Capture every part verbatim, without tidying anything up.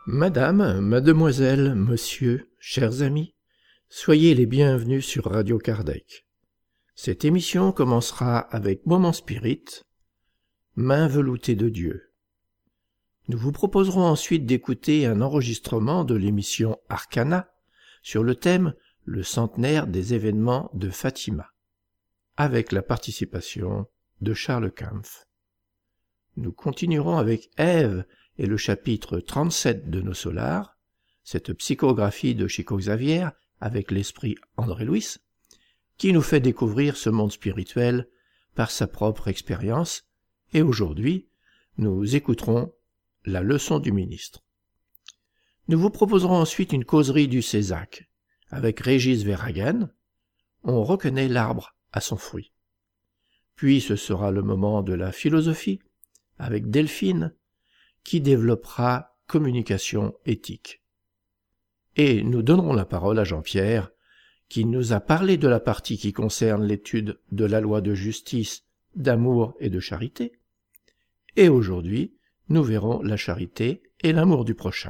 Madame, mademoiselle, monsieur, chers amis, soyez les bienvenus sur Radio Kardec. Cette émission commencera avec Moment Spirit, Main veloutée de Dieu. Nous vous proposerons ensuite d'écouter un enregistrement de l'émission Arcana sur le thème Le centenaire des événements de Fatima, avec la participation de Charles Kampf. Nous continuerons avec Ève et le chapitre trente-sept de Nos Solars, cette psychographie de Chico Xavier avec l'esprit André Louis, qui nous fait découvrir ce monde spirituel par sa propre expérience, et aujourd'hui, nous écouterons la leçon du ministre. Nous vous proposerons ensuite une causerie du Césac, avec Régis Verhagen, on reconnaît l'arbre à son fruit. Puis ce sera le moment de la philosophie, avec Delphine, qui développera communication éthique. Et nous donnerons la parole à Jean-Pierre, qui nous a parlé de la partie qui concerne l'étude de la loi de justice, d'amour et de charité. Et aujourd'hui, nous verrons la charité et l'amour du prochain.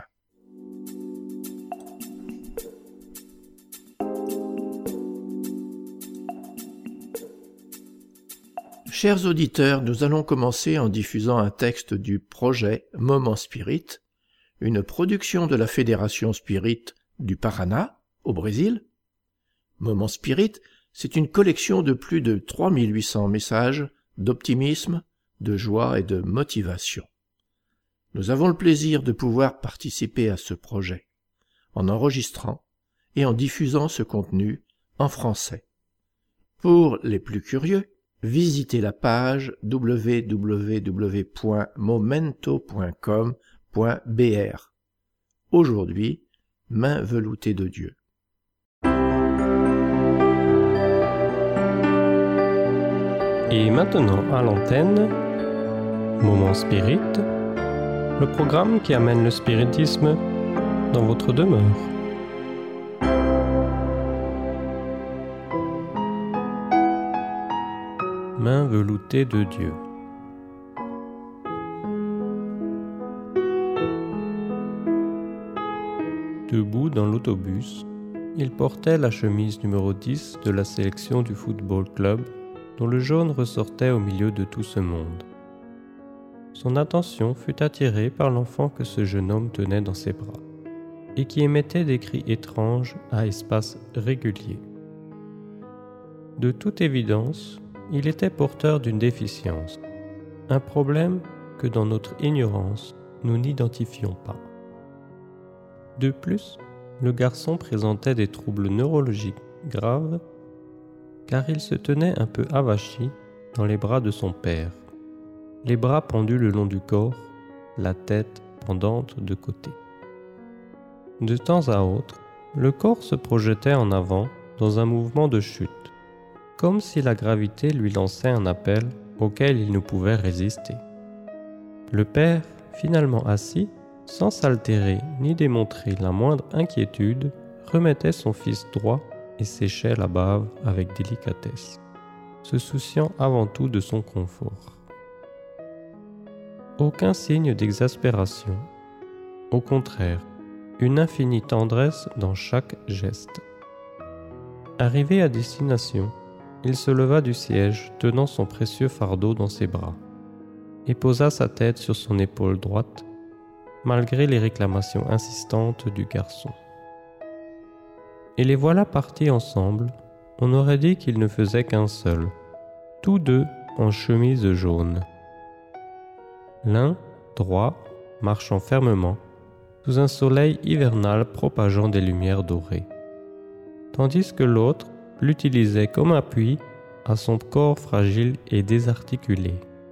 Chers auditeurs, nous allons commencer en diffusant un texte du projet Moment Spirit, une production de la Fédération Spirit du Paraná, au Brésil. Moment Spirit, c'est une collection de plus de trois mille huit cents messages d'optimisme, de joie et de motivation. Nous avons le plaisir de pouvoir participer à ce projet, en enregistrant et en diffusant ce contenu en français. Pour les plus curieux, visitez la page w w w point momento point com point b r. Aujourd'hui, Main veloutée de Dieu. Et maintenant à l'antenne, Moment Spirit, le programme qui amène le spiritisme dans votre demeure. Main veloutée de Dieu. Debout dans l'autobus, il portait la chemise numéro dix de la sélection du football club, dont le jaune ressortait au milieu de tout ce monde. Son attention fut attirée par l'enfant que ce jeune homme tenait dans ses bras, et qui émettait des cris étranges à espaces réguliers. De toute évidence, il était porteur d'une déficience, un problème que dans notre ignorance, nous n'identifions pas. De plus, le garçon présentait des troubles neurologiques graves, car il se tenait un peu avachi dans les bras de son père, les bras pendus le long du corps, la tête pendante de côté. De temps à autre, le corps se projetait en avant dans un mouvement de chute, comme si la gravité lui lançait un appel auquel il ne pouvait résister. Le père, finalement assis, sans s'altérer ni démontrer la moindre inquiétude, remettait son fils droit et séchait la bave avec délicatesse, se souciant avant tout de son confort. Aucun signe d'exaspération, au contraire, une infinie tendresse dans chaque geste. Arrivé à destination, il se leva du siège tenant son précieux fardeau dans ses bras et posa sa tête sur son épaule droite, malgré les réclamations insistantes du garçon. Et les voilà partis ensemble, on aurait dit qu'ils ne faisaient qu'un seul, tous deux en chemise jaune. L'un, droit, marchant fermement, sous un soleil hivernal propageant des lumières dorées, tandis que l'autre l'utilisait comme appui à son corps fragile et désarticulé.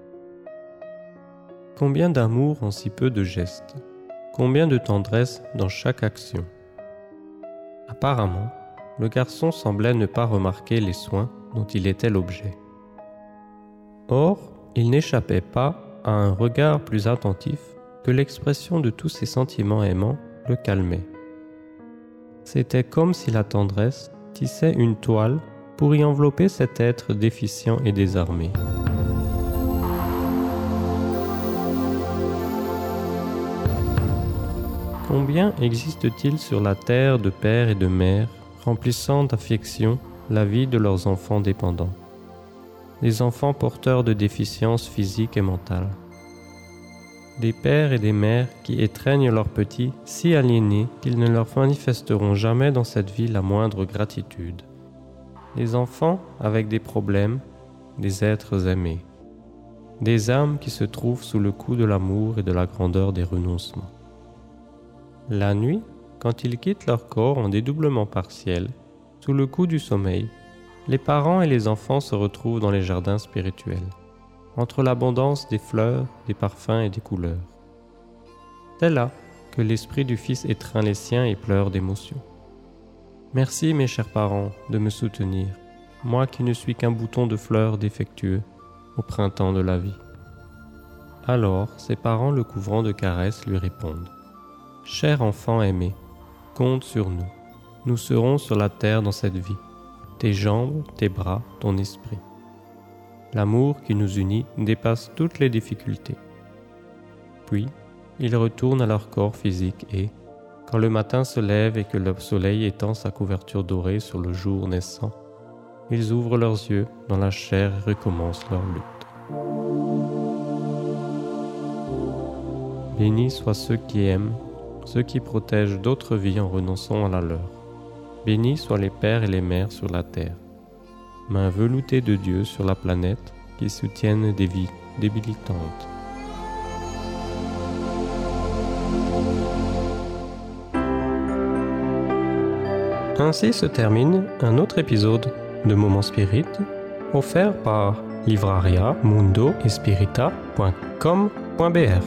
Combien d'amour en si peu de gestes, combien de tendresse dans chaque action. Apparemment, le garçon semblait ne pas remarquer les soins dont il était l'objet. Or, il n'échappait pas à un regard plus attentif que l'expression de tous ses sentiments aimants le calmait. C'était comme si la tendresse tissait une toile pour y envelopper cet être déficient et désarmé. Combien existe-t-il sur la terre de pères et de mères remplissant d'affection la vie de leurs enfants dépendants, des enfants porteurs de déficiences physiques et mentales, des pères et des mères qui étreignent leurs petits si aliénés qu'ils ne leur manifesteront jamais dans cette vie la moindre gratitude, des enfants avec des problèmes, des êtres aimés, des âmes qui se trouvent sous le coup de l'amour et de la grandeur des renoncements. La nuit, quand ils quittent leur corps en dédoublement partiel, sous le coup du sommeil, les parents et les enfants se retrouvent dans les jardins spirituels, entre l'abondance des fleurs, des parfums et des couleurs. C'est là que l'esprit du Fils étreint les siens et pleure d'émotion. Merci, mes chers parents, de me soutenir, moi qui ne suis qu'un bouton de fleurs défectueux au printemps de la vie. Alors, ses parents, le couvrant de caresses, lui répondent : Cher enfant aimé, compte sur nous. Nous serons sur la terre dans cette vie, tes jambes, tes bras, ton esprit. L'amour qui nous unit dépasse toutes les difficultés. Puis, ils retournent à leur corps physique et, quand le matin se lève et que le soleil étend sa couverture dorée sur le jour naissant, ils ouvrent leurs yeux dans la chair et recommencent leur lutte. Bénis soient ceux qui aiment, ceux qui protègent d'autres vies en renonçant à la leur. Bénis soient les pères et les mères sur la terre, mains veloutées de Dieu sur la planète qui soutiennent des vies débilitantes. Ainsi se termine un autre épisode de Moments Spirit, offert par livraria mundo espirita point com point b r.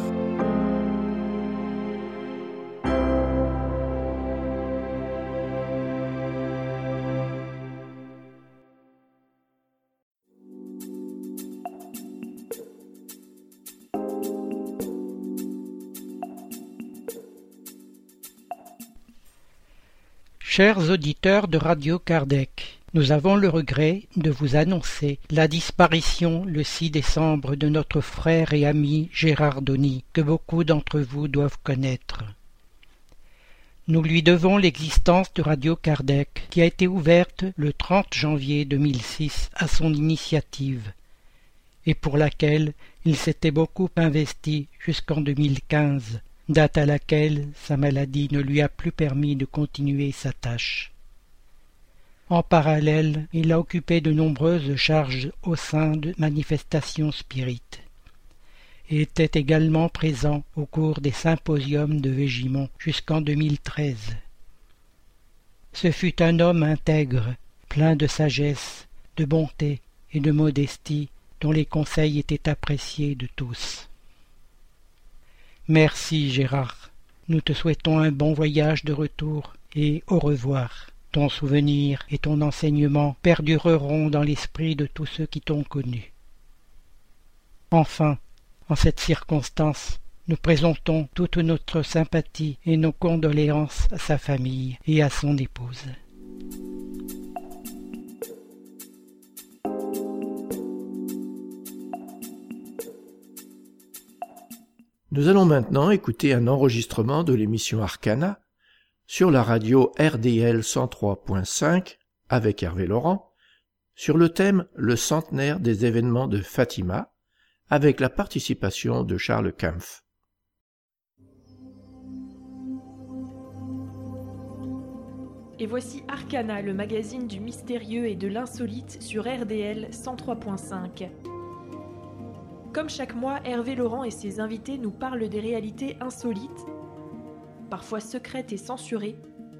Chers auditeurs de Radio Kardec, nous avons le regret de vous annoncer la disparition le six décembre de notre frère et ami Gérard Dony, que beaucoup d'entre vous doivent connaître. Nous lui devons l'existence de Radio Kardec, qui a été ouverte le trente janvier deux mille six à son initiative, et pour laquelle il s'était beaucoup investi jusqu'en deux mille quinze, date à laquelle sa maladie ne lui a plus permis de continuer sa tâche. En parallèle, il a occupé de nombreuses charges au sein de manifestations spirites et était également présent au cours des symposiums de Végimont jusqu'en deux mille treize. Ce fut un homme intègre, plein de sagesse, de bonté et de modestie, dont les conseils étaient appréciés de tous. Merci Gérard, nous te souhaitons un bon voyage de retour et au revoir. Ton souvenir et ton enseignement perdureront dans l'esprit de tous ceux qui t'ont connu. Enfin, en cette circonstance, nous présentons toute notre sympathie et nos condoléances à sa famille et à son épouse. Nous allons maintenant écouter un enregistrement de l'émission Arcana sur la radio R D L cent trois point cinq avec Hervé Laurent sur le thème « Le centenaire des événements de Fatima » avec la participation de Charles Kampf. Et voici Arcana, le magazine du mystérieux et de l'insolite sur R D L cent trois point cinq. Comme chaque mois, Hervé Laurent et ses invités nous parlent des réalités insolites, parfois secrètes et censurées,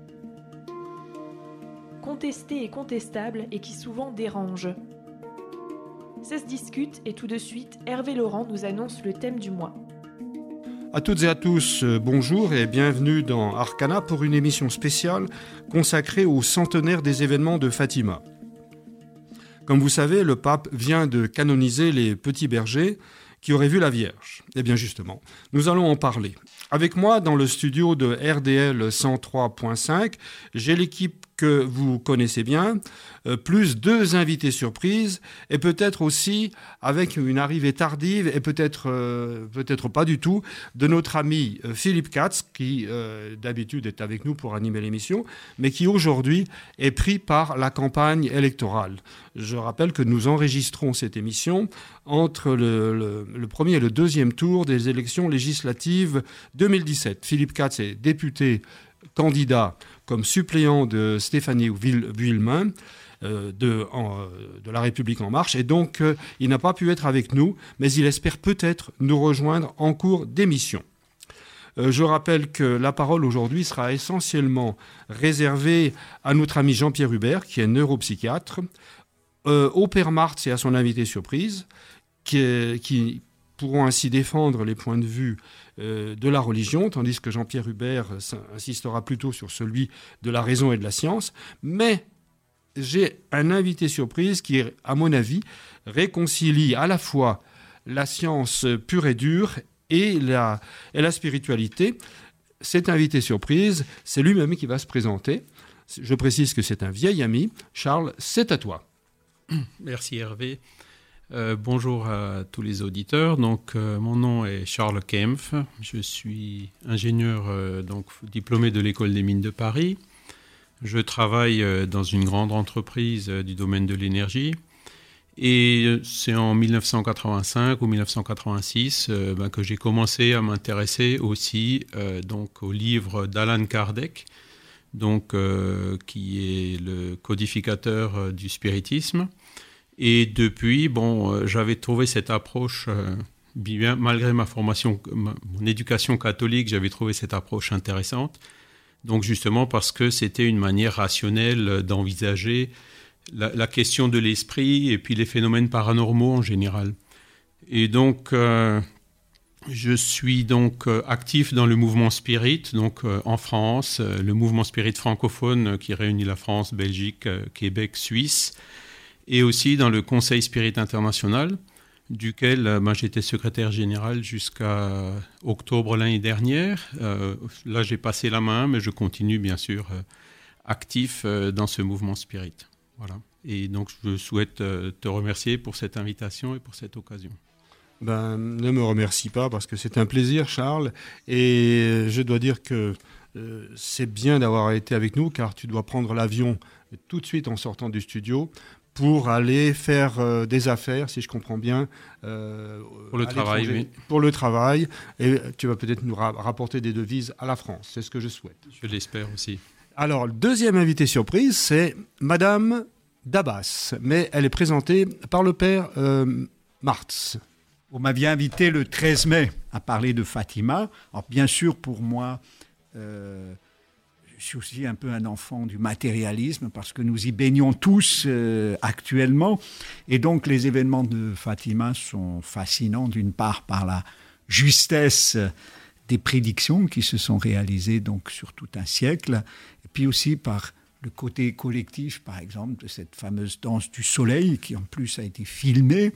contestées et contestables et qui souvent dérangent. Ça se discute et tout de suite, Hervé Laurent nous annonce le thème du mois. À toutes et à tous, bonjour et bienvenue dans Arcana pour une émission spéciale consacrée au centenaire des événements de Fatima. Comme vous savez, le pape vient de canoniser les petits bergers qui auraient vu la Vierge. Eh bien justement, nous allons en parler. Avec moi, dans le studio de R D L cent trois point cinq, j'ai l'équipe que vous connaissez bien, euh, plus deux invités surprises, et peut-être aussi avec une arrivée tardive, et peut-être euh, peut-être pas du tout, de notre ami euh, Philippe Katz, qui euh, d'habitude est avec nous pour animer l'émission, mais qui aujourd'hui est pris par la campagne électorale. Je rappelle que nous enregistrons cette émission entre le, le, le premier et le deuxième tour des élections législatives deux mille dix-sept. Philippe Katz est député candidat comme suppléant de Stéphanie Villemain euh, de, en, de La République En Marche. Et donc, euh, il n'a pas pu être avec nous, mais il espère peut-être nous rejoindre en cours d'émission. Euh, je rappelle que la parole aujourd'hui sera essentiellement réservée à notre ami Jean-Pierre Hubert, qui est neuropsychiatre, euh, au Père Martz et à son invité surprise, qui, est, qui pourront ainsi défendre les points de vue euh, de la religion, tandis que Jean-Pierre Hubert insistera plutôt sur celui de la raison et de la science. Mais j'ai un invité surprise qui, à mon avis, réconcilie à la fois la science pure et dure et la, et la spiritualité. Cet invité surprise, c'est lui-même qui va se présenter. Je précise que c'est un vieil ami. Charles, c'est à toi. Merci Hervé. Euh, bonjour à tous les auditeurs. Donc, euh, mon nom est Charles Kempf. Je suis ingénieur euh, donc, diplômé de l'École des mines de Paris. Je travaille euh, dans une grande entreprise euh, du domaine de l'énergie. Et euh, c'est en dix-neuf cent quatre-vingt-cinq ou dix-neuf cent quatre-vingt-six euh, ben, que j'ai commencé à m'intéresser aussi euh, donc, au livre d'Alan Kardec, donc, euh, qui est le codificateur euh, du spiritisme. Et depuis, bon, euh, j'avais trouvé cette approche, euh, bien, malgré ma formation, ma, mon éducation catholique, j'avais trouvé cette approche intéressante. Donc justement parce que c'était une manière rationnelle d'envisager la, la question de l'esprit et puis les phénomènes paranormaux en général. Et donc, euh, je suis donc euh, actif dans le mouvement Spirit, donc euh, en France, euh, le mouvement Spirit francophone euh, qui réunit la France, Belgique, euh, Québec, Suisse, et aussi dans le Conseil Spirit International, duquel euh, ben, j'étais secrétaire général jusqu'à octobre l'année dernière. Euh, là, j'ai passé la main, mais je continue bien sûr euh, actif euh, dans ce mouvement Spirit. Voilà. Et donc, je souhaite euh, te remercier pour cette invitation et pour cette occasion. Ben, ne me remercie pas parce que c'est un plaisir, Charles. Et je dois dire que euh, c'est bien d'avoir été avec nous, car tu dois prendre l'avion tout de suite en sortant du studio pour aller faire euh, des affaires, si je comprends bien. Euh, pour le travail, oui. Pour le travail. Et tu vas peut-être nous ra- rapporter des devises à la France. C'est ce que je souhaite. Je l'espère aussi. Alors, le deuxième invité surprise, c'est Madame Dabas. Mais elle est présentée par le père euh, Martz. Vous m'aviez invité le treize mai à parler de Fatima. Alors, bien sûr, pour moi... Euh, Je suis aussi un peu un enfant du matérialisme parce que nous y baignons tous euh, actuellement. Et donc, les événements de Fatima sont fascinants, d'une part par la justesse des prédictions qui se sont réalisées donc, sur tout un siècle, et puis aussi par le côté collectif, par exemple, de cette fameuse danse du soleil qui, en plus, a été filmée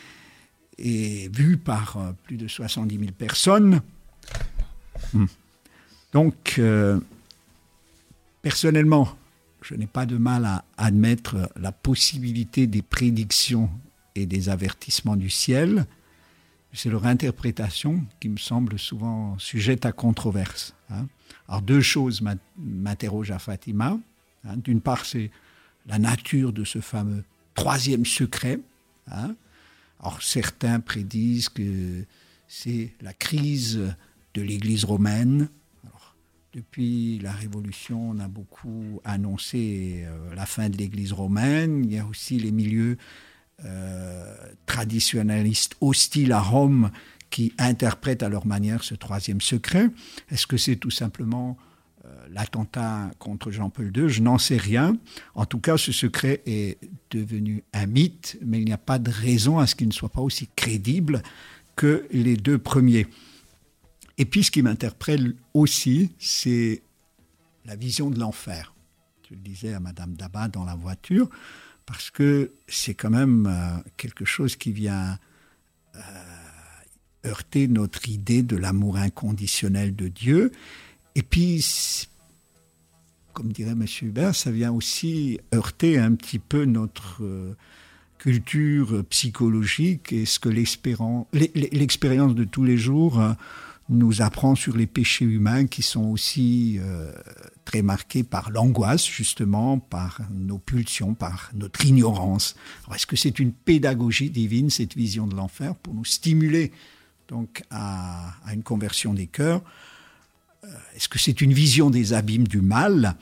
et vue par euh, plus de soixante-dix mille personnes. Hum. Donc... Euh, Personnellement, je n'ai pas de mal à admettre la possibilité des prédictions et des avertissements du ciel. C'est leur interprétation qui me semble souvent sujette à controverse. Hein. Alors deux choses m'interrogent à Fatima. Hein. D'une part, c'est la nature de ce fameux troisième secret. Hein. Alors certains prédisent que c'est la crise de l'Église romaine. Depuis la Révolution, on a beaucoup annoncé euh, la fin de l'Église romaine. Il y a aussi les milieux euh, traditionnalistes hostiles à Rome qui interprètent à leur manière ce troisième secret. Est-ce que c'est tout simplement euh, l'attentat contre Jean-Paul deux ? Je n'en sais rien. En tout cas, ce secret est devenu un mythe, mais il n'y a pas de raison à ce qu'il ne soit pas aussi crédible que les deux premiers. Et puis, ce qui m'interpelle aussi, c'est la vision de l'enfer. Je le disais à Madame Daba dans la voiture, parce que c'est quand même euh, quelque chose qui vient euh, heurter notre idée de l'amour inconditionnel de Dieu. Et puis, comme dirait M. Hubert, ça vient aussi heurter un petit peu notre euh, culture psychologique et ce que l'expérience de tous les jours euh, nous apprend sur les péchés humains qui sont aussi euh, très marqués par l'angoisse, justement, par nos pulsions, par notre ignorance. Alors, est-ce que c'est une pédagogie divine, cette vision de l'enfer, pour nous stimuler donc, à, à une conversion des cœurs? euh, Est-ce que c'est une vision des abîmes du mal?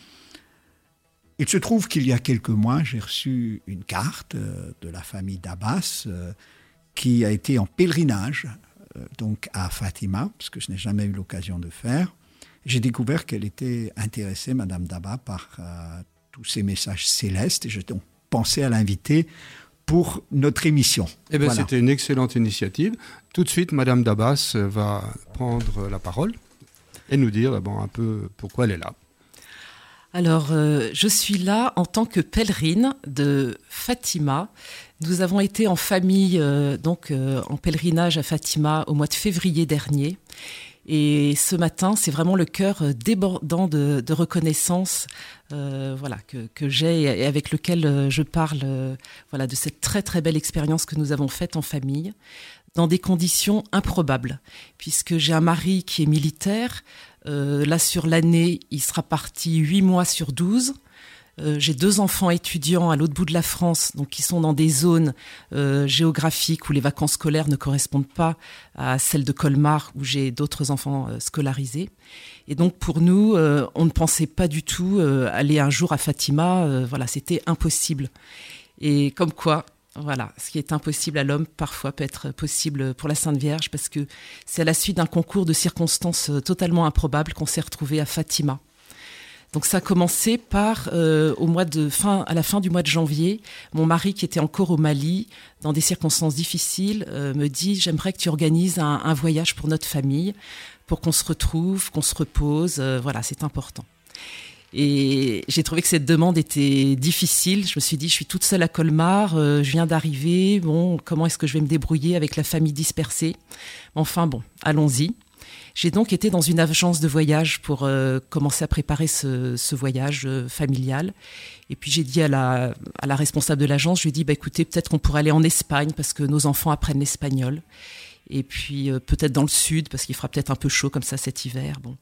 Il se trouve qu'il y a quelques mois, j'ai reçu une carte euh, de la famille d'Abbas euh, qui a été en pèlerinage donc à Fatima, parce que je n'ai jamais eu l'occasion de faire. J'ai découvert qu'elle était intéressée, Madame Daba, par euh, tous ces messages célestes, et j'ai donc pensé à l'inviter pour notre émission. Eh bien, voilà. C'était une excellente initiative. Tout de suite, Madame Dabas va prendre la parole et nous dire bon, un peu pourquoi elle est là. Alors, euh, je suis là en tant que pèlerine de Fatima. Nous avons été en famille, euh, donc euh, en pèlerinage à Fatima au mois de février dernier. Et ce matin, c'est vraiment le cœur débordant de, de reconnaissance, euh, voilà, que, que j'ai et avec lequel je parle, euh, voilà, de cette très très belle expérience que nous avons faite en famille, dans des conditions improbables, puisque j'ai un mari qui est militaire. Euh, là, sur l'année, il sera parti huit mois sur douze. Euh, j'ai deux enfants étudiants à l'autre bout de la France, donc qui sont dans des zones euh, géographiques où les vacances scolaires ne correspondent pas à celles de Colmar, où j'ai d'autres enfants euh, scolarisés. Et donc pour nous, euh, on ne pensait pas du tout euh, aller un jour à Fatima. Euh, voilà, c'était impossible. Et comme quoi, voilà, ce qui est impossible à l'homme, parfois peut être possible pour la Sainte Vierge, parce que c'est à la suite d'un concours de circonstances totalement improbables qu'on s'est retrouvés à Fatima. Donc ça a commencé par, euh, au mois de fin, à la fin du mois de janvier, mon mari qui était encore au Mali, dans des circonstances difficiles, euh, me dit « J'aimerais que tu organises un, un voyage pour notre famille, pour qu'on se retrouve, qu'on se repose, euh, voilà, c'est important ». Et j'ai trouvé que cette demande était difficile. Je me suis dit, je suis toute seule à Colmar, euh, je viens d'arriver, bon, comment est-ce que je vais me débrouiller avec la famille dispersée? Enfin bon, allons-y. J'ai donc été dans une agence de voyage pour euh, commencer à préparer ce, ce voyage euh, familial. Et puis j'ai dit à la, à la responsable de l'agence, je lui ai dit, bah, écoutez, peut-être qu'on pourrait aller en Espagne parce que nos enfants apprennent l'espagnol. Et puis euh, peut-être dans le sud parce qu'il fera peut-être un peu chaud comme ça cet hiver. Bon.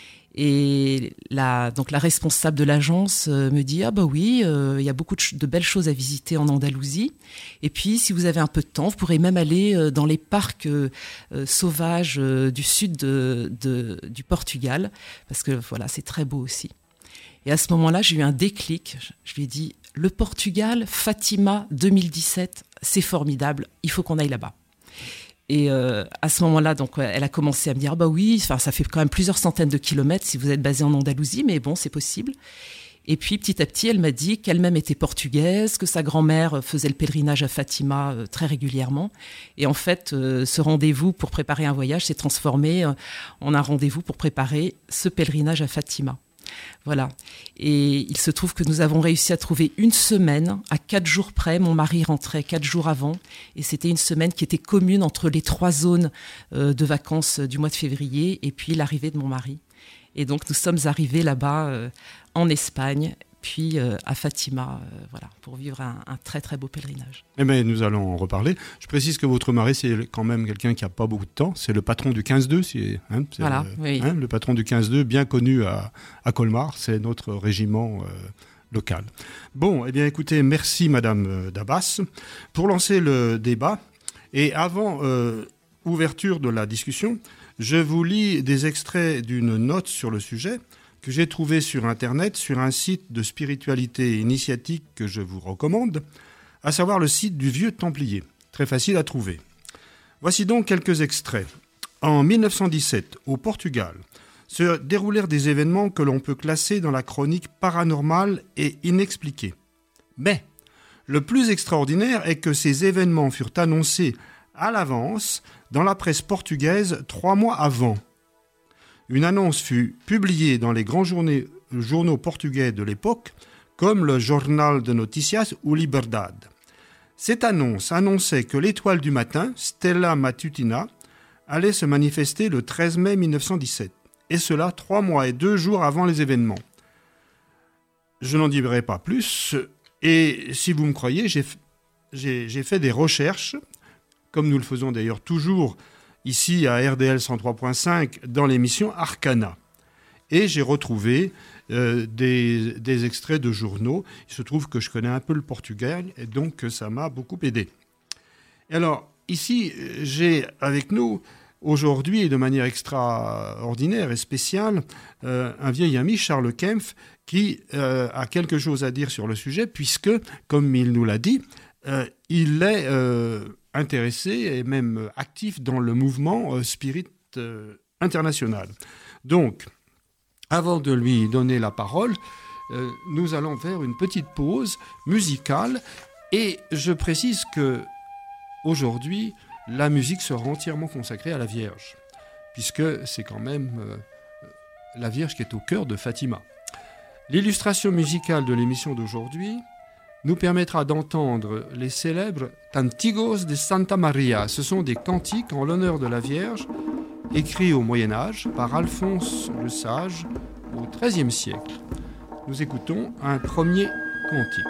Et la, donc la responsable de l'agence euh, me dit « Ah bah oui, euh, il y a beaucoup de, ch- de belles choses à visiter en Andalousie. Et puis, si vous avez un peu de temps, vous pourrez même aller euh, dans les parcs euh, euh, sauvages euh, du sud de, de, du Portugal, parce que voilà, c'est très beau aussi. » Et à ce moment-là, j'ai eu un déclic. Je, je lui ai dit « Le Portugal, Fatima deux mille dix-sept, c'est formidable, il faut qu'on aille là-bas. » Et euh, à ce moment-là, donc, elle a commencé à me dire ah bah oui, enfin, ça fait quand même plusieurs centaines de kilomètres si vous êtes basé en Andalousie, mais bon, c'est possible. Et puis, petit à petit, elle m'a dit qu'elle-même était portugaise, que sa grand-mère faisait le pèlerinage à Fatima euh, très régulièrement. Et en fait, euh, ce rendez-vous pour préparer un voyage s'est transformé euh, en un rendez-vous pour préparer ce pèlerinage à Fatima. Voilà. Et il se trouve que nous avons réussi à trouver une semaine, à quatre jours près. Mon mari rentrait quatre jours avant. Et c'était une semaine qui était commune entre les trois zones euh, de vacances du mois de février et puis l'arrivée de mon mari. Et donc, nous sommes arrivés là-bas euh, en Espagne, puis euh, à Fatima, euh, voilà, pour vivre un, un très, très beau pèlerinage. Eh bien, nous allons en reparler. Je précise que votre mari, c'est quand même quelqu'un qui n'a pas beaucoup de temps. C'est le patron du quinze deux. C'est, hein, c'est voilà, le, oui. hein, le patron du quinze deux, bien connu à, à Colmar. C'est notre régiment euh, local. Bon, eh bien, écoutez, merci Madame Dabas. Pour lancer le débat, et avant euh, ouverture de la discussion, je vous lis des extraits d'une note sur le sujet que j'ai trouvé sur Internet, sur un site de spiritualité initiatique que je vous recommande, à savoir le site du Vieux Templier. Très facile à trouver. Voici donc quelques extraits. En mille neuf cent dix-sept, au Portugal, se déroulèrent des événements que l'on peut classer dans la chronique paranormale et inexpliquée. Mais le plus extraordinaire est que ces événements furent annoncés à l'avance dans la presse portugaise trois mois avant. Une annonce fut publiée dans les grands journaux, journaux portugais de l'époque, comme le Jornal de Noticias ou Liberdade. Cette annonce annonçait que l'étoile du matin, Stella Matutina, allait se manifester le treize mai mille neuf cent dix-sept, et cela trois mois et deux jours avant les événements. je n'en dirai pas plus. Et si vous me croyez, j'ai, j'ai, j'ai fait des recherches, comme nous le faisons d'ailleurs toujours ici à R D L cent trois point cinq dans l'émission Arcana. Et j'ai retrouvé euh, des, des extraits de journaux. Il se trouve que je connais un peu le portugais et donc ça m'a beaucoup aidé. Et alors, ici, j'ai avec nous aujourd'hui, et de manière extraordinaire et spéciale, euh, un vieil ami, Charles Kempf, qui euh, a quelque chose à dire sur le sujet, puisque, comme il nous l'a dit, euh, il est euh, intéressé et même actif dans le mouvement euh, Spirit euh, international. Donc, avant de lui donner la parole, euh, nous allons faire une petite pause musicale, et je précise que aujourd'hui, la musique sera entièrement consacrée à la Vierge, puisque c'est quand même euh, la Vierge qui est au cœur de Fatima. L'illustration musicale de l'émission d'aujourd'hui nous permettra d'entendre les célèbres Cantigos de Santa Maria. Ce sont des cantiques en l'honneur de la Vierge, écrits au Moyen-Âge par Alphonse le Sage au treizième siècle. Nous écoutons un premier cantique.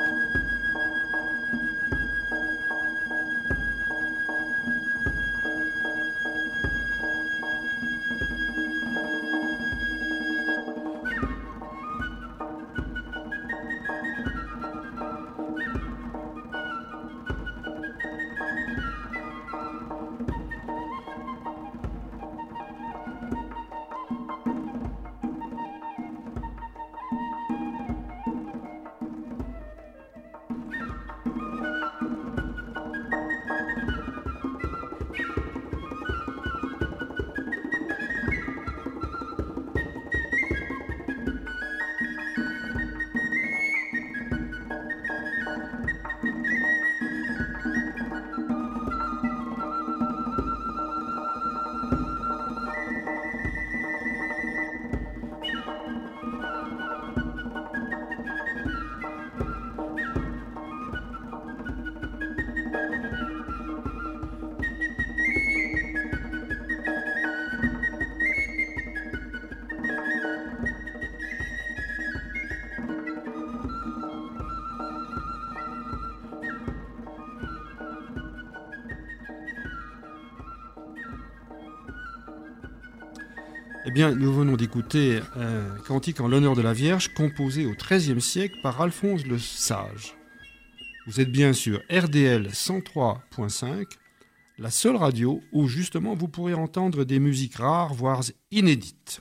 Eh bien, nous venons d'écouter un cantique en l'honneur de la Vierge composé au treizième siècle par Alphonse le Sage. Vous êtes bien sûr R D L cent trois point cinq, la seule radio où justement vous pourrez entendre des musiques rares, voire inédites.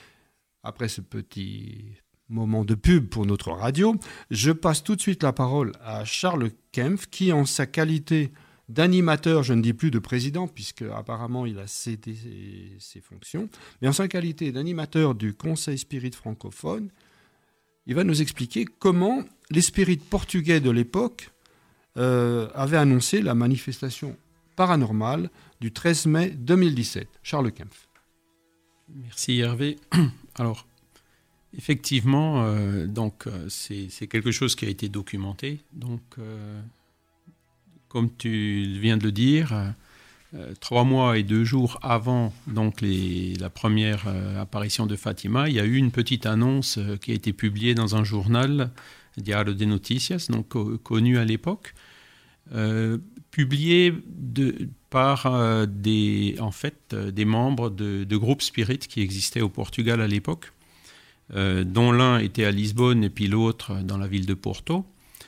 Après ce petit moment de pub pour notre radio, je passe tout de suite la parole à Charles Kempf qui, en sa qualité d'animateur, je ne dis plus de président, puisque apparemment il a cédé ses, ses fonctions, mais en sa qualité d'animateur du Conseil Spirit francophone, il va nous expliquer comment les spirites portugais de l'époque euh, avaient annoncé la manifestation paranormale du treize mai deux mille dix-sept. Charles Kempf. Merci Hervé. Alors, effectivement, euh, donc, euh, c'est, c'est quelque chose qui a été documenté. Donc, euh, comme tu viens de le dire, euh, trois mois et deux jours avant donc, les, la première euh, apparition de Fatima, il y a eu une petite annonce euh, qui a été publiée dans un journal, Diário de Notícias, donc co- connu à l'époque, euh, publiée de, par euh, des, en fait, euh, des membres de, de groupes spirites qui existaient au Portugal à l'époque, euh, dont l'un était à Lisbonne et puis l'autre dans la ville de Porto.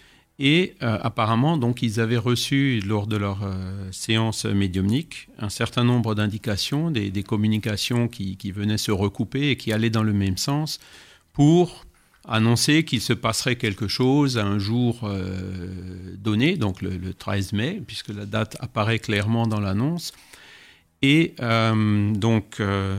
Et euh, apparemment, donc, ils avaient reçu, lors de leur euh, séance médiumnique, un certain nombre d'indications, des, des communications qui, qui venaient se recouper et qui allaient dans le même sens pour annoncer qu'il se passerait quelque chose à un jour euh, donné, donc le, le treize mai, puisque la date apparaît clairement dans l'annonce, et euh, donc euh,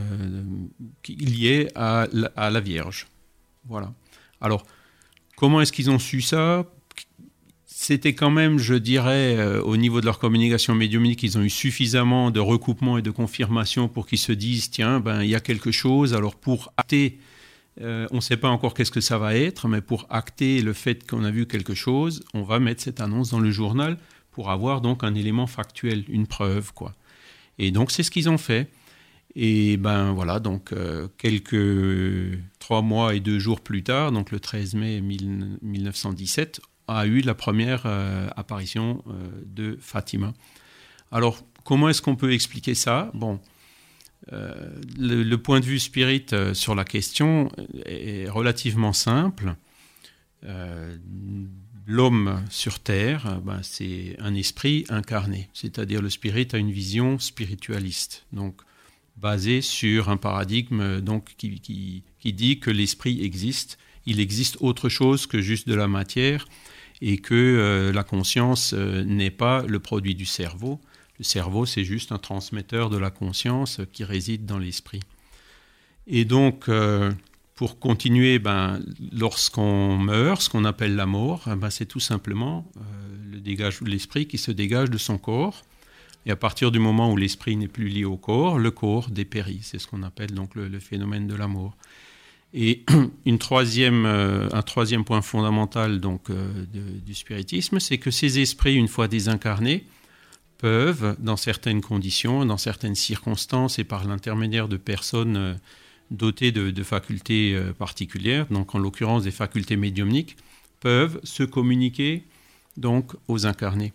lié à, à la Vierge. Voilà. Alors, comment est-ce qu'ils ont su ça ? C'était quand même, je dirais, euh, au niveau de leur communication médiumnique, ils ont eu suffisamment de recoupements et de confirmations pour qu'ils se disent, tiens, ben, il y a quelque chose. Alors pour acter, euh, on ne sait pas encore qu'est-ce que ça va être, mais pour acter le fait qu'on a vu quelque chose, on va mettre cette annonce dans le journal pour avoir donc un élément factuel, une preuve, quoi. Et donc c'est ce qu'ils ont fait. Et ben voilà, donc euh, quelques trois mois et deux jours plus tard, donc le treize mai mille neuf cent dix-sept, a eu la première euh, apparition euh, de Fatima. Alors, comment est-ce qu'on peut expliquer ça ? Bon, euh, le, le point de vue spirit euh, sur la question est relativement simple. Euh, l'homme sur Terre, ben, c'est un esprit incarné, c'est-à-dire le spirit a une vision spiritualiste, donc basée sur un paradigme donc, qui, qui, qui dit que l'esprit existe, il existe autre chose que juste de la matière et que euh, la conscience euh, n'est pas le produit du cerveau. Le cerveau, c'est juste un transmetteur de la conscience qui réside dans l'esprit. Et donc, euh, pour continuer, ben, lorsqu'on meurt, ce qu'on appelle la mort, ben, c'est tout simplement euh, le dégage, l'esprit qui se dégage de son corps. Et à partir du moment où l'esprit n'est plus lié au corps, le corps dépérit. C'est ce qu'on appelle donc le, le phénomène de la mort. Et une troisième, euh, un troisième point fondamental donc, euh, de, du spiritisme, c'est que ces esprits, une fois désincarnés, peuvent, dans certaines conditions, dans certaines circonstances et par l'intermédiaire de personnes euh, dotées de, de facultés euh, particulières, donc en l'occurrence des facultés médiumniques, peuvent se communiquer donc, aux incarnés.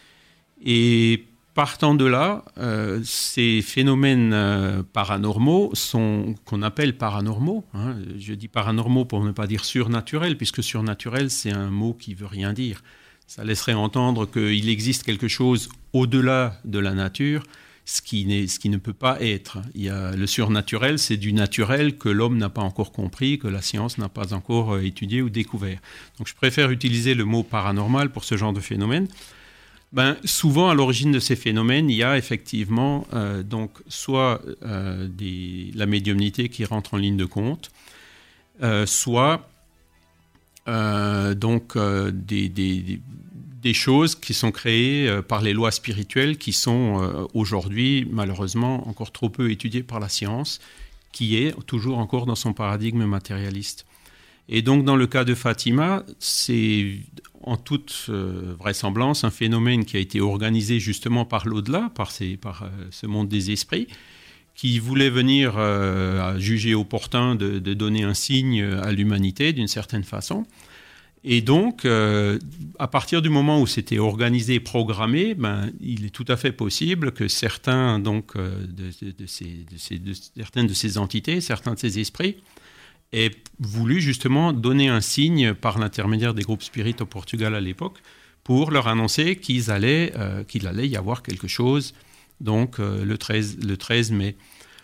Et partant de là, euh, ces phénomènes euh, paranormaux sont, qu'on appelle paranormaux, hein, je dis paranormaux pour ne pas dire surnaturels, puisque surnaturel, c'est un mot qui ne veut rien dire. Ça laisserait entendre qu'il existe quelque chose au-delà de la nature, ce qui, n'est, ce qui ne peut pas être. Il y a, le surnaturel, c'est du naturel que l'homme n'a pas encore compris, que la science n'a pas encore étudié ou découvert. Donc je préfère utiliser le mot paranormal pour ce genre de phénomène. Ben, souvent, à l'origine de ces phénomènes, il y a effectivement euh, donc, soit euh, des, la médiumnité qui rentre en ligne de compte, euh, soit euh, donc, euh, des, des, des choses qui sont créées euh, par les lois spirituelles qui sont euh, aujourd'hui, malheureusement, encore trop peu étudiées par la science, qui est toujours encore dans son paradigme matérialiste. Et donc, dans le cas de Fatima, c'est en toute euh, vraisemblance un phénomène qui a été organisé justement par l'au-delà, par, ces, par euh, ce monde des esprits, qui voulait venir euh, juger opportun de, de donner un signe à l'humanité d'une certaine façon. Et donc, euh, à partir du moment où c'était organisé et programmé, ben, il est tout à fait possible que certains, donc, euh, de, de, de ces, de ces, de, certaines de ces entités, certains de ces esprits, aient voulu justement donner un signe par l'intermédiaire des groupes spirites au Portugal à l'époque pour leur annoncer qu'ils allaient, euh, qu'il allait y avoir quelque chose donc, euh, le, treize, le treize mai.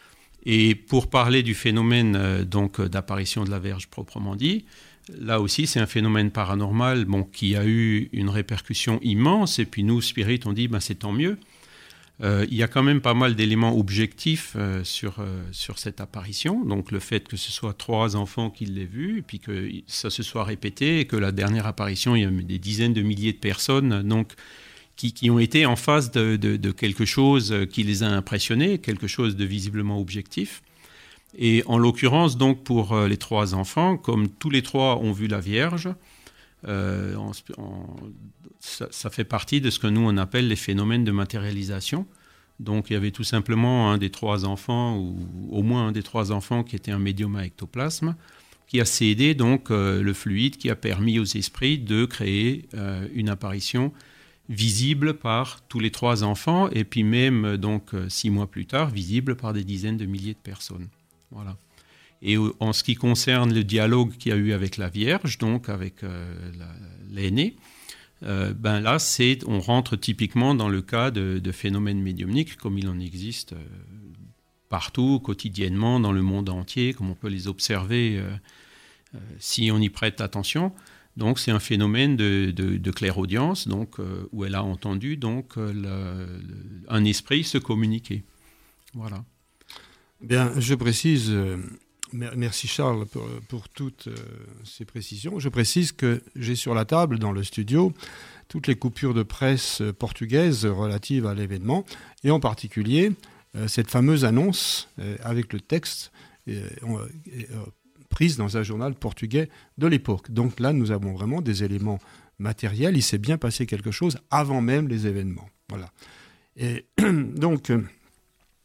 Et pour parler du phénomène euh, donc, d'apparition de la Vierge proprement dit, là aussi, c'est un phénomène paranormal bon, qui a eu une répercussion immense. Et puis nous, Spirit, on dit ben, c'est tant mieux. Euh, il y a quand même pas mal d'éléments objectifs euh, sur, euh, sur cette apparition. Donc le fait que ce soit trois enfants qui l'aient vu, et puis que ça se soit répété, et que la dernière apparition, il y a des dizaines de milliers de personnes donc, qui, qui ont été en face de, de, de quelque chose qui les a impressionnés, quelque chose de visiblement objectif. Et en l'occurrence, donc, pour les trois enfants, comme tous les trois ont vu la Vierge, euh, en, en, ça, ça fait partie de ce que nous, on appelle les phénomènes de matérialisation. Donc, il y avait tout simplement un des trois enfants, ou au moins un des trois enfants qui était un médium à ectoplasme, qui a cédé donc, euh, le fluide qui a permis aux esprits de créer euh, une apparition visible par tous les trois enfants, et puis même, donc, six mois plus tard, visible par des dizaines de milliers de personnes. Voilà. Et en ce qui concerne le dialogue qu'il y a eu avec la Vierge, donc avec euh, l'aîné, euh, ben là, c'est, on rentre typiquement dans le cas de, de phénomènes médiumniques, comme il en existe euh, partout, quotidiennement, dans le monde entier, comme on peut les observer euh, euh, si on y prête attention. Donc, c'est un phénomène de, de, de clairaudience, donc, euh, où elle a entendu donc, euh, le, le, un esprit se communiquer. Voilà. Bien, je précise, euh, merci Charles pour, pour toutes euh, ces précisions. Je précise que j'ai sur la table, dans le studio, toutes les coupures de presse portugaises relatives à l'événement, et en particulier euh, cette fameuse annonce euh, avec le texte euh, euh, prise dans un journal portugais de l'époque. Donc là, nous avons vraiment des éléments matériels. Il s'est bien passé quelque chose avant même les événements. Voilà. Et donc... Euh,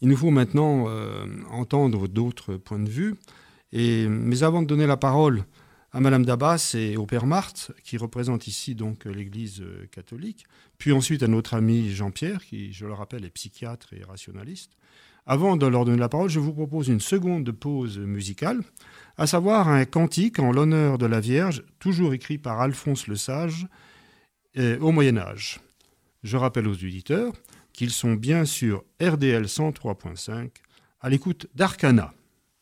Il nous faut maintenant euh, entendre d'autres points de vue. Et, mais avant de donner la parole à Madame Dabas et au Père Marthe, qui représente ici donc l'Église catholique, puis ensuite à notre ami Jean-Pierre, qui, je le rappelle, est psychiatre et rationaliste, avant de leur donner la parole, je vous propose une seconde pause musicale, à savoir un cantique en l'honneur de la Vierge, toujours écrit par Alphonse le Sage, euh, au Moyen-Âge. Je rappelle aux auditeurs qu'ils sont bien sur R D L cent trois point cinq, à l'écoute d'Arcana.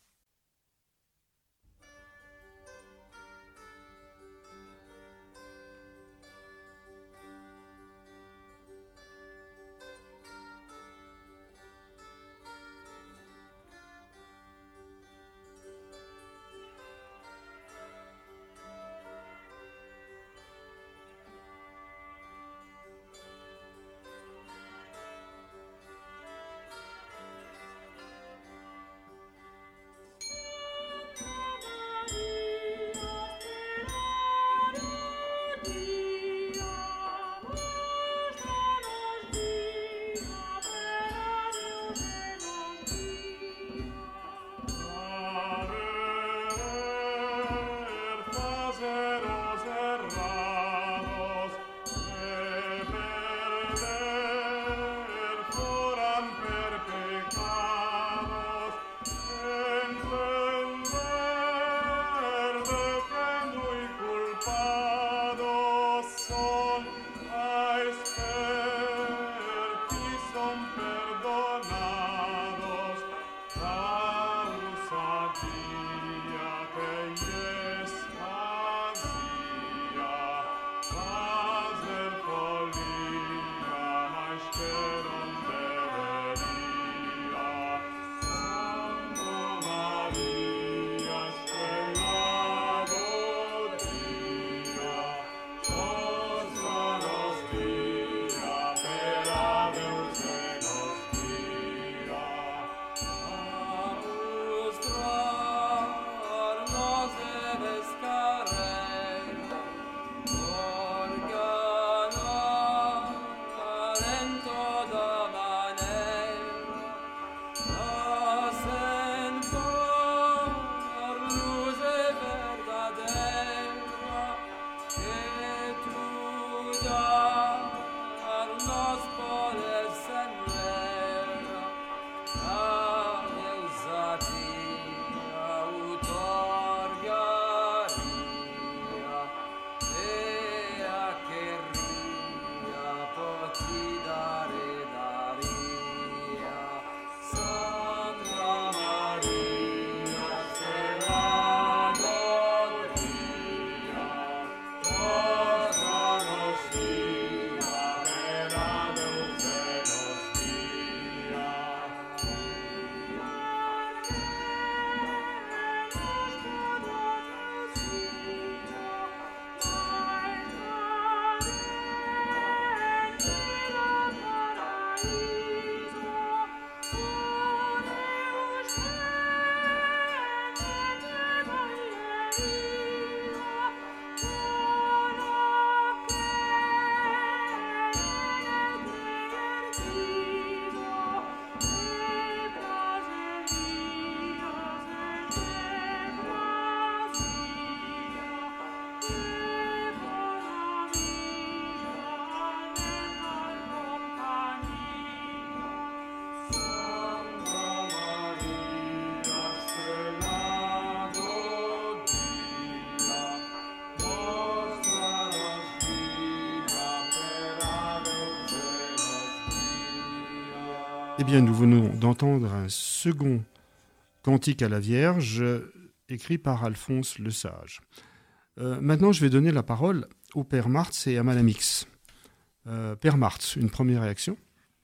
Eh bien, nous venons d'entendre un second cantique à la Vierge, écrit par Alphonse le Sage. Euh, maintenant, je vais donner la parole au Père Marthe et à Madame X. Euh, Père Marthe, une première réaction ?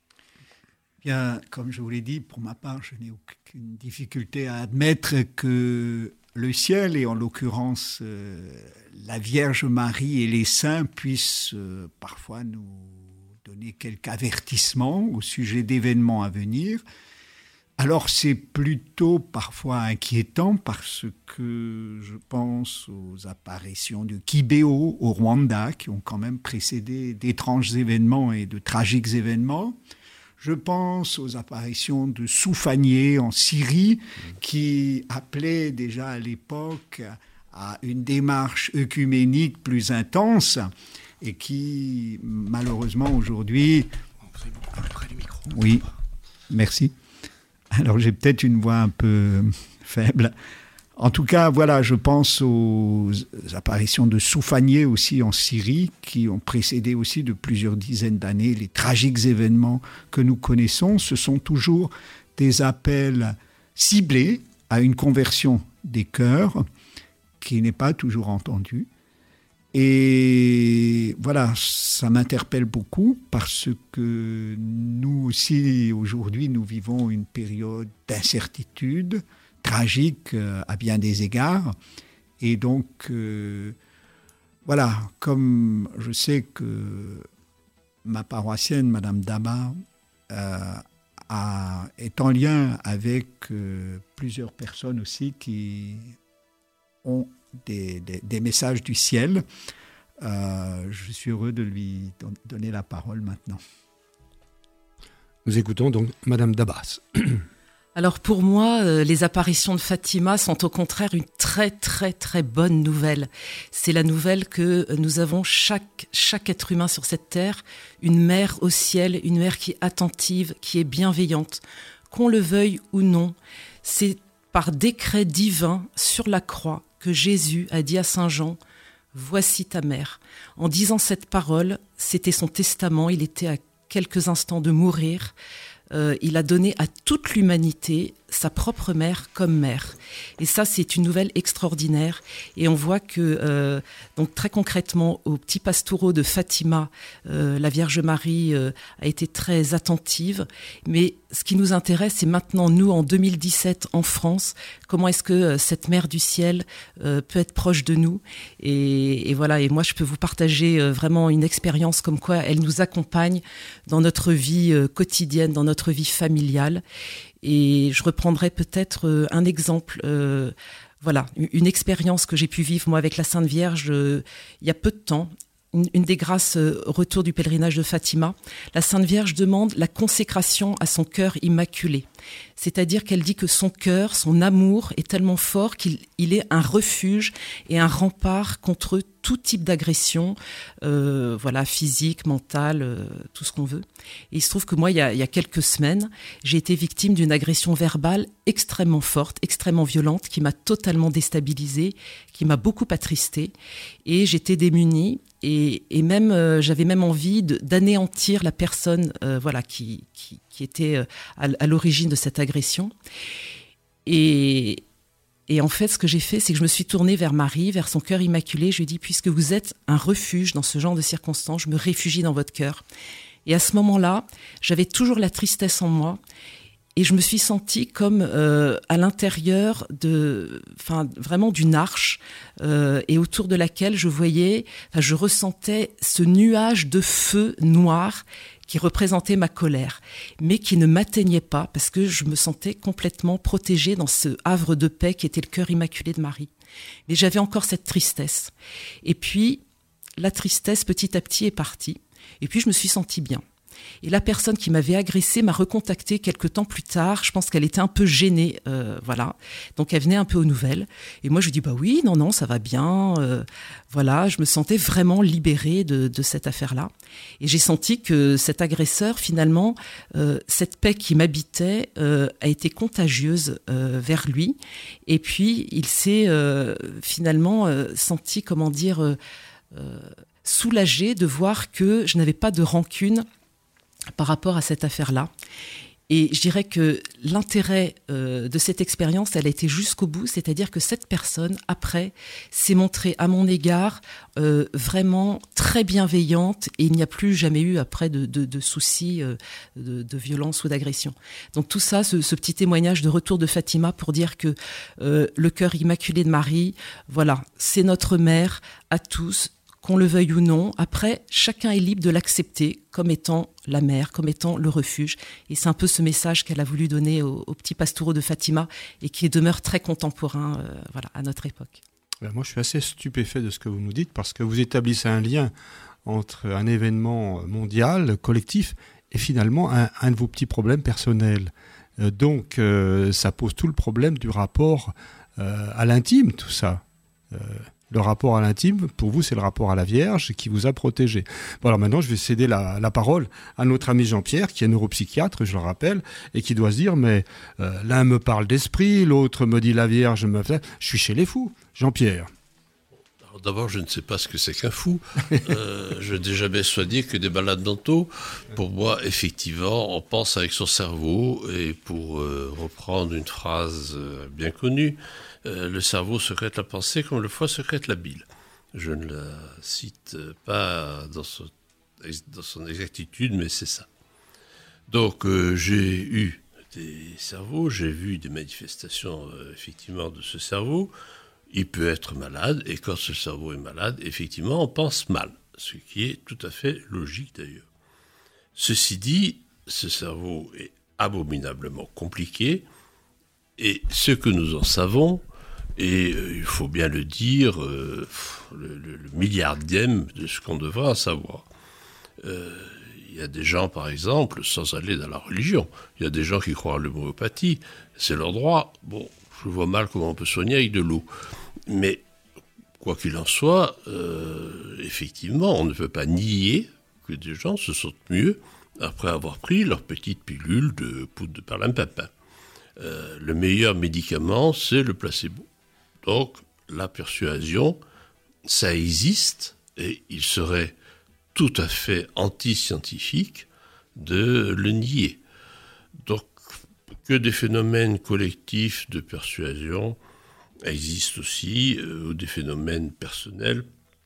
Bien, comme je vous l'ai dit, pour ma part, je n'ai aucune difficulté à admettre que le ciel, et en l'occurrence euh, la Vierge Marie et les saints, puissent euh, parfois nous donner quelques avertissements au sujet d'événements à venir. Alors c'est plutôt parfois inquiétant parce que je pense aux apparitions de Kibéo au Rwanda qui ont quand même précédé d'étranges événements et de tragiques événements. Je pense aux apparitions de Soufanié en Syrie, qui appelait déjà à l'époque à une démarche œcuménique plus intense et qui, malheureusement, aujourd'hui... Oui, merci. Alors, j'ai peut-être une voix un peu faible. En tout cas, voilà, je pense aux apparitions de Soufanié aussi en Syrie, qui ont précédé aussi de plusieurs dizaines d'années les tragiques événements que nous connaissons. Ce sont toujours des appels ciblés à une conversion des cœurs qui n'est pas toujours entendue. Et voilà, ça m'interpelle beaucoup parce que nous aussi, aujourd'hui, nous vivons une période d'incertitude, tragique à bien des égards. Et donc, euh, voilà, comme je sais que ma paroissienne, Madame Daba, euh, a, est en lien avec euh, plusieurs personnes aussi qui ont des, des, des messages du ciel, euh, je suis heureux de lui don- donner la parole maintenant. Nous écoutons donc Madame Dabas. Alors pour moi, euh, les apparitions de Fatima sont au contraire une très très très bonne nouvelle. C'est la nouvelle que nous avons chaque, chaque être humain sur cette terre, une mère au ciel, une mère qui est attentive, qui est bienveillante, qu'on le veuille ou non. C'est par décret divin sur la croix que Jésus a dit à Saint Jean, « Voici ta mère ». En disant cette parole, c'était son testament, il était à quelques instants de mourir. Euh, il a donné à toute l'humanité sa propre mère comme mère. Et ça, c'est une nouvelle extraordinaire. Et on voit que, euh, donc très concrètement, au petit pastoureau de Fatima, euh, la Vierge Marie euh, a été très attentive. Mais ce qui nous intéresse, c'est maintenant, nous, en deux mille dix-sept, en France, comment est-ce que euh, cette mère du ciel euh, peut être proche de nous. Et, et voilà, et moi, je peux vous partager euh, vraiment une expérience comme quoi elle nous accompagne dans notre vie euh, quotidienne, dans notre vie familiale. Et je reprendrai peut-être euh, un exemple, euh, voilà, une, une expérience que j'ai pu vivre moi avec la Sainte Vierge euh, il y a peu de temps. Une, une des grâces euh, au retour du pèlerinage de Fatima, la Sainte Vierge demande la consécration à son cœur immaculé. C'est-à-dire qu'elle dit que son cœur, son amour est tellement fort qu'il il est un refuge et un rempart contre tout type d'agression, euh, voilà, physique, mentale, euh, tout ce qu'on veut. Et il se trouve que moi, il y a, il y a quelques semaines, j'ai été victime d'une agression verbale extrêmement forte, extrêmement violente, qui m'a totalement déstabilisée, qui m'a beaucoup attristée. Et j'étais démunie. Et, et même, euh, j'avais même envie de, d'anéantir la personne, euh, voilà, qui, qui, qui était euh, à, à l'origine de cette agression. Et, et en fait, ce que j'ai fait, c'est que je me suis tournée vers Marie, vers son cœur immaculé. Je lui ai dit, puisque vous êtes un refuge dans ce genre de circonstances, je me réfugie dans votre cœur. Et à ce moment-là, j'avais toujours la tristesse en moi. Et je me suis sentie comme euh, à l'intérieur de, enfin vraiment d'une arche, euh, et autour de laquelle je voyais, enfin, je ressentais ce nuage de feu noir qui représentait ma colère, mais qui ne m'atteignait pas parce que je me sentais complètement protégée dans ce havre de paix qui était le cœur immaculé de Marie. Mais j'avais encore cette tristesse. Et puis la tristesse petit à petit est partie. Et puis je me suis sentie bien. Et la personne qui m'avait agressée m'a recontactée quelques temps plus tard. Je pense qu'elle était un peu gênée, euh, voilà. Donc elle venait un peu aux nouvelles. Et moi je dis bah oui, non non, ça va bien. Euh, voilà, je me sentais vraiment libérée de, de cette affaire-là. Et j'ai senti que cet agresseur, finalement, euh, cette paix qui m'habitait euh, a été contagieuse euh, vers lui. Et puis il s'est euh, finalement euh, senti, comment dire, euh, euh, soulagé de voir que je n'avais pas de rancune par rapport à cette affaire-là. Et je dirais que l'intérêt euh, de cette expérience, elle a été jusqu'au bout, c'est-à-dire que cette personne, après, s'est montrée à mon égard euh, vraiment très bienveillante et il n'y a plus jamais eu après de, de, de soucis euh, de, de violence ou d'agression. Donc tout ça, ce, ce petit témoignage de retour de Fatima pour dire que euh, le cœur immaculé de Marie, voilà, c'est notre mère à tous, qu'on le veuille ou non. Après, chacun est libre de l'accepter comme étant la mère, comme étant le refuge. Et c'est un peu ce message qu'elle a voulu donner au, au petit pastoureau de Fatima et qui demeure très contemporain euh, voilà, à notre époque. Ben moi, je suis assez stupéfait de ce que vous nous dites parce que vous établissez un lien entre un événement mondial, collectif, est finalement un, un de vos petits problèmes personnels. Euh, donc, euh, ça pose tout le problème du rapport euh, à l'intime, tout ça. Euh, le rapport à l'intime, pour vous, c'est le rapport à la Vierge qui vous a protégé. Bon, alors maintenant, je vais céder la, la parole à notre ami Jean-Pierre, qui est neuropsychiatre, je le rappelle, et qui doit se dire, mais euh, l'un me parle d'esprit, l'autre me dit la Vierge, me fait... je suis chez les fous. Jean-Pierre. Alors d'abord, je ne sais pas ce que c'est qu'un fou. euh, je n'ai jamais soigné que des malades mentaux. Pour moi, effectivement, on pense avec son cerveau, et pour euh, reprendre une phrase euh, bien connue, Euh, le cerveau secrète la pensée comme le foie secrète la bile. Je ne la cite pas dans son, dans son exactitude, mais c'est ça. Donc, euh, j'ai eu des cerveaux, j'ai vu des manifestations, euh, effectivement, de ce cerveau. Il peut être malade, et quand ce cerveau est malade, effectivement, on pense mal, ce qui est tout à fait logique d'ailleurs. Ceci dit, ce cerveau est abominablement compliqué, et ce que nous en savons, et euh, il faut bien le dire, euh, le, le, le milliardième de ce qu'on devrait en savoir. Euh, il y a des gens, par exemple, sans aller dans la religion, il y a des gens qui croient à l'homéopathie, c'est leur droit. Bon, je vois mal comment on peut soigner avec de l'eau. Mais, quoi qu'il en soit, euh, effectivement, on ne peut pas nier que des gens se sentent mieux après avoir pris leur petite pilule de poudre de perlimpinpin. Euh, le meilleur médicament, c'est le placebo. Donc, la persuasion, ça existe, et il serait tout à fait anti-scientifique de le nier. Donc, que des phénomènes collectifs de persuasion existent aussi, euh, ou des phénomènes personnels,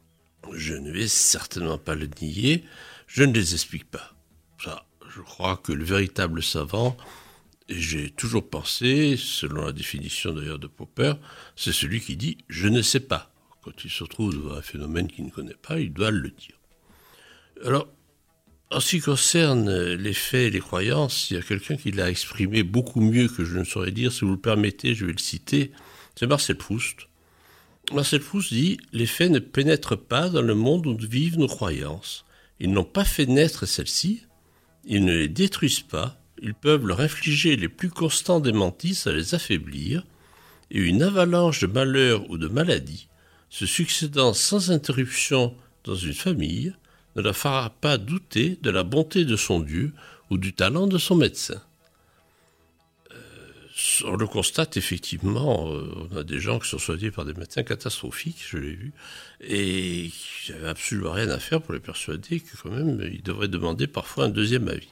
je ne vais certainement pas le nier, je ne les explique pas. Ça, je crois que le véritable savant, et j'ai toujours pensé, selon la définition d'ailleurs de Popper, c'est celui qui dit « je ne sais pas ». Quand il se retrouve devant un phénomène qu'il ne connaît pas, il doit le dire. Alors, en ce qui concerne les faits et les croyances, il y a quelqu'un qui l'a exprimé beaucoup mieux que je ne saurais dire. Si vous le permettez, je vais le citer. C'est Marcel Proust. Marcel Proust dit « les faits ne pénètrent pas dans le monde où vivent nos croyances. Ils n'ont pas fait naître celles-ci, ils ne les détruisent pas, ils peuvent leur infliger les plus constants démentis à les affaiblir, et une avalanche de malheurs ou de maladies, se succédant sans interruption dans une famille, ne la fera pas douter de la bonté de son Dieu ou du talent de son médecin. Euh, on le constate effectivement, euh, on a des gens qui sont soignés par des médecins catastrophiques, je l'ai vu, et qui n'avaient absolument rien à faire pour les persuader que quand même, ils devraient demander parfois un deuxième avis.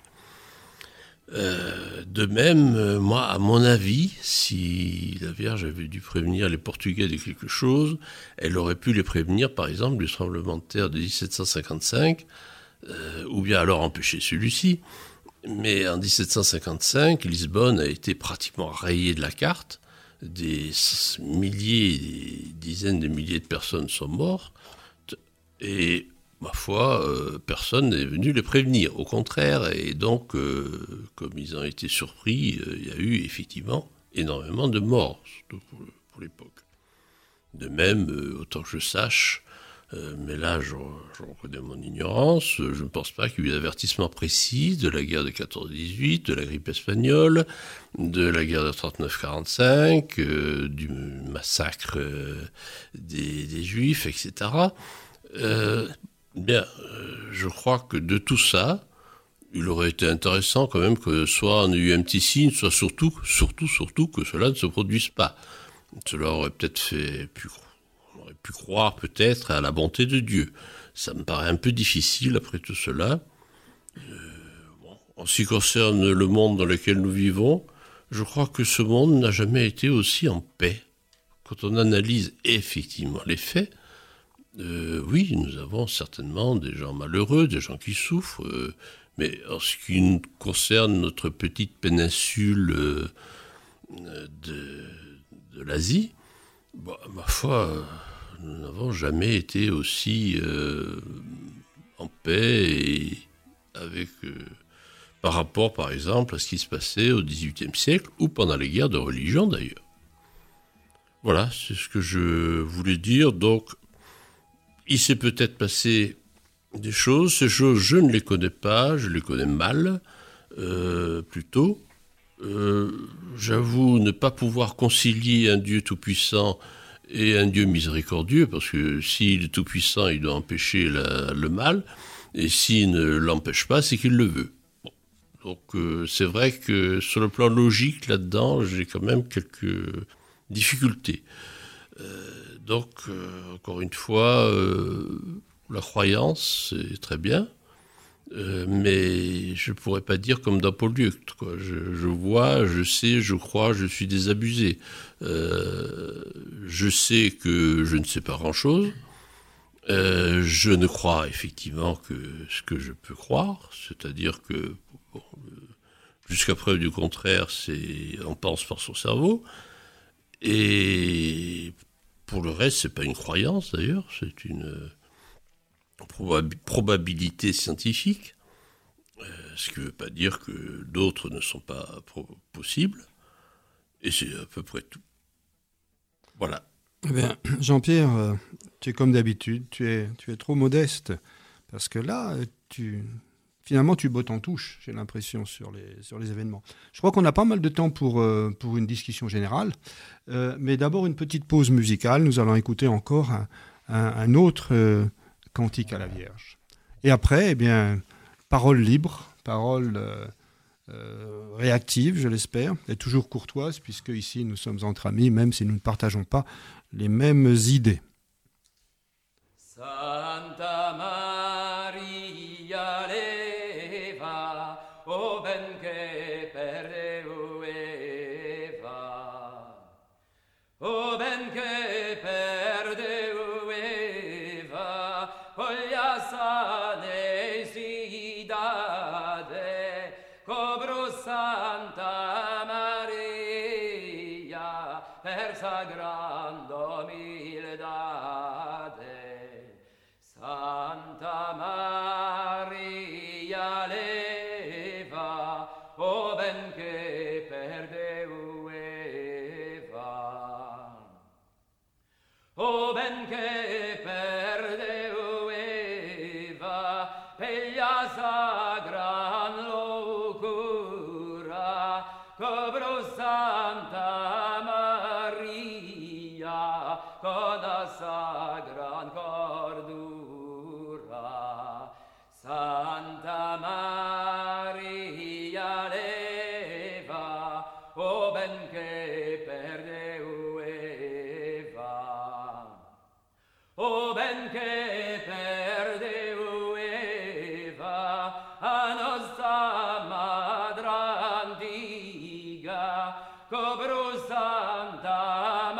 Euh, de même, euh, moi, à mon avis, si la Vierge avait dû prévenir les Portugais de quelque chose, elle aurait pu les prévenir, par exemple, du tremblement de terre de dix-sept cent cinquante-cinq, euh, ou bien alors empêcher celui-ci. Mais en dix-sept cent cinquante-cinq, Lisbonne a été pratiquement rayée de la carte. Des milliers, des dizaines de milliers de personnes sont mortes. Et ma foi, euh, personne n'est venu les prévenir. Au contraire, et donc, euh, comme ils ont été surpris, euh, il y a eu effectivement énormément de morts, surtout pour, pour l'époque. De même, euh, autant que je sache, euh, mais là, je, je reconnais mon ignorance, euh, je ne pense pas qu'il y ait eu d'avertissement précis de la guerre de quatorze dix-huit, de la grippe espagnole, de la guerre de trente-neuf quarante-cinq, euh, du massacre euh, des, des Juifs, et cetera. Euh, Bien, euh, je crois que de tout ça, il aurait été intéressant quand même que soit on ait eu un petit signe, soit surtout, surtout, surtout que cela ne se produise pas. Cela aurait peut-être fait, pu, on aurait pu croire peut-être à la bonté de Dieu. Ça me paraît un peu difficile après tout cela. Euh, bon, en ce qui concerne le monde dans lequel nous vivons, je crois que ce monde n'a jamais été aussi en paix. Quand on analyse effectivement les faits, Euh, oui, nous avons certainement des gens malheureux, des gens qui souffrent, euh, mais en ce qui nous concerne notre petite péninsule euh, de, de l'Asie, bon, ma foi, nous n'avons jamais été aussi euh, en paix et avec, euh, par rapport, par exemple, à ce qui se passait au dix-huitième siècle ou pendant les guerres de religion d'ailleurs. Voilà, c'est ce que je voulais dire. Donc, il s'est peut-être passé des choses. Ces choses, je ne les connais pas, je les connais mal, euh, plutôt. Euh, j'avoue ne pas pouvoir concilier un Dieu tout-puissant et un Dieu miséricordieux, parce que s'il est tout-puissant, il doit empêcher la, le mal, et s'il ne l'empêche pas, c'est qu'il le veut. Bon. Donc euh, c'est vrai que sur le plan logique, là-dedans, j'ai quand même quelques difficultés. Euh, donc, euh, encore une fois, euh, la croyance, c'est très bien. Euh, mais je ne pourrais pas dire comme dans Paul Luc, quoi. Je, je vois, je sais, je crois, je suis désabusé. Euh, je sais que je ne sais pas grand-chose. Euh, je ne crois effectivement que ce que je peux croire, c'est-à-dire que bon, jusqu'à preuve du contraire, c'est on pense par son cerveau. Et pour le reste, c'est pas une croyance d'ailleurs, c'est une Probab- probabilité scientifique, euh, ce qui ne veut pas dire que d'autres ne sont pas pro- possibles, et c'est à peu près tout. Voilà. Eh bien, Jean-Pierre, euh, tu es comme d'habitude, tu es, tu es trop modeste, parce que là, tu, finalement, tu bottes en touche, j'ai l'impression, sur les, sur les événements. Je crois qu'on a pas mal de temps pour, euh, pour une discussion générale, euh, mais d'abord une petite pause musicale. Nous allons écouter encore un, un, un autre... Euh, Cantique à la Vierge. Et après, eh bien, parole libre, parole euh, euh, réactive, je l'espère, et toujours courtoise, puisque ici nous sommes entre amis, même si nous ne partageons pas les mêmes idées. Santa Maria leva, o ben che perdeu Eva, o ben che perdeu Voglia sa necessidade, cobro Santa Maria per sa grande umildade. Santa Maria leva, o ben che perdeu Eva, o ben che perdeu Peglia sa gran locura, cobro Santa Maria, con sa gran cordura. Santa Maria leva, o ben che perdeu Eva, o ben che perdeu a nostra madre antica, cobro Santa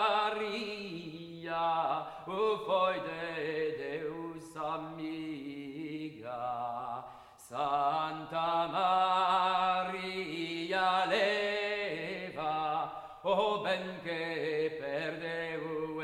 Maria, o foi de Deus amiga. Santa Maria leva, o ben che perdeu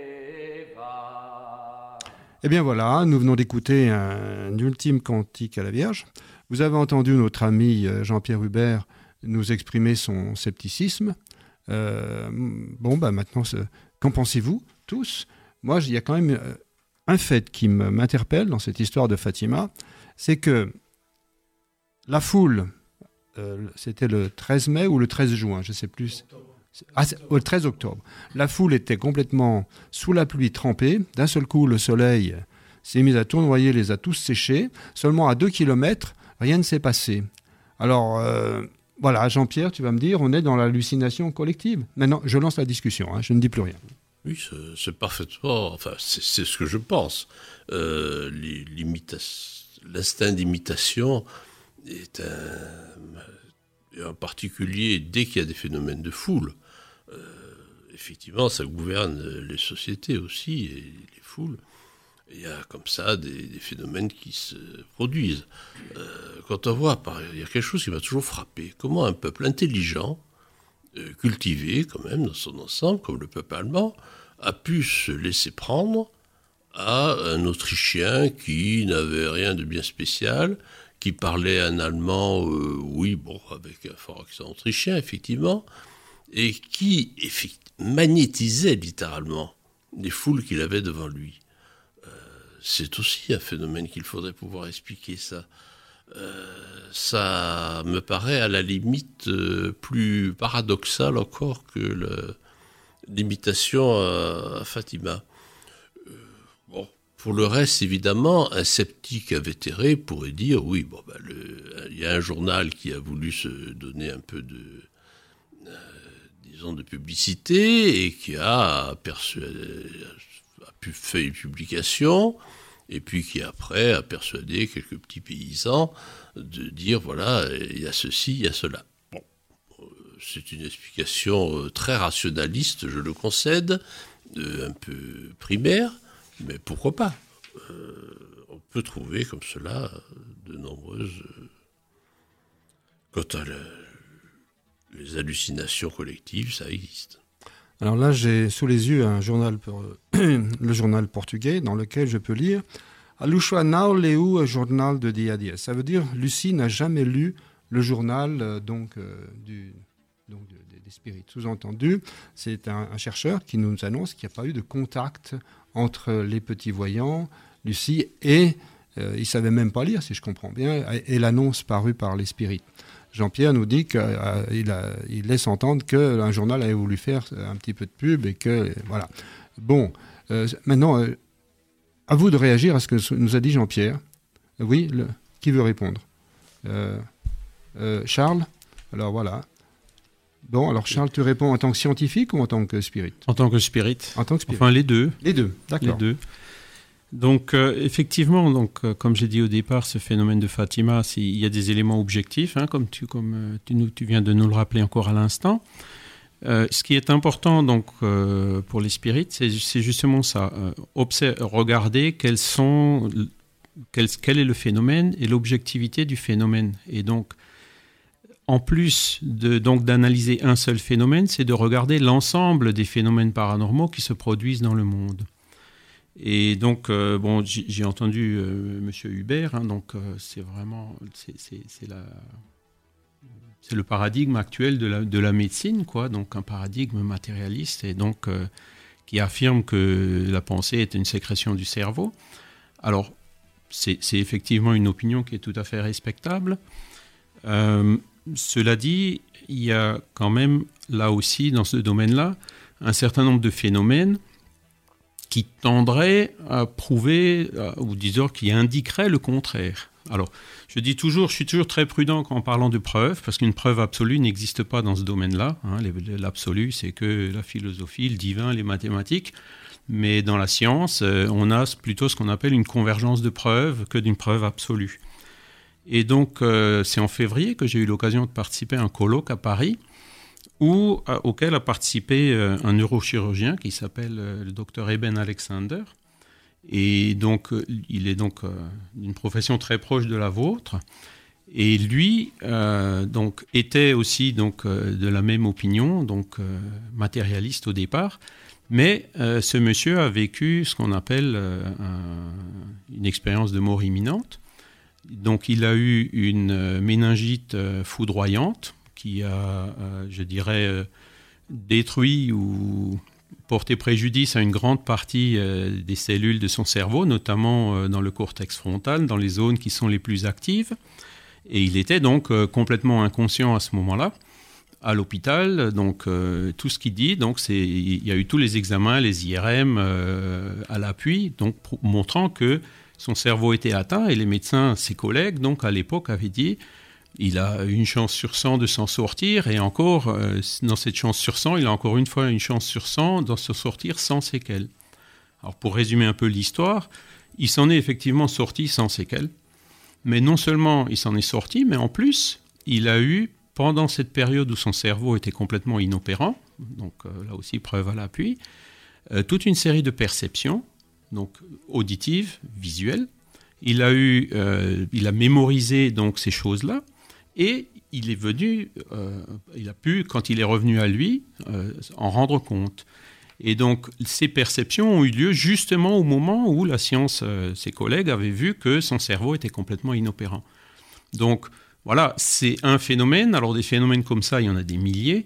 Eva. Eh bien voilà, nous venons d'écouter un, un ultime cantique à la Vierge. Vous avez entendu notre ami Jean-Pierre Hubert nous exprimer son scepticisme. Euh, bon, bah maintenant, qu'en pensez-vous tous ? Moi, il y a quand même un fait qui m'interpelle dans cette histoire de Fatima, c'est que la foule, euh, c'était le treize mai ou le treize juin, je ne sais plus. Ah, le treize octobre. La foule était complètement sous la pluie trempée. D'un seul coup, le soleil s'est mis à tournoyer, les a tous séchés. Seulement à deux kilomètres, rien ne s'est passé. Alors, euh, voilà, Jean-Pierre, tu vas me dire, on est dans l'hallucination collective. Maintenant, je lance la discussion, hein, je ne dis plus rien. Oui, c'est, c'est parfaitement... Enfin, c'est, c'est ce que je pense. Euh, l'instinct d'imitation est un... En particulier, dès qu'il y a des phénomènes de foule, euh, effectivement, ça gouverne les sociétés aussi et les foules. Il y a comme ça des, des phénomènes qui se produisent. Euh, quand on voit, il y a quelque chose qui m'a toujours frappé. Comment un peuple intelligent, euh, cultivé quand même dans son ensemble, comme le peuple allemand, a pu se laisser prendre à un Autrichien qui n'avait rien de bien spécial, qui parlait un allemand, euh, oui, bon, avec un fort accent autrichien, effectivement, et qui effect- magnétisait littéralement les foules qu'il avait devant lui. Euh, c'est aussi un phénomène qu'il faudrait pouvoir expliquer, ça. Euh, ça me paraît à la limite euh, plus paradoxal encore que le, l'imitation à, à Fatima. Euh, bon, pour le reste, évidemment, un sceptique invétéré pourrait dire, oui, bon, ben le, il y a un journal qui a voulu se donner un peu de... de publicité et qui a, persuadé, a pu faire une publication et puis qui après a persuadé quelques petits paysans de dire voilà, il y a ceci, il y a cela. Bon, c'est une explication très rationaliste, je le concède, un peu primaire, mais pourquoi pas. Euh, on peut trouver comme cela de nombreuses... Quant à la... les hallucinations collectives, ça existe. Alors là, j'ai sous les yeux un journal, pour, le journal portugais, dans lequel je peux lire « A Lucia não leu o jornal de dia a dia ». Ça veut dire « Lucie n'a jamais lu le journal euh, donc, euh, du, donc de, de, des spirites ». Sous-entendu, c'est un, un chercheur qui nous annonce qu'il n'y a pas eu de contact entre les petits voyants, Lucie, et euh, il ne savait même pas lire, si je comprends bien, et, et l'annonce parue par les spirites. Jean-Pierre nous dit qu'il euh, il laisse entendre qu'un journal avait voulu faire un petit peu de pub et que, voilà. Bon, euh, maintenant, euh, à vous de réagir à ce que nous a dit Jean-Pierre. Oui, le, qui veut répondre euh, euh, Charles ? Alors voilà. Bon, alors Charles, tu réponds en tant que scientifique ou en tant que spirit ? En tant que spirit. En tant que spirit. Enfin, les deux. Les deux, d'accord. Les deux. Donc, euh, effectivement, donc, euh, comme j'ai dit au départ, ce phénomène de Fatima, c'est, il y a des éléments objectifs, hein, comme, tu, comme euh, tu, nous, tu viens de nous le rappeler encore à l'instant. Euh, ce qui est important donc, euh, pour les spirites, c'est, c'est justement ça. Euh, observer, regarder quels sont, quel, quel est le phénomène et l'objectivité du phénomène. Et donc, en plus de, donc, d'analyser un seul phénomène, c'est de regarder l'ensemble des phénomènes paranormaux qui se produisent dans le monde. Et donc, euh, bon, j'ai, j'ai entendu euh, Monsieur Hubert, hein, donc euh, c'est vraiment, c'est, c'est, c'est, la, c'est le paradigme actuel de la, de la médecine, quoi, donc un paradigme matérialiste, et donc euh, qui affirme que la pensée est une sécrétion du cerveau. Alors, c'est, c'est effectivement une opinion qui est tout à fait respectable. Euh, cela dit, il y a quand même, là aussi, dans ce domaine-là, un certain nombre de phénomènes qui tendrait à prouver, ou disons, qui indiquerait le contraire. Alors, je dis toujours, je suis toujours très prudent en parlant de preuves, parce qu'une preuve absolue n'existe pas dans ce domaine-là. Hein. L'absolu, c'est que la philosophie, le divin, les mathématiques. Mais dans la science, on a plutôt ce qu'on appelle une convergence de preuves que d'une preuve absolue. Et donc, euh, c'est en février que j'ai eu l'occasion de participer à un colloque à Paris, Où, euh, auquel a participé euh, un neurochirurgien qui s'appelle euh, le docteur Eben Alexander. Et donc, euh, il est donc euh, d'une profession très proche de la vôtre. Et lui euh, donc, était aussi donc, euh, de la même opinion, donc euh, matérialiste au départ. Mais euh, ce monsieur a vécu ce qu'on appelle euh, un, une expérience de mort imminente. Donc, il a eu une euh, méningite euh, foudroyante, qui a, euh, je dirais, euh, détruit ou porté préjudice à une grande partie euh, des cellules de son cerveau, notamment euh, dans le cortex frontal, dans les zones qui sont les plus actives. Et il était donc euh, complètement inconscient à ce moment-là, à l'hôpital. Donc, euh, tout ce qu'il dit, donc, c'est, il y a eu tous les examens, les I R M euh, à l'appui, donc, pour, montrant que son cerveau était atteint. Et les médecins, ses collègues, donc, à l'époque, avaient dit... Il a une chance sur cent de s'en sortir, et encore, euh, dans cette chance sur cent, il a encore une fois une chance sur cent de s'en sortir sans séquelles. Alors, pour résumer un peu l'histoire, il s'en est effectivement sorti sans séquelles, mais non seulement il s'en est sorti, mais en plus, il a eu, pendant cette période où son cerveau était complètement inopérant, donc euh, là aussi preuve à l'appui, euh, toute une série de perceptions, donc auditives, visuelles. Il a eu, euh, il a mémorisé donc ces choses-là. Et il est venu, euh, il a pu, quand il est revenu à lui, euh, en rendre compte. Et donc, ces perceptions ont eu lieu justement au moment où la science, euh, ses collègues, avaient vu que son cerveau était complètement inopérant. Donc, voilà, c'est un phénomène. Alors, des phénomènes comme ça, il y en a des milliers.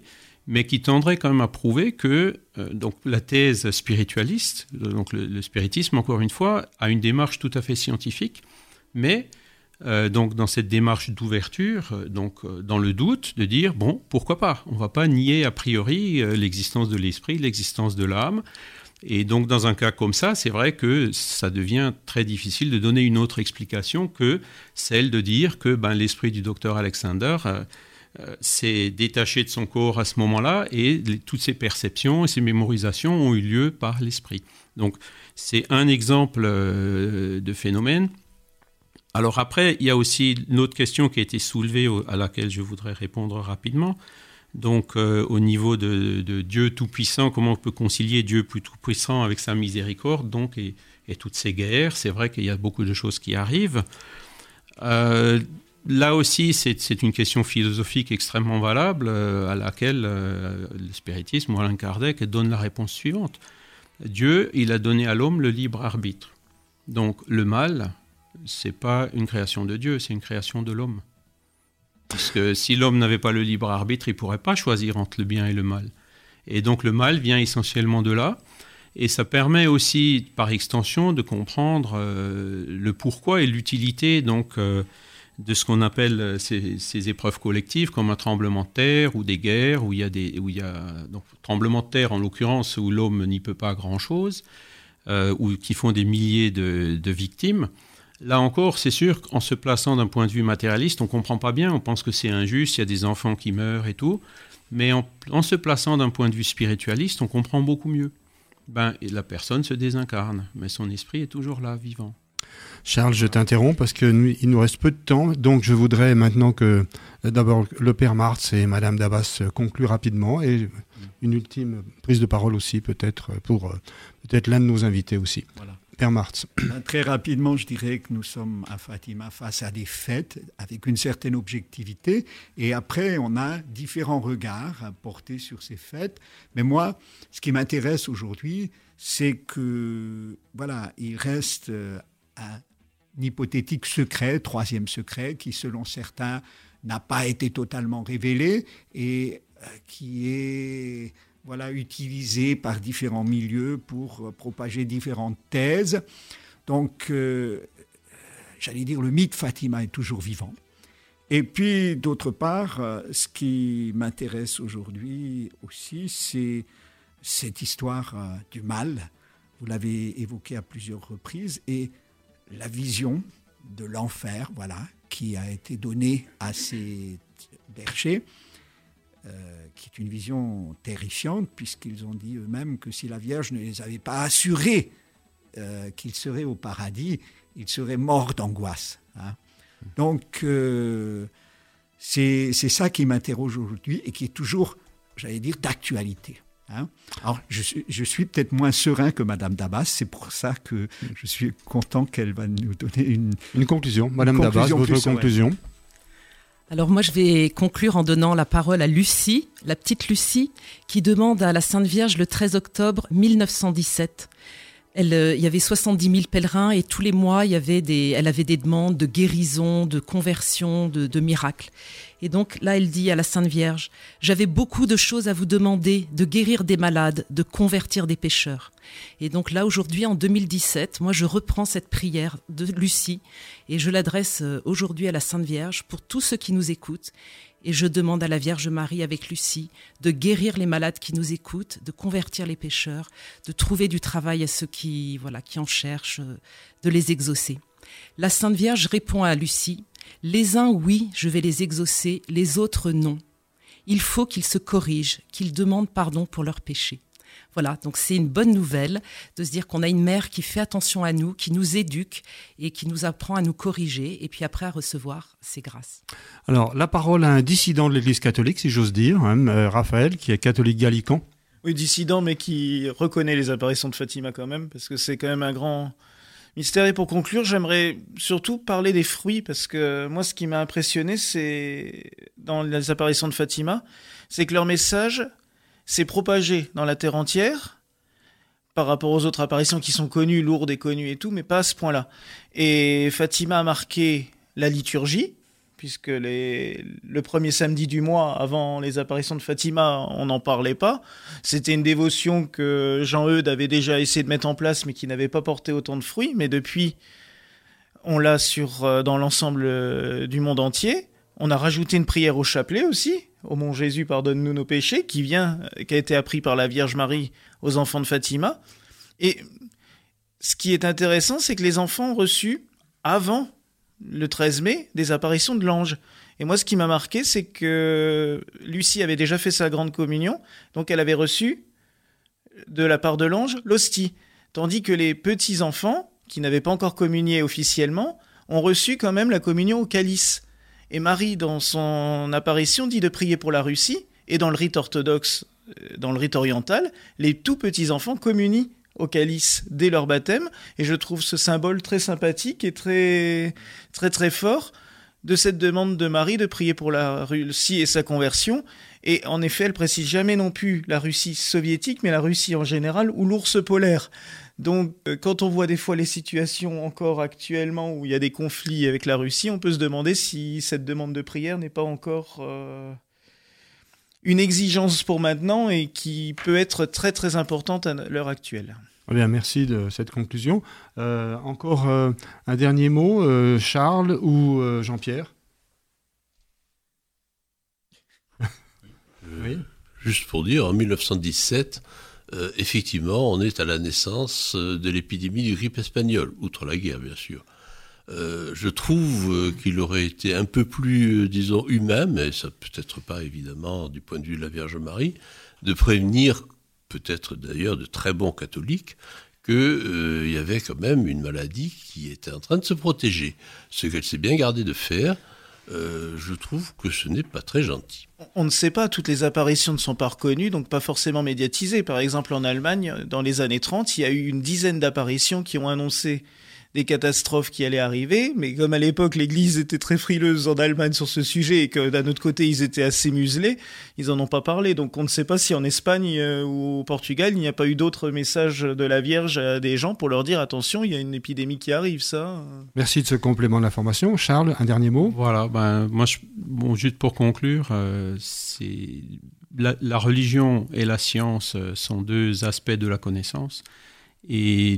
mais qui tendrait quand même à prouver que euh, donc la thèse spiritualiste, donc le, le spiritisme, encore une fois, a une démarche tout à fait scientifique, mais euh, donc dans cette démarche d'ouverture, euh, donc euh, dans le doute, de dire bon, pourquoi pas ? On ne va pas nier a priori euh, l'existence de l'esprit, l'existence de l'âme. Et donc dans un cas comme ça, c'est vrai que ça devient très difficile de donner une autre explication que celle de dire que ben, l'esprit du docteur Alexander euh, Euh, s'est détaché de son corps à ce moment-là et les, toutes ces perceptions et ces mémorisations ont eu lieu par l'esprit. Donc c'est un exemple euh, de phénomène. Alors après, il y a aussi une autre question qui a été soulevée au, à laquelle je voudrais répondre rapidement. Donc euh, au niveau de, de Dieu tout-puissant, comment on peut concilier Dieu plus tout-puissant avec sa miséricorde donc, et, et toutes ces guerres. C'est vrai qu'il y a beaucoup de choses qui arrivent. Euh, Là aussi, c'est, c'est une question philosophique extrêmement valable euh, à laquelle euh, le spiritisme ou Alain Kardec donne la réponse suivante. Dieu, il a donné à l'homme le libre arbitre. Donc le mal, c'est pas une création de Dieu, c'est une création de l'homme. Parce que si l'homme n'avait pas le libre arbitre, il pourrait pas choisir entre le bien et le mal. Et donc le mal vient essentiellement de là. Et ça permet aussi, par extension, de comprendre euh, le pourquoi et l'utilité donc euh, de ce qu'on appelle ces, ces épreuves collectives, comme un tremblement de terre ou des guerres, où il y a des, où il y a donc tremblement de terre en l'occurrence où l'homme n'y peut pas grand-chose, euh, ou qui font des milliers de, de victimes. Là encore, c'est sûr qu'en se plaçant d'un point de vue matérialiste, on ne comprend pas bien, on pense que c'est injuste, il y a des enfants qui meurent et tout, mais en, en se plaçant d'un point de vue spiritualiste, on comprend beaucoup mieux. Ben, la personne se désincarne, mais son esprit est toujours là, vivant. Charles, je t'interromps parce qu'il nous reste peu de temps, donc je voudrais maintenant que d'abord le père Martz et madame Dabas concluent rapidement et une ultime prise de parole aussi peut-être pour peut-être l'un de nos invités aussi. Voilà. Père Martz. Très rapidement, je dirais que nous sommes à Fatima face à des faits avec une certaine objectivité et après on a différents regards portés sur ces faits. Mais moi, ce qui m'intéresse aujourd'hui, c'est que voilà, il reste un hypothétique secret, troisième secret, qui selon certains n'a pas été totalement révélé et euh, qui est voilà, utilisé par différents milieux pour euh, propager différentes thèses. Donc, euh, j'allais dire, le mythe Fatima est toujours vivant. Et puis, d'autre part, euh, ce qui m'intéresse aujourd'hui aussi, c'est cette histoire euh, du mal. Vous l'avez évoqué à plusieurs reprises et la vision de l'enfer, voilà, qui a été donnée à ces bergers, euh, qui est une vision terrifiante, puisqu'ils ont dit eux-mêmes que si la Vierge ne les avait pas assurés euh, qu'ils seraient au paradis, ils seraient morts d'angoisse. Hein. Donc, euh, c'est, c'est ça qui m'interroge aujourd'hui et qui est toujours, j'allais dire, d'actualité. Hein. Alors, je suis, je suis peut-être moins serein que Madame Dabas, c'est pour ça que je suis content qu'elle va nous donner une, une conclusion. Madame une conclusion Dabas, votre conclusion. Ouais. Alors moi, je vais conclure en donnant la parole à Lucie, la petite Lucie, qui demande à la Sainte Vierge le treize octobre mille neuf cent dix-sept. Elle, euh, il y avait soixante-dix mille pèlerins et tous les mois, il y avait des, elle avait des demandes de guérison, de conversion, de, de miracles. Et donc là, elle dit à la Sainte Vierge, « J'avais beaucoup de choses à vous demander, de guérir des malades, de convertir des pécheurs. » Et donc là, aujourd'hui, en deux mille dix-sept, moi, je reprends cette prière de Lucie et je l'adresse aujourd'hui à la Sainte Vierge pour tous ceux qui nous écoutent. Et je demande à la Vierge Marie avec Lucie de guérir les malades qui nous écoutent, de convertir les pécheurs, de trouver du travail à ceux qui, voilà, qui en cherchent, de les exaucer. La Sainte Vierge répond à Lucie, « Les uns, oui, je vais les exaucer, les autres, non. Il faut qu'ils se corrigent, qu'ils demandent pardon pour leurs péchés. » Voilà, donc c'est une bonne nouvelle de se dire qu'on a une mère qui fait attention à nous, qui nous éduque et qui nous apprend à nous corriger et puis après à recevoir ses grâces. Alors, la parole à un dissident de l'Église catholique, si j'ose dire, hein, euh, Raphaël, qui est catholique gallican. Oui, dissident, mais qui reconnaît les apparitions de Fatima quand même, parce que c'est quand même un grand mystère. Et pour conclure, j'aimerais surtout parler des fruits, parce que moi, ce qui m'a impressionné, c'est dans les apparitions de Fatima, c'est que leur message s'est propagé dans la terre entière par rapport aux autres apparitions qui sont connues, lourdes et connues et tout, mais pas à ce point-là. Et Fatima a marqué la liturgie, puisque les, le premier samedi du mois, avant les apparitions de Fatima, on n'en parlait pas. C'était une dévotion que Jean-Eudes avait déjà essayé de mettre en place, mais qui n'avait pas porté autant de fruits. Mais depuis, on l'a sur, dans l'ensemble du monde entier. On a rajouté une prière au chapelet aussi, au mon Jésus, pardonne-nous nos péchés, qui vient, qui a été appris par la Vierge Marie aux enfants de Fatima. Et ce qui est intéressant, c'est que les enfants ont reçu, avant le treize mai, des apparitions de l'ange. Et moi, ce qui m'a marqué, c'est que Lucie avait déjà fait sa grande communion, donc elle avait reçu, de la part de l'ange, l'hostie. Tandis que les petits-enfants, qui n'avaient pas encore communié officiellement, ont reçu quand même la communion au calice. Et Marie, dans son apparition, dit de prier pour la Russie, et dans le rite orthodoxe, dans le rite oriental, les tout petits-enfants communient au calice dès leur baptême, et je trouve ce symbole très sympathique et très très très fort de cette demande de Marie de prier pour la Russie et sa conversion. Et en effet, elle précise jamais non plus la Russie soviétique, mais la Russie en général, ou l'ours polaire. Donc, quand on voit des fois les situations encore actuellement où il y a des conflits avec la Russie, on peut se demander si cette demande de prière n'est pas encore euh, une exigence pour maintenant et qui peut être très très importante à l'heure actuelle. Eh bien, merci de cette conclusion. Euh, encore euh, un dernier mot, euh, Charles ou euh, Jean-Pierre? Oui. Juste pour dire, en mille neuf cent dix-sept, euh, effectivement, on est à la naissance de l'épidémie du grippe espagnole, outre la guerre, bien sûr. Euh, je trouve euh, qu'il aurait été un peu plus, euh, disons, humain, mais ça peut-être pas, évidemment, du point de vue de la Vierge Marie, de prévenir, peut-être d'ailleurs de très bons catholiques, qu'il euh, y avait quand même une maladie qui était en train de se protéger. Ce qu'elle s'est bien gardée de faire, euh, je trouve que ce n'est pas très gentil. On ne sait pas, toutes les apparitions ne sont pas reconnues, donc pas forcément médiatisées. Par exemple, en Allemagne, dans les années trente, il y a eu une dizaine d'apparitions qui ont annoncé des catastrophes qui allaient arriver, mais comme à l'époque l'Église était très frileuse en Allemagne sur ce sujet et que d'un autre côté ils étaient assez muselés, ils en ont pas parlé. Donc on ne sait pas si en Espagne euh, ou au Portugal il n'y a pas eu d'autres messages de la Vierge à des gens pour leur dire attention, il y a une épidémie qui arrive, ça. Merci de ce complément d'information. Charles, un dernier mot? Voilà, ben moi, je, bon, juste pour conclure, euh, c'est la, la religion et la science sont deux aspects de la connaissance et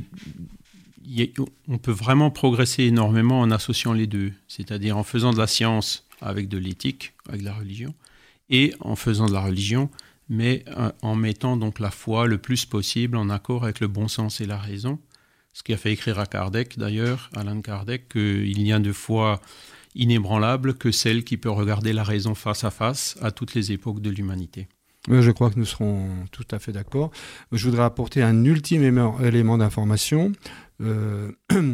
on peut vraiment progresser énormément en associant les deux, c'est-à-dire en faisant de la science avec de l'éthique, avec de la religion, et en faisant de la religion, mais en mettant donc la foi le plus possible en accord avec le bon sens et la raison, ce qui a fait écrire à Kardec d'ailleurs, Allan Kardec, qu'il n'y a de foi inébranlable que celle qui peut regarder la raison face à face à toutes les époques de l'humanité. Je crois que nous serons tout à fait d'accord. Je voudrais apporter un ultime élément d'information. Euh,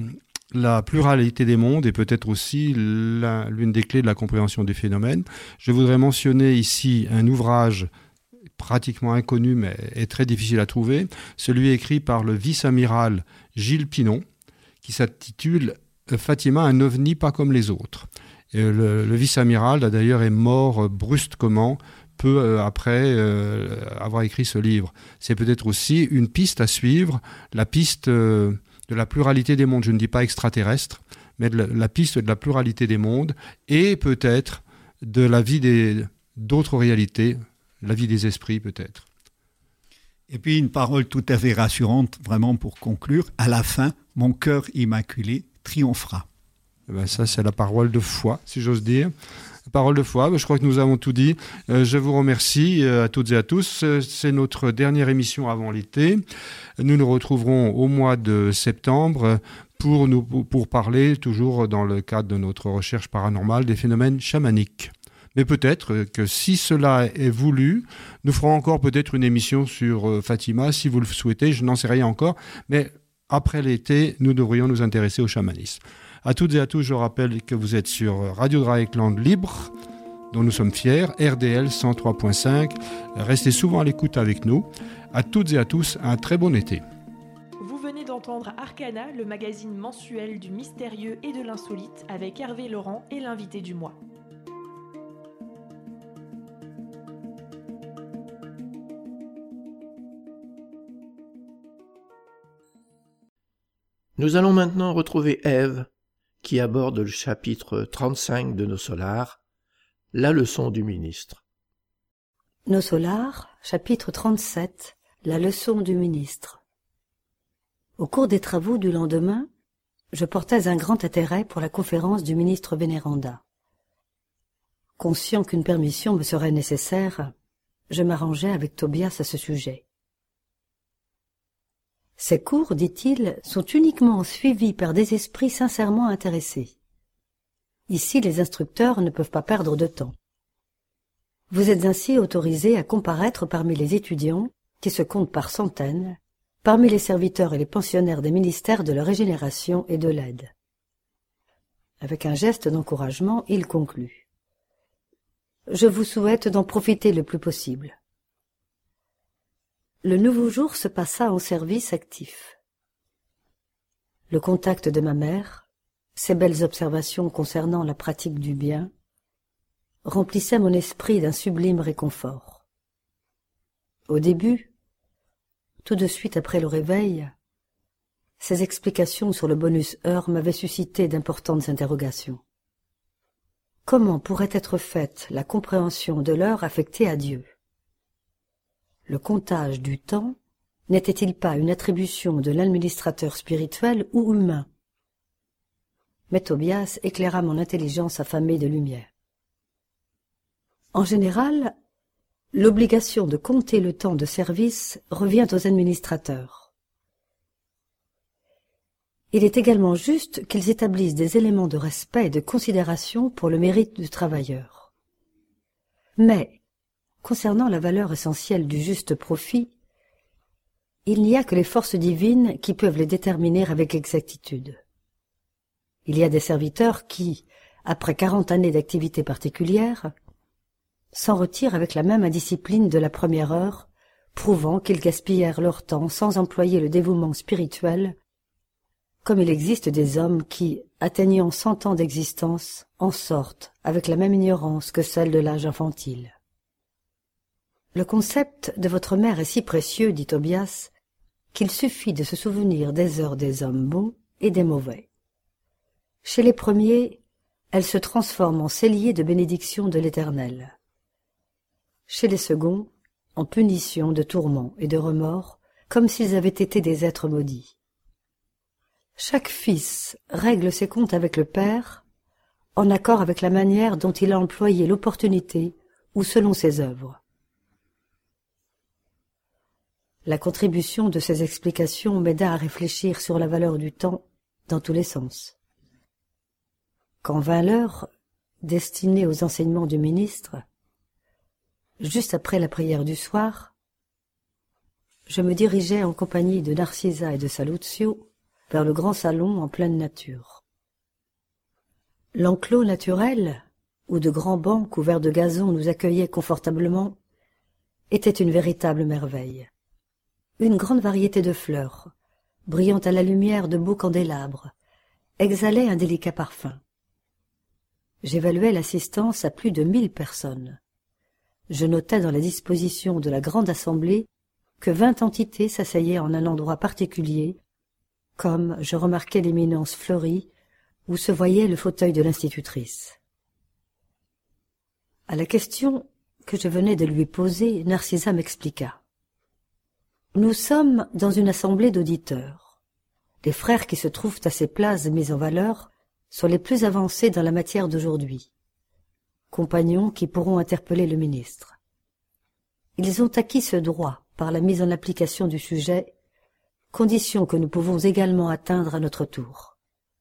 la pluralité des mondes est peut-être aussi la, l'une des clés de la compréhension des phénomènes. Je voudrais mentionner ici un ouvrage pratiquement inconnu mais est très difficile à trouver, celui écrit par le vice-amiral Gilles Pinon, qui s'intitule « Fatima, un ovni pas comme les autres ». Le, le vice-amiral d'ailleurs est mort brusquement peu après euh, avoir écrit ce livre. C'est peut-être aussi une piste à suivre, la piste euh, de la pluralité des mondes. Je ne dis pas extraterrestre, mais de la, la piste de la pluralité des mondes et peut-être de la vie des, d'autres réalités, la vie des esprits peut-être. Et puis une parole tout à fait rassurante, vraiment pour conclure, à la fin, mon cœur immaculé triomphera. Eh ben ça, c'est la parole de foi, si j'ose dire. Parole de foi, je crois que nous avons tout dit. Euh, je vous remercie euh, à toutes et à tous. C'est notre dernière émission avant l'été. Nous nous retrouverons au mois de septembre pour, nous, pour parler, toujours dans le cadre de notre recherche paranormale, des phénomènes chamaniques. Mais peut-être que si cela est voulu, nous ferons encore peut-être une émission sur euh, Fatima, si vous le souhaitez, je n'en sais rien encore. Mais après l'été, nous devrions nous intéresser au chamanisme. À toutes et à tous, je rappelle que vous êtes sur Radio Dreieckland Libre, dont nous sommes fiers, R D L cent trois point cinq. Restez souvent à l'écoute avec nous. À toutes et à tous, un très bon été. Vous venez d'entendre Arcana, le magazine mensuel du mystérieux et de l'insolite, avec Hervé Laurent et l'invité du mois. Nous allons maintenant retrouver Ève, qui aborde le chapitre trente-cinq de Nos Solars, la leçon du ministre. Nos Solars, chapitre trente-sept, la leçon du ministre. Au cours des travaux du lendemain, je portais un grand intérêt pour la conférence du ministre Vénéranda. Conscient qu'une permission me serait nécessaire, je m'arrangeais avec Tobias à ce sujet. Ces cours, dit-il, sont uniquement suivis par des esprits sincèrement intéressés. Ici, les instructeurs ne peuvent pas perdre de temps. Vous êtes ainsi autorisés à comparaître parmi les étudiants, qui se comptent par centaines, parmi les serviteurs et les pensionnaires des ministères de la régénération et de l'aide. Avec un geste d'encouragement, il conclut. Je vous souhaite d'en profiter le plus possible. Le nouveau jour se passa en service actif. Le contact de ma mère, ses belles observations concernant la pratique du bien, remplissaient mon esprit d'un sublime réconfort. Au début, tout de suite après le réveil, ces explications sur le bonus heure m'avaient suscité d'importantes interrogations. Comment pourrait être faite la compréhension de l'heure affectée à Dieu? Le comptage du temps n'était-il pas une attribution de l'administrateur spirituel ou humain? Mais Tobias éclaira mon intelligence affamée de lumière. En général, l'obligation de compter le temps de service revient aux administrateurs. Il est également juste qu'ils établissent des éléments de respect et de considération pour le mérite du travailleur. Mais, concernant la valeur essentielle du juste profit, il n'y a que les forces divines qui peuvent les déterminer avec exactitude. Il y a des serviteurs qui, après quarante années d'activité particulière, s'en retirent avec la même indiscipline de la première heure, prouvant qu'ils gaspillèrent leur temps sans employer le dévouement spirituel, comme il existe des hommes qui, atteignant cent ans d'existence, en sortent avec la même ignorance que celle de l'âge infantile. Le concept de votre mère est si précieux, dit Tobias, qu'il suffit de se souvenir des heures des hommes bons et des mauvais. Chez les premiers, elles se transforment en celliers de bénédiction de l'Éternel. Chez les seconds, en punition de tourments et de remords, comme s'ils avaient été des êtres maudits. Chaque fils règle ses comptes avec le père, en accord avec la manière dont il a employé l'opportunité ou selon ses œuvres. La contribution de ces explications m'aida à réfléchir sur la valeur du temps dans tous les sens. Quand vint l'heure, destinée aux enseignements du ministre, juste après la prière du soir, je me dirigeai en compagnie de Narcisa et de Saluzio vers le grand salon en pleine nature. L'enclos naturel, où de grands bancs couverts de gazon nous accueillaient confortablement, était une véritable merveille. Une grande variété de fleurs, brillant à la lumière de beaux candélabres, exhalait un délicat parfum. J'évaluais l'assistance à plus de mille personnes. Je notais dans la disposition de la grande assemblée que vingt entités s'asseyaient en un endroit particulier, comme je remarquais l'éminence fleurie où se voyait le fauteuil de l'institutrice. À la question que je venais de lui poser, Narcisa m'expliqua. Nous sommes dans une assemblée d'auditeurs. Les frères qui se trouvent à ces places mises en valeur sont les plus avancés dans la matière d'aujourd'hui, compagnons qui pourront interpeller le ministre. Ils ont acquis ce droit par la mise en application du sujet, condition que nous pouvons également atteindre à notre tour.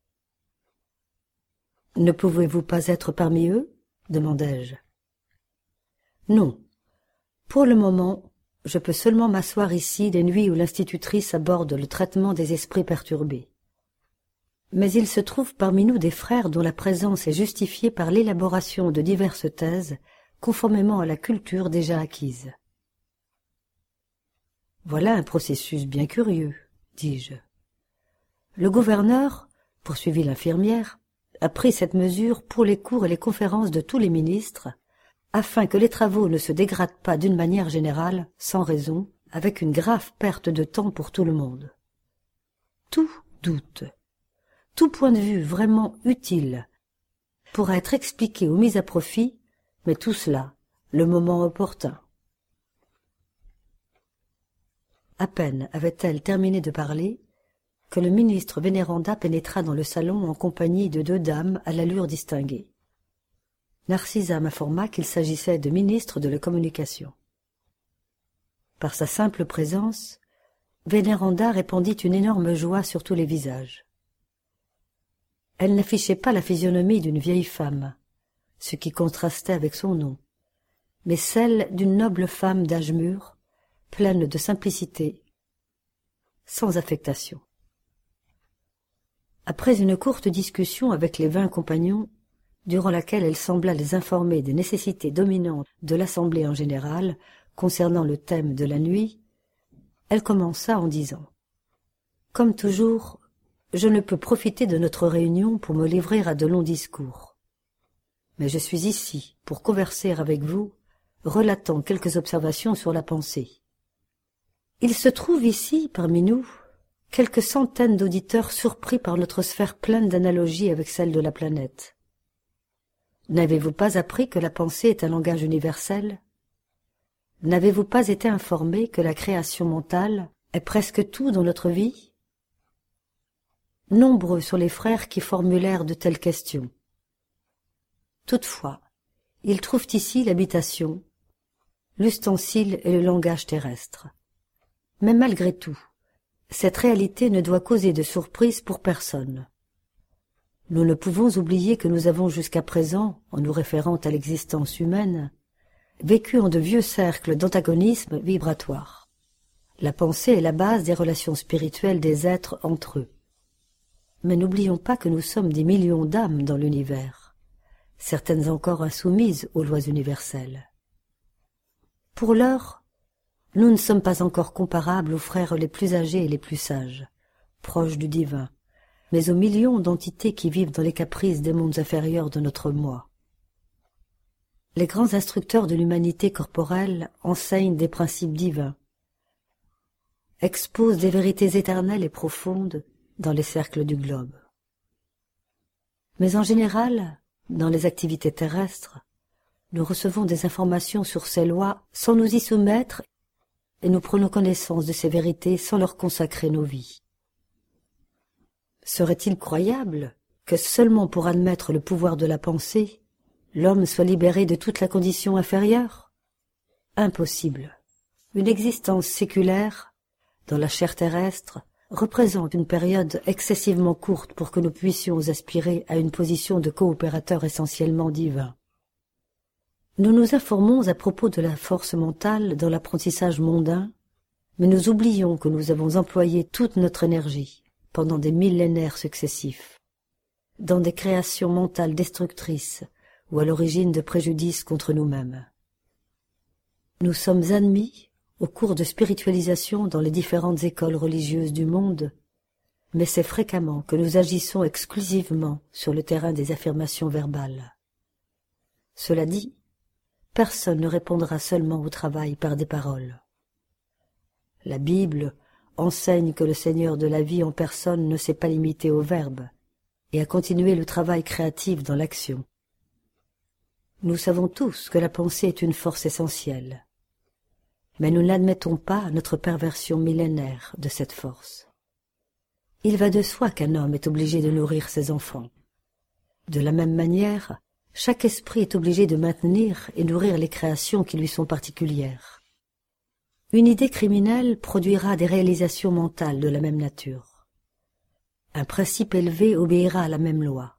« Ne pouvez-vous pas être parmi eux ?» demandai-je. « Non. Pour le moment, je peux seulement m'asseoir ici les nuits où l'institutrice aborde le traitement des esprits perturbés. Mais il se trouve parmi nous des frères dont la présence est justifiée par l'élaboration de diverses thèses conformément à la culture déjà acquise. » « Voilà un processus bien curieux, dis-je. Le gouverneur, poursuivit l'infirmière, a pris cette mesure pour les cours et les conférences de tous les ministres, afin que les travaux ne se dégradent pas d'une manière générale, sans raison, avec une grave perte de temps pour tout le monde. Tout doute, tout point de vue vraiment utile pourra être expliqué ou mis à profit, mais tout cela, le moment opportun. À peine avait-elle terminé de parler que le ministre Vénéranda pénétra dans le salon en compagnie de deux dames à l'allure distinguée. Narcissa m'informa qu'il s'agissait de ministres de la communication. Par sa simple présence, Vénéranda répandit une énorme joie sur tous les visages. Elle n'affichait pas la physionomie d'une vieille femme, ce qui contrastait avec son nom, mais celle d'une noble femme d'âge mûr, pleine de simplicité, sans affectation. Après une courte discussion avec les vingt compagnons, durant laquelle elle sembla les informer des nécessités dominantes de l'Assemblée en général concernant le thème de la nuit, elle commença en disant « Comme toujours, je ne peux profiter de notre réunion pour me livrer à de longs discours. Mais je suis ici pour converser avec vous, relatant quelques observations sur la pensée. Il se trouve ici, parmi nous, quelques centaines d'auditeurs surpris par notre sphère pleine d'analogies avec celle de la planète. N'avez-vous pas appris que la pensée est un langage universel? N'avez-vous pas été informé que la création mentale est presque tout dans notre vie? Nombreux sont les frères qui formulèrent de telles questions. Toutefois, ils trouvent ici l'habitation, l'ustensile et le langage terrestre. Mais malgré tout, cette réalité ne doit causer de surprise pour personne. Nous ne pouvons oublier que nous avons jusqu'à présent, en nous référant à l'existence humaine, vécu en de vieux cercles d'antagonisme vibratoire. La pensée est la base des relations spirituelles des êtres entre eux. Mais n'oublions pas que nous sommes des millions d'âmes dans l'univers, certaines encore insoumises aux lois universelles. Pour l'heure, nous ne sommes pas encore comparables aux frères les plus âgés et les plus sages, proches du divin, mais aux millions d'entités qui vivent dans les caprices des mondes inférieurs de notre moi. Les grands instructeurs de l'humanité corporelle enseignent des principes divins, exposent des vérités éternelles et profondes dans les cercles du globe. Mais en général, dans les activités terrestres, nous recevons des informations sur ces lois sans nous y soumettre et nous prenons connaissance de ces vérités sans leur consacrer nos vies. Serait-il croyable que seulement pour admettre le pouvoir de la pensée, l'homme soit libéré de toute la condition inférieure? Impossible. Une existence séculaire, dans la chair terrestre, représente une période excessivement courte pour que nous puissions aspirer à une position de coopérateur essentiellement divin. Nous nous informons à propos de la force mentale dans l'apprentissage mondain, mais nous oublions que nous avons employé toute notre énergie, pendant des millénaires successifs, dans des créations mentales destructrices ou à l'origine de préjudices contre nous-mêmes. Nous sommes admis au cours de spiritualisation dans les différentes écoles religieuses du monde, mais c'est fréquemment que nous agissons exclusivement sur le terrain des affirmations verbales. Cela dit, personne ne répondra seulement au travail par des paroles. La Bible enseigne que le Seigneur de la vie en personne ne s'est pas limité au verbe et a continué le travail créatif dans l'action. Nous savons tous que la pensée est une force essentielle, mais nous n'admettons pas notre perversion millénaire de cette force. Il va de soi qu'un homme est obligé de nourrir ses enfants. De la même manière, chaque esprit est obligé de maintenir et nourrir les créations qui lui sont particulières. Une idée criminelle produira des réalisations mentales de la même nature. Un principe élevé obéira à la même loi.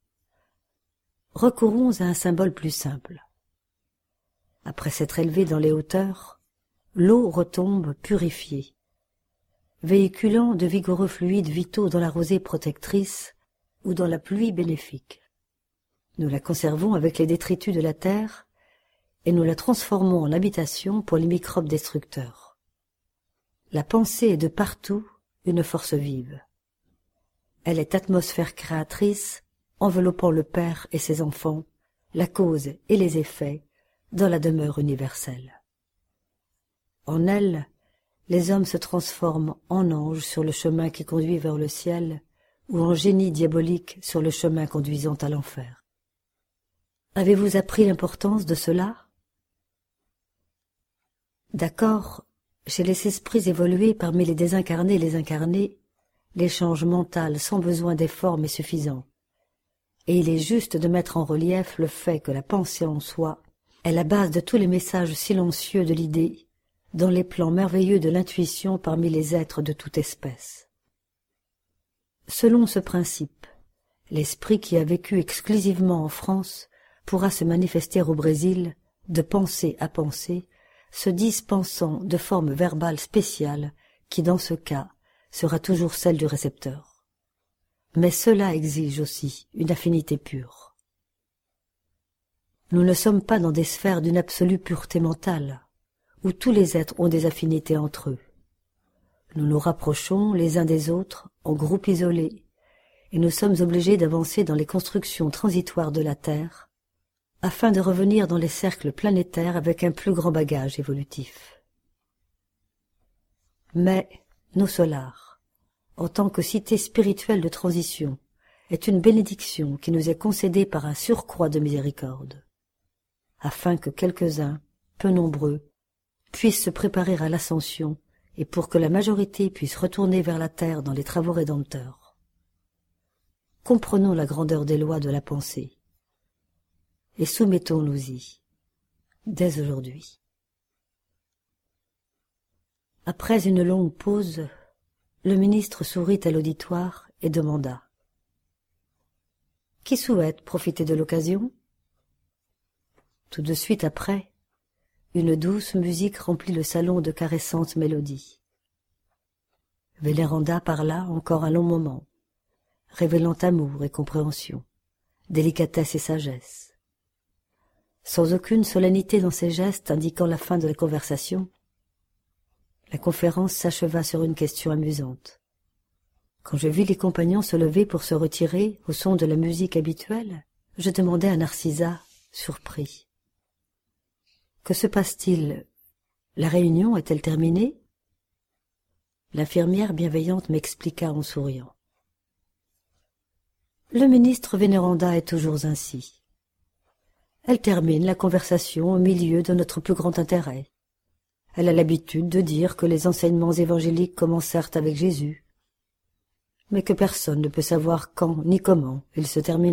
Recourons à un symbole plus simple. Après s'être élevé dans les hauteurs, l'eau retombe purifiée, véhiculant de vigoureux fluides vitaux dans la rosée protectrice ou dans la pluie bénéfique. Nous la conservons avec les détritus de la terre et nous la transformons en habitation pour les microbes destructeurs. La pensée est de partout une force vive. Elle est atmosphère créatrice, enveloppant le Père et ses enfants, la cause et les effets, dans la demeure universelle. En elle, les hommes se transforment en anges sur le chemin qui conduit vers le ciel, ou en génie diabolique sur le chemin conduisant à l'enfer. Avez-vous appris l'importance de cela? D'accord, chez les esprits évolués parmi les désincarnés et les incarnés, l'échange mental sans besoin d'effort m'est suffisant. Et il est juste de mettre en relief le fait que la pensée en soi est la base de tous les messages silencieux de l'idée, dans les plans merveilleux de l'intuition parmi les êtres de toute espèce. Selon ce principe, l'esprit qui a vécu exclusivement en France pourra se manifester au Brésil, de pensée à pensée, se dispensant de formes verbales spéciales qui, dans ce cas, sera toujours celle du récepteur. Mais cela exige aussi une affinité pure. Nous ne sommes pas dans des sphères d'une absolue pureté mentale, où tous les êtres ont des affinités entre eux. Nous nous rapprochons les uns des autres en groupes isolés, et nous sommes obligés d'avancer dans les constructions transitoires de la Terre, afin de revenir dans les cercles planétaires avec un plus grand bagage évolutif. Mais nos solars, en tant que cité spirituelle de transition, est une bénédiction qui nous est concédée par un surcroît de miséricorde, afin que quelques-uns, peu nombreux, puissent se préparer à l'ascension et pour que la majorité puisse retourner vers la terre dans les travaux rédempteurs. Comprenons la grandeur des lois de la pensée et soumettons-nous-y dès aujourd'hui. Après une longue pause, le ministre sourit à l'auditoire et demanda « Qui souhaite profiter de l'occasion ?» Tout de suite après, une douce musique remplit le salon de caressantes mélodies. Vénéranda parla encore un long moment, révélant amour et compréhension, délicatesse et sagesse. Sans aucune solennité dans ses gestes indiquant la fin de la conversation, la conférence s'acheva sur une question amusante. Quand je vis les compagnons se lever pour se retirer au son de la musique habituelle, je demandai à Narcissa, surpris. « Que se passe-t-il? La réunion est-elle terminée ?» L'infirmière bienveillante m'expliqua en souriant. « Le ministre Vénéranda est toujours ainsi. Elle termine la conversation au milieu de notre plus grand intérêt. Elle a l'habitude de dire que les enseignements évangéliques commencèrent avec Jésus, mais que personne ne peut savoir quand ni comment ils se termineront. »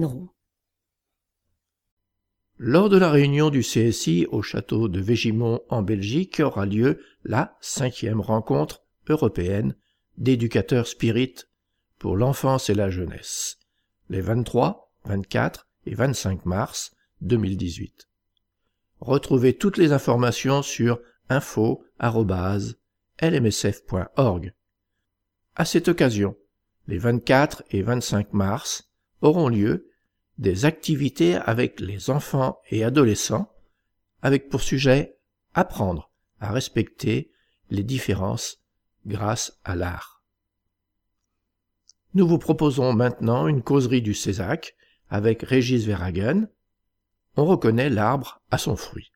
Lors de la réunion du C S I au château de Végimont en Belgique aura lieu la cinquième rencontre européenne d'éducateurs spirites pour l'enfance et la jeunesse, les vingt-trois, vingt-quatre et vingt-cinq mars deux mille dix-huit. Retrouvez toutes les informations sur info arobase l m s f point org. À cette occasion, les vingt-quatre et vingt-cinq mars auront lieu des activités avec les enfants et adolescents, avec pour sujet apprendre à respecter les différences grâce à l'art. Nous vous proposons maintenant une causerie du Césac avec Régis Verhagen. On reconnaît l'arbre à son fruit.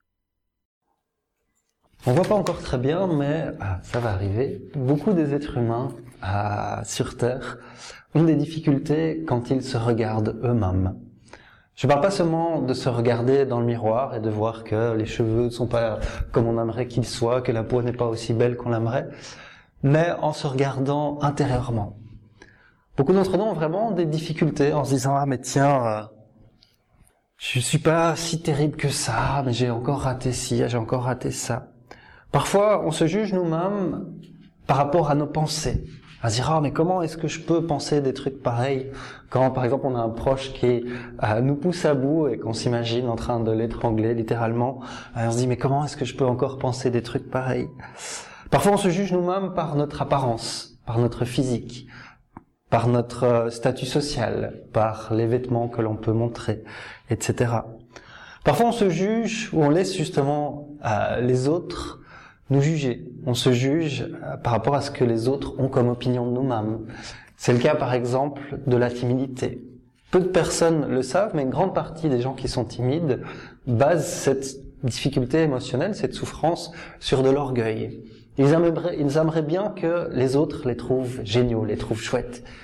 On voit pas encore très bien, mais ah, ça va arriver. Beaucoup des êtres humains ah, sur Terre ont des difficultés quand ils se regardent eux-mêmes. Je parle pas seulement de se regarder dans le miroir et de voir que les cheveux ne sont pas comme on aimerait qu'ils soient, que la peau n'est pas aussi belle qu'on l'aimerait, mais en se regardant intérieurement. Beaucoup d'entre nous ont vraiment des difficultés en se disant « Ah mais tiens, euh, je suis pas si terrible que ça, mais j'ai encore raté ci, j'ai encore raté ça. » Parfois, on se juge nous-mêmes par rapport à nos pensées. À se dire, ah, mais comment est-ce que je peux penser des trucs pareils quand, par exemple, on a un proche qui euh, nous pousse à bout et qu'on s'imagine en train de l'étrangler, littéralement. Euh, on se dit, mais comment est-ce que je peux encore penser des trucs pareils? Parfois, on se juge nous-mêmes par notre apparence, par notre physique, par notre euh, statut social, par les vêtements que l'on peut montrer, et cetera. Parfois, on se juge ou on laisse justement euh, les autres nous juger. On se juge par rapport à ce que les autres ont comme opinion de nous-mêmes. C'est le cas, par exemple, de la timidité. Peu de personnes le savent, mais une grande partie des gens qui sont timides basent cette difficulté émotionnelle, cette souffrance, sur de l'orgueil. Ils aimeraient, ils aimeraient bien que les autres les trouvent géniaux, les trouvent chouettes.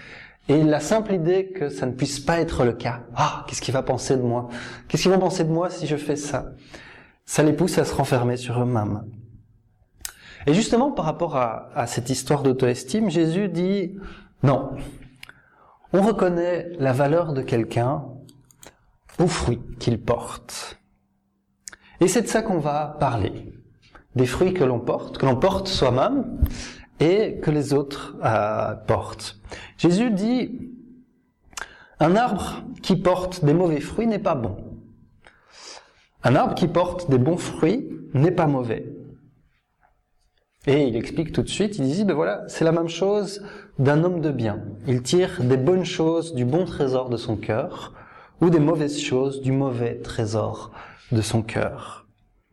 Et la simple idée que ça ne puisse pas être le cas, ah, qu'est-ce qu'il va penser de moi? Qu'est-ce qu'ils vont penser de moi si je fais ça? Ça les pousse à se renfermer sur eux-mêmes. Et justement, par rapport à, à cette histoire d'auto-estime, Jésus dit, non, on reconnaît la valeur de quelqu'un aux fruits qu'il porte. Et c'est de ça qu'on va parler. Des fruits que l'on porte, que l'on porte soi-même et que les autres euh, portent. Jésus dit, un arbre qui porte des mauvais fruits n'est pas bon. Un arbre qui porte des bons fruits n'est pas mauvais. Et il explique tout de suite, il dit, ben voilà, c'est la même chose d'un homme de bien. Il tire des bonnes choses du bon trésor de son cœur, ou des mauvaises choses du mauvais trésor de son cœur.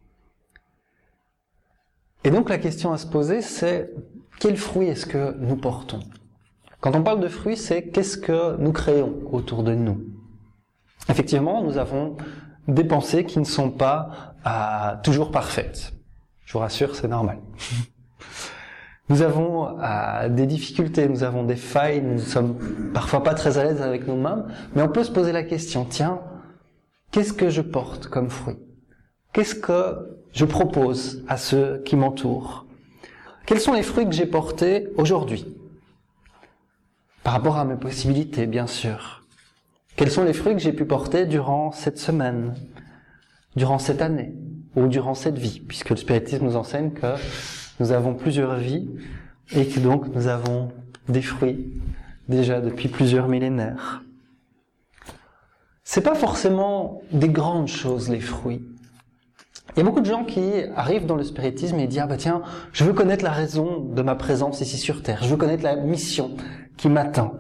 Et donc la question à se poser, c'est quels fruits est-ce que nous portons? Quand on parle de fruits, c'est qu'est-ce que nous créons autour de nous? Effectivement, nous avons des pensées qui ne sont pas euh, toujours parfaites. Je vous rassure, c'est normal. Nous avons euh, des difficultés, nous avons des failles, nous ne sommes parfois pas très à l'aise avec nous-mêmes, mais on peut se poser la question, tiens, qu'est-ce que je porte comme fruit? Qu'est-ce que je propose à ceux qui m'entourent? Quels sont les fruits que j'ai portés aujourd'hui? Par rapport à mes possibilités, bien sûr. Quels sont les fruits que j'ai pu porter durant cette semaine, durant cette année, ou durant cette vie, puisque le spiritisme nous enseigne que nous avons plusieurs vies, et que donc nous avons des fruits, déjà depuis plusieurs millénaires. C'est pas forcément des grandes choses, les fruits. Il y a beaucoup de gens qui arrivent dans le spiritisme et disent, ah bah tiens, je veux connaître la raison de ma présence ici sur Terre, je veux connaître la mission qui m'attend.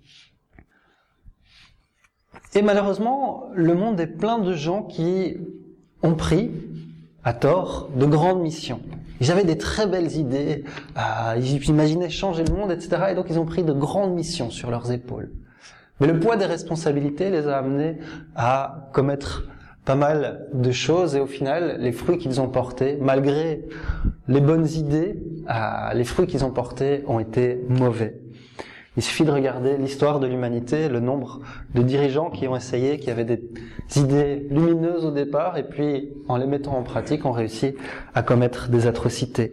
Et malheureusement, le monde est plein de gens qui ont pris, à tort, de grandes missions. Ils avaient des très belles idées, euh, ils imaginaient changer le monde, et cetera. Et donc ils ont pris de grandes missions sur leurs épaules. Mais le poids des responsabilités les a amenés à commettre pas mal de choses, et au final, les fruits qu'ils ont portés, malgré les bonnes idées, euh, les fruits qu'ils ont portés ont été mauvais. Il suffit de regarder l'histoire de l'humanité, le nombre de dirigeants qui ont essayé, qui avaient des idées lumineuses au départ, et puis en les mettant en pratique, ont réussi à commettre des atrocités.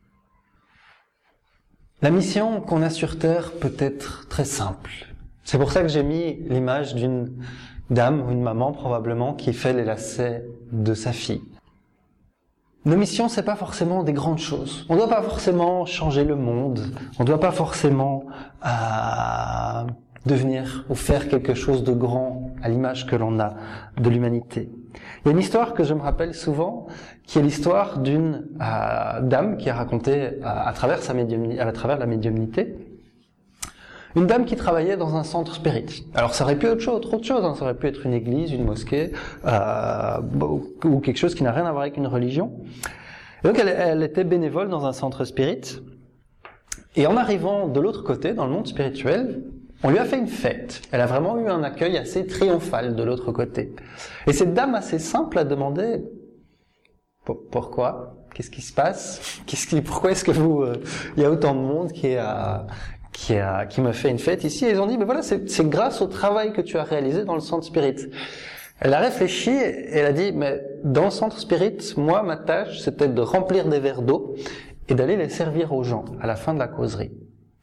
La mission qu'on a sur Terre peut être très simple. C'est pour ça que j'ai mis l'image d'une dame, ou une maman probablement, qui fait les lacets de sa fille. Nos missions, c'est pas forcément des grandes choses. On doit pas forcément changer le monde. On doit pas forcément euh, devenir ou faire quelque chose de grand à l'image que l'on a de l'humanité. Il y a une histoire que je me rappelle souvent, qui est l'histoire d'une euh, dame qui a raconté euh, à travers sa médiumnité, à travers la médiumnité, une dame qui travaillait dans un centre spirit. Alors ça aurait pu être autre chose, autre chose hein. Ça aurait pu être une église, une mosquée, euh, ou quelque chose qui n'a rien à voir avec une religion. Et donc elle, elle était bénévole dans un centre spirit. Et en arrivant de l'autre côté, dans le monde spirituel, on lui a fait une fête. Elle a vraiment eu un accueil assez triomphal de l'autre côté. Et cette dame assez simple a demandé pourquoi, qu'est-ce qui se passe, qu'est-ce qui, pourquoi est-ce que vous, euh, il y a autant de monde qui est à qui a, qui me fait une fête ici, et ils ont dit, ben voilà, c'est, c'est grâce au travail que tu as réalisé dans le centre spirit. Elle a réfléchi, et elle a dit, mais dans le centre spirit, moi, ma tâche, c'était de remplir des verres d'eau, et d'aller les servir aux gens, à la fin de la causerie.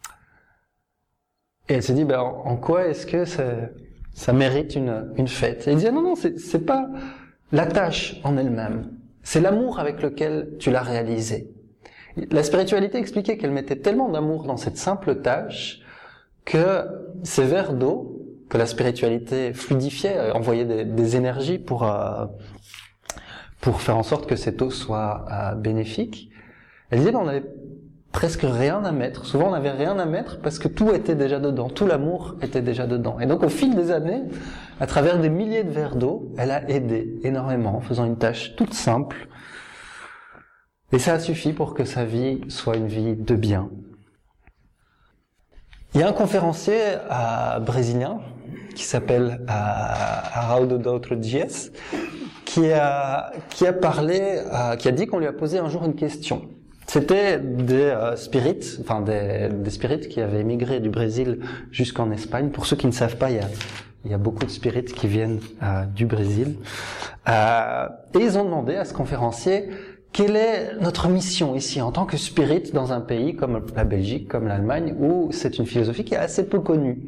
Et elle s'est dit, ben, en, en quoi est-ce que ça, ça mérite une, une fête? Et elle disait, non, non, c'est, c'est pas la tâche en elle-même, c'est l'amour avec lequel tu l'as réalisée. La spiritualité expliquait qu'elle mettait tellement d'amour dans cette simple tâche que ces verres d'eau, que la spiritualité fluidifiait, envoyait des, des énergies pour euh, pour faire en sorte que cette eau soit euh, bénéfique. Elle disait qu'on n'avait presque rien à mettre. Souvent, on n'avait rien à mettre parce que tout était déjà dedans, tout l'amour était déjà dedans. Et donc, au fil des années, à travers des milliers de verres d'eau, elle a aidé énormément en faisant une tâche toute simple. Et ça a suffi pour que sa vie soit une vie de bien. Il y a un conférencier euh, brésilien qui s'appelle euh, Haroldo Dutra Dias qui a qui a parlé, euh, qui a dit qu'on lui a posé un jour une question. C'était des euh, spirites, enfin des, des spirites qui avaient émigré du Brésil jusqu'en Espagne. Pour ceux qui ne savent pas, il y a, il y a beaucoup de spirites qui viennent euh, du Brésil. Euh, et ils ont demandé à ce conférencier quelle est notre mission ici en tant que spirit dans un pays comme la Belgique, comme l'Allemagne, où c'est une philosophie qui est assez peu connue.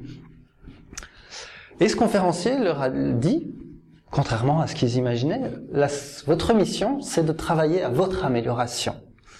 Et ce conférencier leur a dit, contrairement à ce qu'ils imaginaient, la, votre mission, c'est de travailler à votre amélioration.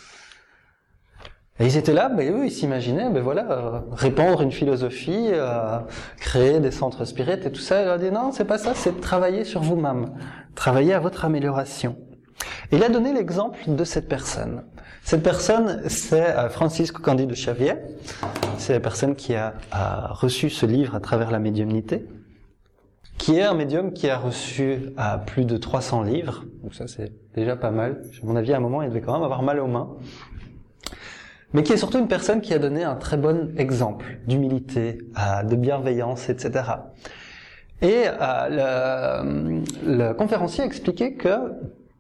Et ils étaient là, ben eux, ils s'imaginaient, ben voilà, euh, répandre une philosophie, euh, créer des centres spirites et tout ça. Il leur a dit non, c'est pas ça, c'est de travailler sur vous-même, travailler à votre amélioration. Et il a donné l'exemple de cette personne. Cette personne, c'est euh, Francisco Cândido Xavier. C'est la personne qui a, a reçu ce livre à travers la médiumnité, qui est un médium qui a reçu euh, plus de trois cents livres. Donc ça, c'est déjà pas mal. À mon avis, à un moment, il devait quand même avoir mal aux mains. Mais qui est surtout une personne qui a donné un très bon exemple d'humilité, euh, de bienveillance, et cetera. Et euh, le, le conférencier a expliqué que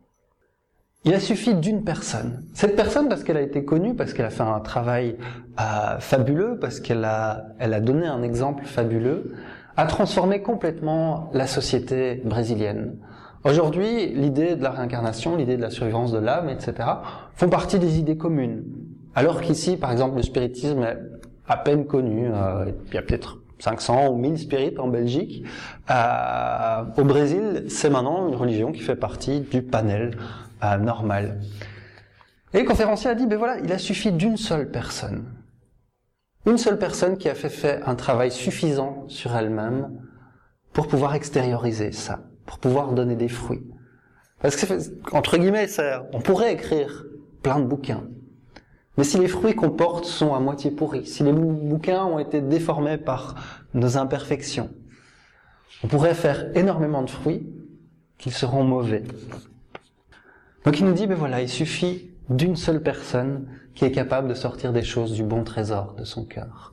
il a suffi d'une personne. Cette personne, parce qu'elle a été connue, parce qu'elle a fait un travail euh, fabuleux, parce qu'elle a, elle a donné un exemple fabuleux, a transformé complètement la société brésilienne. Aujourd'hui, l'idée de la réincarnation, l'idée de la survivance de l'âme, et cetera, font partie des idées communes. Alors qu'ici, par exemple, le spiritisme est à peine connu. Euh, il y a peut-être cinq cents ou mille spirites en Belgique. Euh, au Brésil, c'est maintenant une religion qui fait partie du panel euh, normal. Et le conférencier a dit, ben voilà, il a suffi d'une seule personne. Une seule personne qui a fait, fait un travail suffisant sur elle-même pour pouvoir extérioriser ça, pour pouvoir donner des fruits. Parce que, entre guillemets, ça, on pourrait écrire plein de bouquins. Mais si les fruits qu'on porte sont à moitié pourris, si les bouquins ont été déformés par nos imperfections, on pourrait faire énormément de fruits qui seront mauvais. Donc il nous dit, ben voilà, il suffit d'une seule personne qui est capable de sortir des choses du bon trésor de son cœur.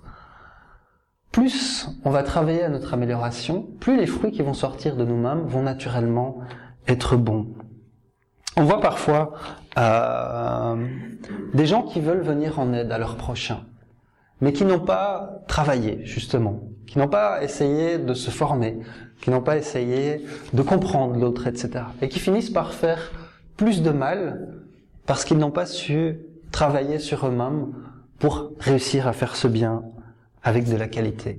Plus on va travailler à notre amélioration, plus les fruits qui vont sortir de nous-mêmes vont naturellement être bons. On voit parfois euh, des gens qui veulent venir en aide à leurs prochains, mais qui n'ont pas travaillé, justement, qui n'ont pas essayé de se former, qui n'ont pas essayé de comprendre l'autre, et cetera, et qui finissent par faire plus de mal parce qu'ils n'ont pas su travailler sur eux-mêmes pour réussir à faire ce bien avec de la qualité.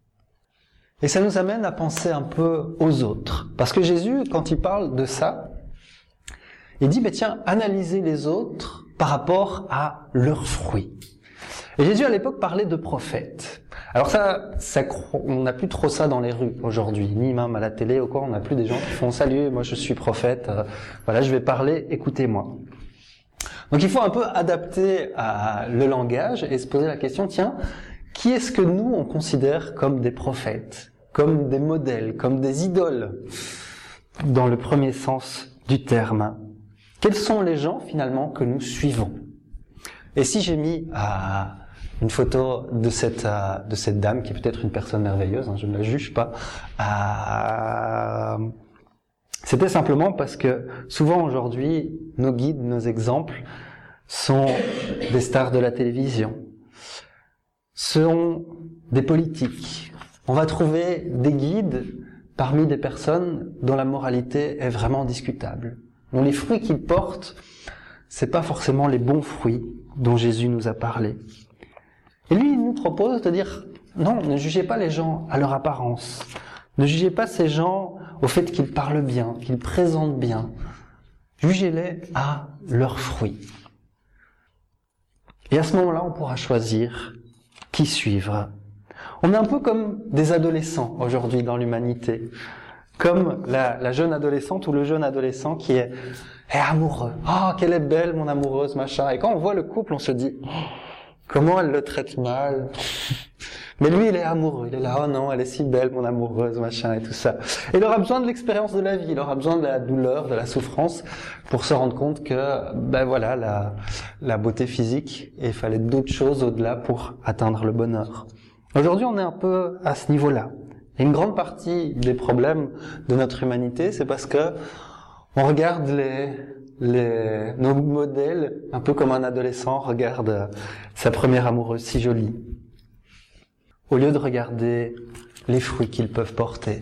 Et ça nous amène à penser un peu aux autres, parce que Jésus, quand il parle de ça, il dit, ben tiens, analysez les autres par rapport à leurs fruits. Et Jésus, à l'époque, parlait de prophètes. Alors ça, ça on n'a plus trop ça dans les rues aujourd'hui, ni même à la télé ou quoi, on n'a plus des gens qui font « Salut, moi je suis prophète, euh, voilà, je vais parler, écoutez-moi ». Donc il faut un peu adapter à le langage et se poser la question, tiens, qui est-ce que nous, on considère comme des prophètes, comme des modèles, comme des idoles, dans le premier sens du terme? Quels sont les gens, finalement, que nous suivons? Et si j'ai mis euh, une photo de cette, euh, de cette dame, qui est peut-être une personne merveilleuse, hein, je ne la juge pas, euh, c'était simplement parce que souvent aujourd'hui, nos guides, nos exemples, sont des stars de la télévision, sont des politiques. On va trouver des guides parmi des personnes dont la moralité est vraiment discutable, dont les fruits qu'ils portent, c'est pas forcément les bons fruits dont Jésus nous a parlé. Et lui, il nous propose de dire, non, ne jugez pas les gens à leur apparence. Ne jugez pas ces gens au fait qu'ils parlent bien, qu'ils présentent bien. Jugez-les à leurs fruits. Et à ce moment-là, on pourra choisir qui suivre. On est un peu comme des adolescents aujourd'hui dans l'humanité. Comme la, la jeune adolescente ou le jeune adolescent qui est, est amoureux. Ah, oh, qu'elle est belle, mon amoureuse, machin. Et quand on voit le couple, on se dit, oh, comment elle le traite mal. Mais lui, il est amoureux. Il est là, oh non, elle est si belle, mon amoureuse, machin, et tout ça. Et il aura besoin de l'expérience de la vie. Il aura besoin de la douleur, de la souffrance, pour se rendre compte que, ben voilà, la, la beauté physique, et il fallait d'autres choses au-delà pour atteindre le bonheur. Aujourd'hui, on est un peu à ce niveau-là. Et une grande partie des problèmes de notre humanité, c'est parce que On regarde les, les, nos modèles un peu comme un adolescent regarde sa première amoureuse si jolie, au lieu de regarder les fruits qu'ils peuvent porter.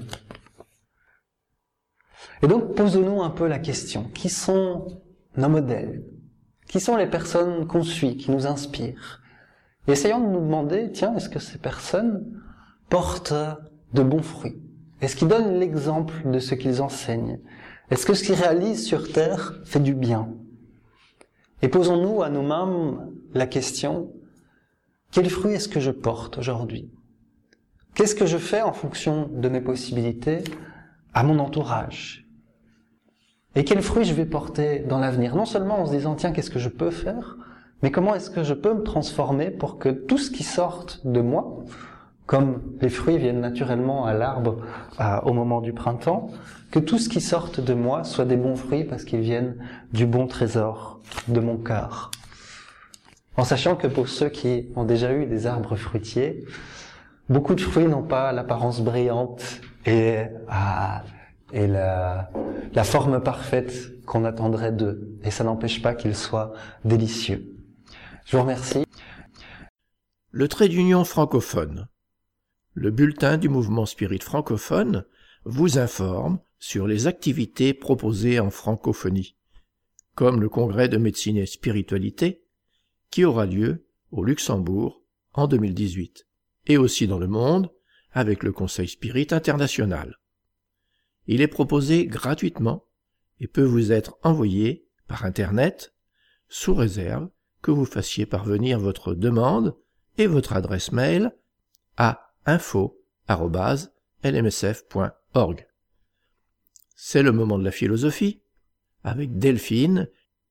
Et donc, posons-nous un peu la question. Qui sont nos modèles? Qui sont les personnes qu'on suit, qui nous inspirent? Et essayons de nous demander, tiens, est-ce que ces personnes portent de bons fruits? Est-ce qu'ils donnent l'exemple de ce qu'ils enseignent? Est-ce que ce qu'ils réalisent sur Terre fait du bien? Et posons-nous à nous-mêmes la question, quel fruit est-ce que je porte aujourd'hui? Qu'est-ce que je fais en fonction de mes possibilités à mon entourage? Et quel fruit je vais porter dans l'avenir? Non seulement en se disant, tiens, qu'est-ce que je peux faire, mais comment est-ce que je peux me transformer pour que tout ce qui sorte de moi, comme les fruits viennent naturellement à l'arbre euh, au moment du printemps, que tout ce qui sorte de moi soit des bons fruits parce qu'ils viennent du bon trésor de mon cœur. En sachant que pour ceux qui ont déjà eu des arbres fruitiers, beaucoup de fruits n'ont pas l'apparence brillante et, euh, et la, la forme parfaite qu'on attendrait d'eux. Et ça n'empêche pas qu'ils soient délicieux. Je vous remercie. Le trait d'union francophone. Le bulletin du mouvement Spirit francophone vous informe sur les activités proposées en francophonie, comme le congrès de médecine et spiritualité, qui aura lieu au Luxembourg en deux mille dix-huit, et aussi dans le monde avec le Conseil Spirit international. Il est proposé gratuitement et peut vous être envoyé par Internet, sous réserve que vous fassiez parvenir votre demande et votre adresse mail à info arobase l m s f point org. C'est le moment de la philosophie avec Delphine.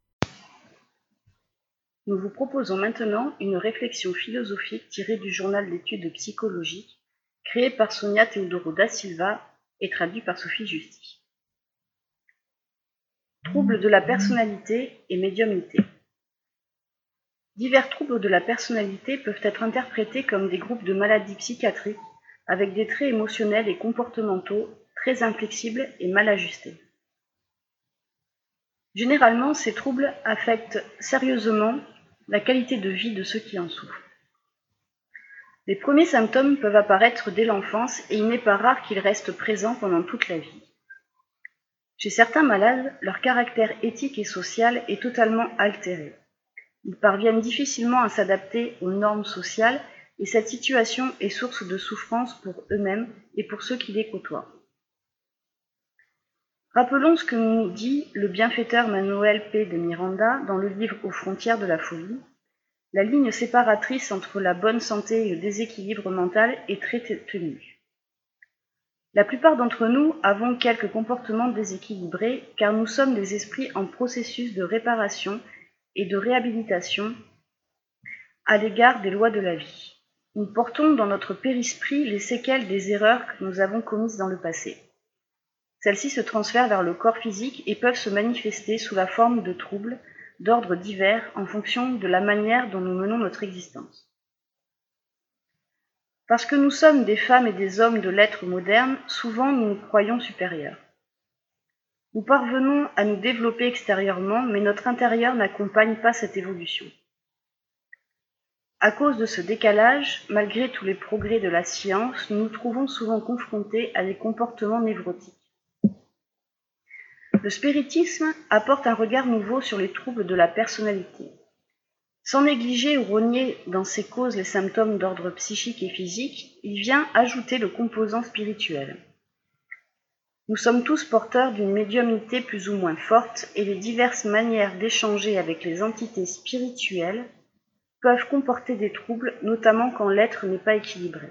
Nous vous proposons maintenant une réflexion philosophique tirée du journal d'études psychologiques créé par Sonia Teodoro da Silva et traduit par Sophie Justy. Troubles de la personnalité et médiumnité. Divers troubles de la personnalité peuvent être interprétés comme des groupes de maladies psychiatriques avec des traits émotionnels et comportementaux très inflexibles et mal ajustés. Généralement, ces troubles affectent sérieusement la qualité de vie de ceux qui en souffrent. Les premiers symptômes peuvent apparaître dès l'enfance et il n'est pas rare qu'ils restent présents pendant toute la vie. Chez certains malades, leur caractère éthique et social est totalement altéré. Ils parviennent difficilement à s'adapter aux normes sociales et cette situation est source de souffrance pour eux-mêmes et pour ceux qui les côtoient. Rappelons ce que nous dit le bienfaiteur Manuel P. de Miranda dans le livre Aux frontières de la folie. La ligne séparatrice entre la bonne santé et le déséquilibre mental est très ténue. La plupart d'entre nous avons quelques comportements déséquilibrés car nous sommes des esprits en processus de réparation et de réhabilitation à l'égard des lois de la vie. Nous portons dans notre périsprit les séquelles des erreurs que nous avons commises dans le passé. Celles-ci se transfèrent vers le corps physique et peuvent se manifester sous la forme de troubles d'ordre divers en fonction de la manière dont nous menons notre existence. Parce que nous sommes des femmes et des hommes de l'être moderne, souvent nous nous croyons supérieurs. Nous parvenons à nous développer extérieurement, mais notre intérieur n'accompagne pas cette évolution. À cause de ce décalage, malgré tous les progrès de la science, nous nous trouvons souvent confrontés à des comportements névrotiques. Le spiritisme apporte un regard nouveau sur les troubles de la personnalité. Sans négliger ou rogner dans ses causes les symptômes d'ordre psychique et physique, il vient ajouter le composant spirituel. Nous sommes tous porteurs d'une médiumnité plus ou moins forte et les diverses manières d'échanger avec les entités spirituelles peuvent comporter des troubles, notamment quand l'être n'est pas équilibré.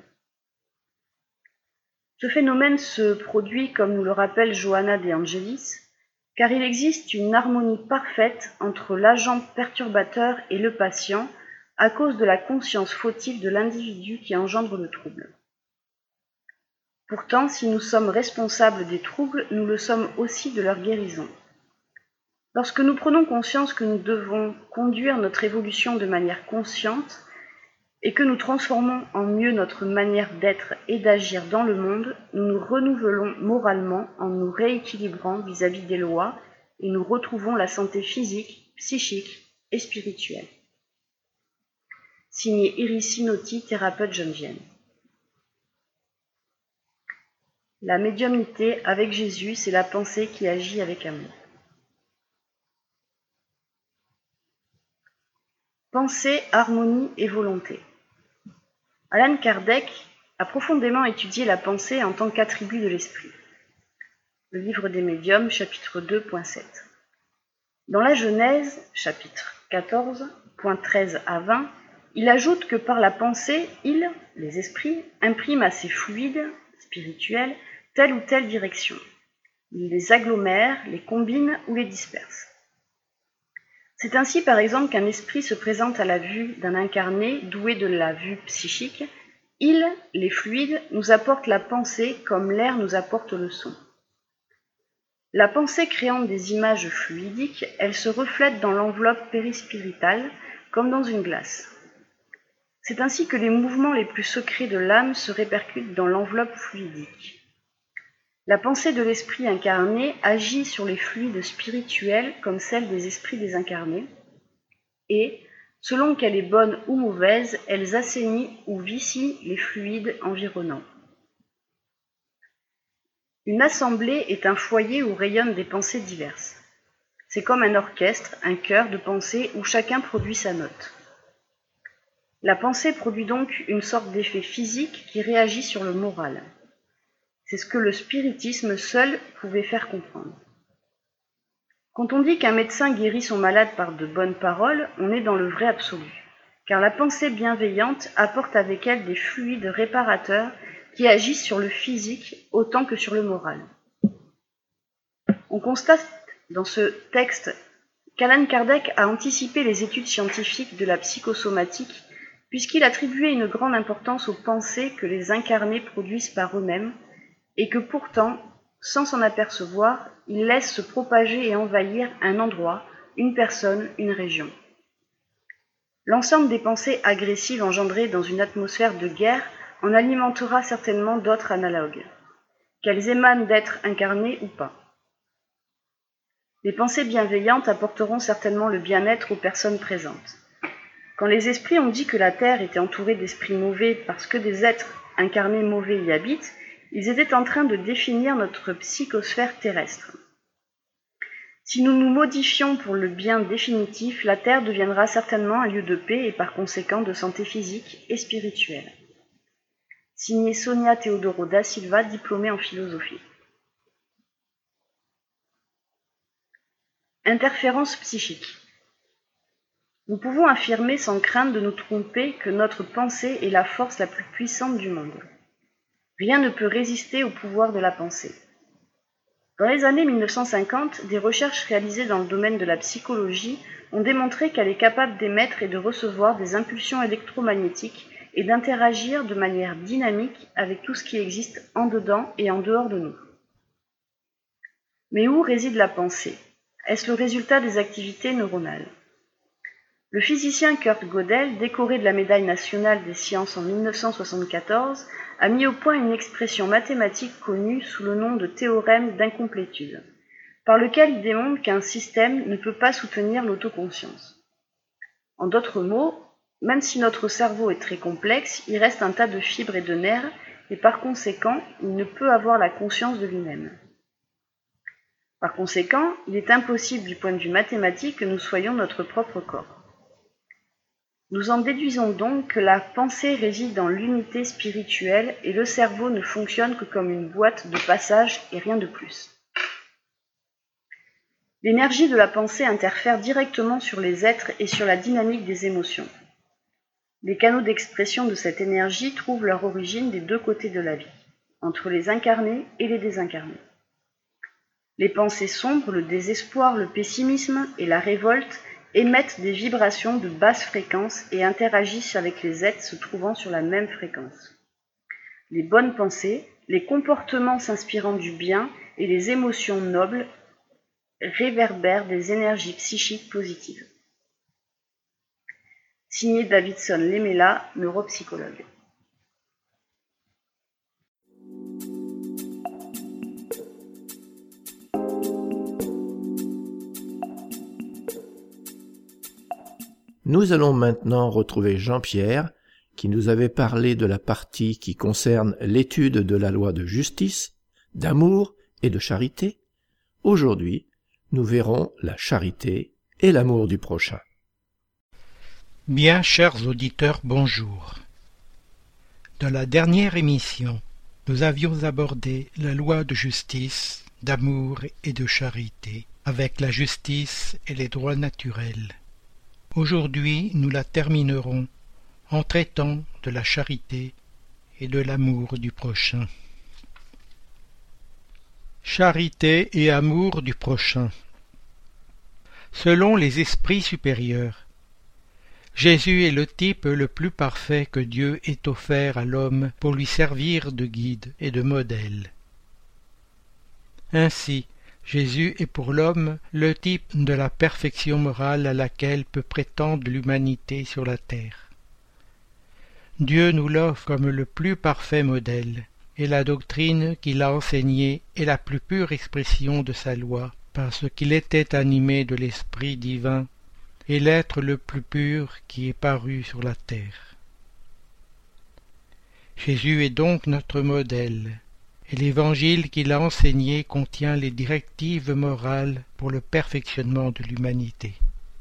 Ce phénomène se produit, comme nous le rappelle Johanna de Angelis, car il existe une harmonie parfaite entre l'agent perturbateur et le patient à cause de la conscience fautive de l'individu qui engendre le trouble. Pourtant, si nous sommes responsables des troubles, nous le sommes aussi de leur guérison. Lorsque nous prenons conscience que nous devons conduire notre évolution de manière consciente et que nous transformons en mieux notre manière d'être et d'agir dans le monde, nous nous renouvelons moralement en nous rééquilibrant vis-à-vis des lois et nous retrouvons la santé physique, psychique et spirituelle. Signé Iris Sinotti, thérapeute jungienne. La médiumnité avec Jésus, c'est la pensée qui agit avec amour. Pensée, harmonie et volonté. Allan Kardec a profondément étudié la pensée en tant qu'attribut de l'esprit. Le livre des médiums, chapitre deux, point sept. Dans la Genèse, chapitre quatorze, point treize à vingt, il ajoute que par la pensée, ils, les esprits, impriment à ces fluides spirituels telle ou telle direction. Ils les agglomèrent, les combinent ou les dispersent. C'est ainsi par exemple qu'un esprit se présente à la vue d'un incarné doué de la vue psychique. Ils, les fluides, nous apportent la pensée comme l'air nous apporte le son. La pensée créant des images fluidiques, elle se reflète dans l'enveloppe périspiritale comme dans une glace. C'est ainsi que les mouvements les plus secrets de l'âme se répercutent dans l'enveloppe fluidique. La pensée de l'esprit incarné agit sur les fluides spirituels comme celle des esprits désincarnés, et, selon qu'elle est bonne ou mauvaise, elle assainit ou vicie les fluides environnants. Une assemblée est un foyer où rayonnent des pensées diverses. C'est comme un orchestre, un chœur de pensées où chacun produit sa note. La pensée produit donc une sorte d'effet physique qui réagit sur le moral. C'est ce que le spiritisme seul pouvait faire comprendre. Quand on dit qu'un médecin guérit son malade par de bonnes paroles, on est dans le vrai absolu, car la pensée bienveillante apporte avec elle des fluides réparateurs qui agissent sur le physique autant que sur le moral. On constate dans ce texte qu'Allan Kardec a anticipé les études scientifiques de la psychosomatique puisqu'il attribuait une grande importance aux pensées que les incarnés produisent par eux-mêmes et que pourtant, sans s'en apercevoir, ils laissent se propager et envahir un endroit, une personne, une région. L'ensemble des pensées agressives engendrées dans une atmosphère de guerre en alimentera certainement d'autres analogues, qu'elles émanent d'êtres incarnés ou pas. Les pensées bienveillantes apporteront certainement le bien-être aux personnes présentes. Quand les esprits ont dit que la Terre était entourée d'esprits mauvais parce que des êtres incarnés mauvais y habitent, ils étaient en train de définir notre psychosphère terrestre. Si nous nous modifions pour le bien définitif, la Terre deviendra certainement un lieu de paix et par conséquent de santé physique et spirituelle. Signé Sonia Teodoro da Silva, diplômée en philosophie. Interférence psychique. Nous pouvons affirmer sans crainte de nous tromper que notre pensée est la force la plus puissante du monde. Rien ne peut résister au pouvoir de la pensée. Dans les années mille neuf cent cinquante, des recherches réalisées dans le domaine de la psychologie ont démontré qu'elle est capable d'émettre et de recevoir des impulsions électromagnétiques et d'interagir de manière dynamique avec tout ce qui existe en dedans et en dehors de nous. Mais où réside la pensée? Est-ce le résultat des activités neuronales? Le physicien Kurt Gödel, décoré de la médaille nationale des sciences en mille neuf cent soixante-quatorze, a mis au point une expression mathématique connue sous le nom de théorème d'incomplétude, par lequel il démontre qu'un système ne peut pas soutenir l'autoconscience. En d'autres mots, même si notre cerveau est très complexe, il reste un tas de fibres et de nerfs, et par conséquent, il ne peut avoir la conscience de lui-même. Par conséquent, il est impossible du point de vue mathématique que nous soyons notre propre corps. Nous en déduisons donc que la pensée réside dans l'unité spirituelle et le cerveau ne fonctionne que comme une boîte de passage et rien de plus. L'énergie de la pensée interfère directement sur les êtres et sur la dynamique des émotions. Les canaux d'expression de cette énergie trouvent leur origine des deux côtés de la vie, entre les incarnés et les désincarnés. Les pensées sombres, le désespoir, le pessimisme et la révolte émettent des vibrations de basse fréquence et interagissent avec les êtres se trouvant sur la même fréquence. Les bonnes pensées, les comportements s'inspirant du bien et les émotions nobles réverbèrent des énergies psychiques positives. Signé Davidson Lemela, neuropsychologue. Nous allons maintenant retrouver Jean-Pierre, qui nous avait parlé de la partie qui concerne l'étude de la loi de justice, d'amour et de charité. Aujourd'hui, nous verrons la charité et l'amour du prochain. Bien, chers auditeurs, bonjour. Dans la dernière émission, nous avions abordé la loi de justice, d'amour et de charité, avec la justice et les droits naturels. Aujourd'hui, nous la terminerons en traitant de la charité et de l'amour du prochain. Charité et amour du prochain. Selon les esprits supérieurs, Jésus est le type le plus parfait que Dieu ait offert à l'homme pour lui servir de guide et de modèle. Ainsi, Jésus est pour l'homme le type de la perfection morale à laquelle peut prétendre l'humanité sur la terre. Dieu nous l'offre comme le plus parfait modèle, et la doctrine qu'il a enseignée est la plus pure expression de sa loi, parce qu'il était animé de l'Esprit divin et l'être le plus pur qui est paru sur la terre. Jésus est donc notre modèle, et l'Évangile qu'il a enseigné contient les directives morales pour le perfectionnement de l'humanité.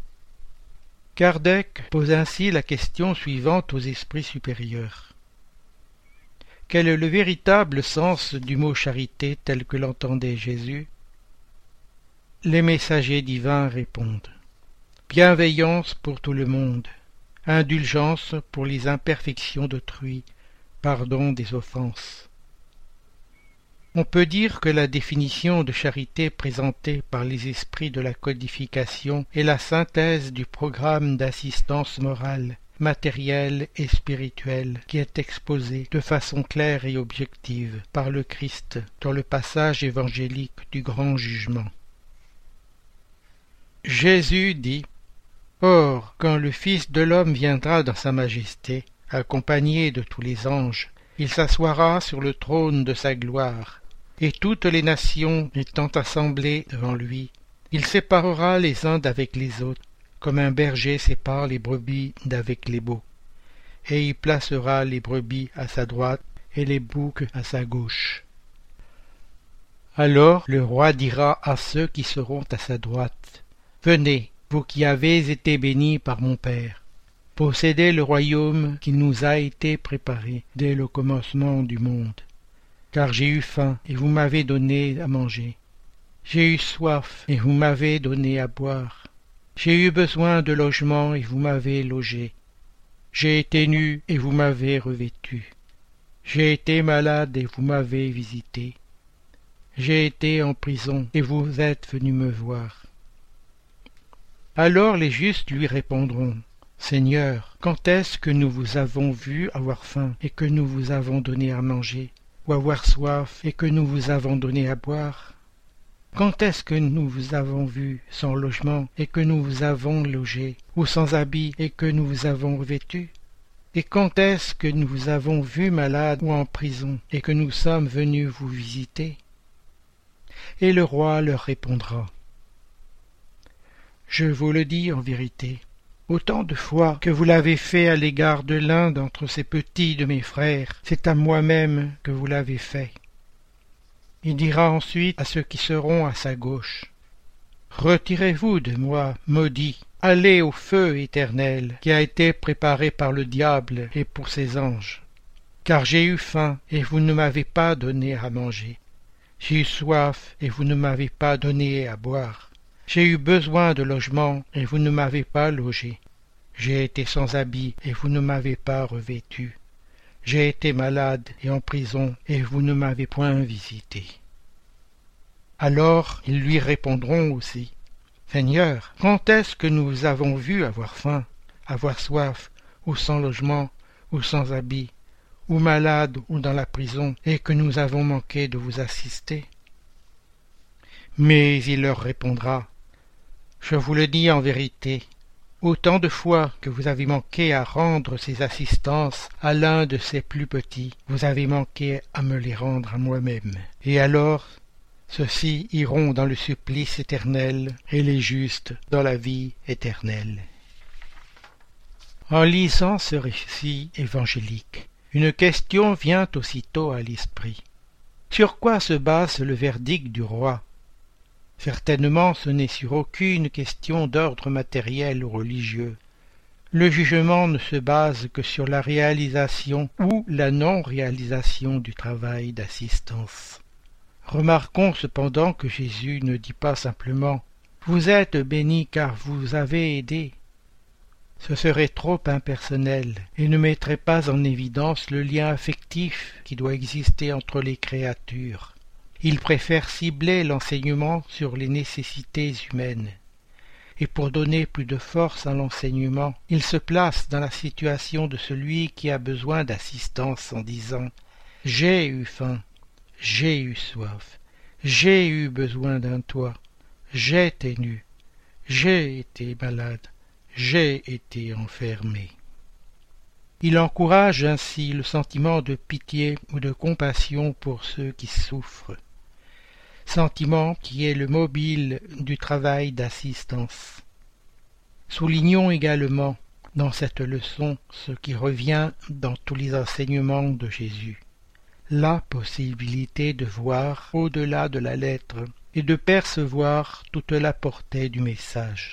Kardec pose ainsi la question suivante aux esprits supérieurs. Quel est le véritable sens du mot charité tel que l'entendait Jésus? Les messagers divins répondent: bienveillance pour tout le monde, indulgence pour les imperfections d'autrui, pardon des offenses. On peut dire que la définition de charité présentée par les esprits de la codification est la synthèse du programme d'assistance morale, matérielle et spirituelle qui est exposé de façon claire et objective par le Christ dans le passage évangélique du grand jugement. Jésus dit: Or, quand le Fils de l'homme viendra dans sa majesté, accompagné de tous les anges, il s'assoira sur le trône de sa gloire, et toutes les nations étant assemblées devant lui, il séparera les uns d'avec les autres, comme un berger sépare les brebis d'avec les bœufs, et il placera les brebis à sa droite et les boucs à sa gauche. Alors le roi dira à ceux qui seront à sa droite: Venez, vous qui avez été bénis par mon Père, possédez le royaume qui nous a été préparé dès le commencement du monde. Car j'ai eu faim, et vous m'avez donné à manger. J'ai eu soif, et vous m'avez donné à boire. J'ai eu besoin de logement, et vous m'avez logé. J'ai été nu, et vous m'avez revêtu. J'ai été malade, et vous m'avez visité. J'ai été en prison, et vous êtes venu me voir. Alors les justes lui répondront: Seigneur, quand est-ce que nous vous avons vu avoir faim, et que nous vous avons donné à manger, ou avoir soif, et que nous vous avons donné à boire? Quand est-ce que nous vous avons vu sans logement, et que nous vous avons logé, ou sans habit, et que nous vous avons revêtu? Et quand est-ce que nous vous avons vu malade ou en prison, et que nous sommes venus vous visiter? Et le roi leur répondra: Je vous le dis en vérité, autant de fois que vous l'avez fait à l'égard de l'un d'entre ces petits de mes frères, c'est à moi-même que vous l'avez fait. Il dira ensuite à ceux qui seront à sa gauche: Retirez-vous de moi, maudits, allez au feu éternel qui a été préparé par le diable et pour ses anges. Car j'ai eu faim et vous ne m'avez pas donné à manger. J'ai eu soif et vous ne m'avez pas donné à boire. J'ai eu besoin de logement, et vous ne m'avez pas logé. J'ai été sans habit, et vous ne m'avez pas revêtu. J'ai été malade et en prison, et vous ne m'avez point visité. Alors ils lui répondront aussi: Seigneur, quand est-ce que nous vous avons vu avoir faim, avoir soif, ou sans logement, ou sans habit, ou malade, ou dans la prison, et que nous avons manqué de vous assister? Mais il leur répondra: Je vous le dis en vérité, autant de fois que vous avez manqué à rendre ces assistances à l'un de ces plus petits, vous avez manqué à me les rendre à moi-même. Et alors, ceux-ci iront dans le supplice éternel, et les justes dans la vie éternelle. En lisant ce récit évangélique, une question vient aussitôt à l'esprit. Sur quoi se base le verdict du roi? Certainement ce n'est sur aucune question d'ordre matériel ou religieux. Le jugement ne se base que sur la réalisation ou la non-réalisation du travail d'assistance. Remarquons cependant que Jésus ne dit pas simplement « Vous êtes bénis car vous avez aidé ». Ce serait trop impersonnel et ne mettrait pas en évidence le lien affectif qui doit exister entre les créatures. Il préfère cibler l'enseignement sur les nécessités humaines. Et pour donner plus de force à l'enseignement, il se place dans la situation de celui qui a besoin d'assistance en disant « J'ai eu faim, j'ai eu soif, j'ai eu besoin d'un toit, j'ai été nu, j'ai été malade, j'ai été enfermé. » Il encourage ainsi le sentiment de pitié ou de compassion pour ceux qui souffrent, sentiment qui est le mobile du travail d'assistance. Soulignons également dans cette leçon ce qui revient dans tous les enseignements de Jésus, la possibilité de voir au-delà de la lettre et de percevoir toute la portée du message.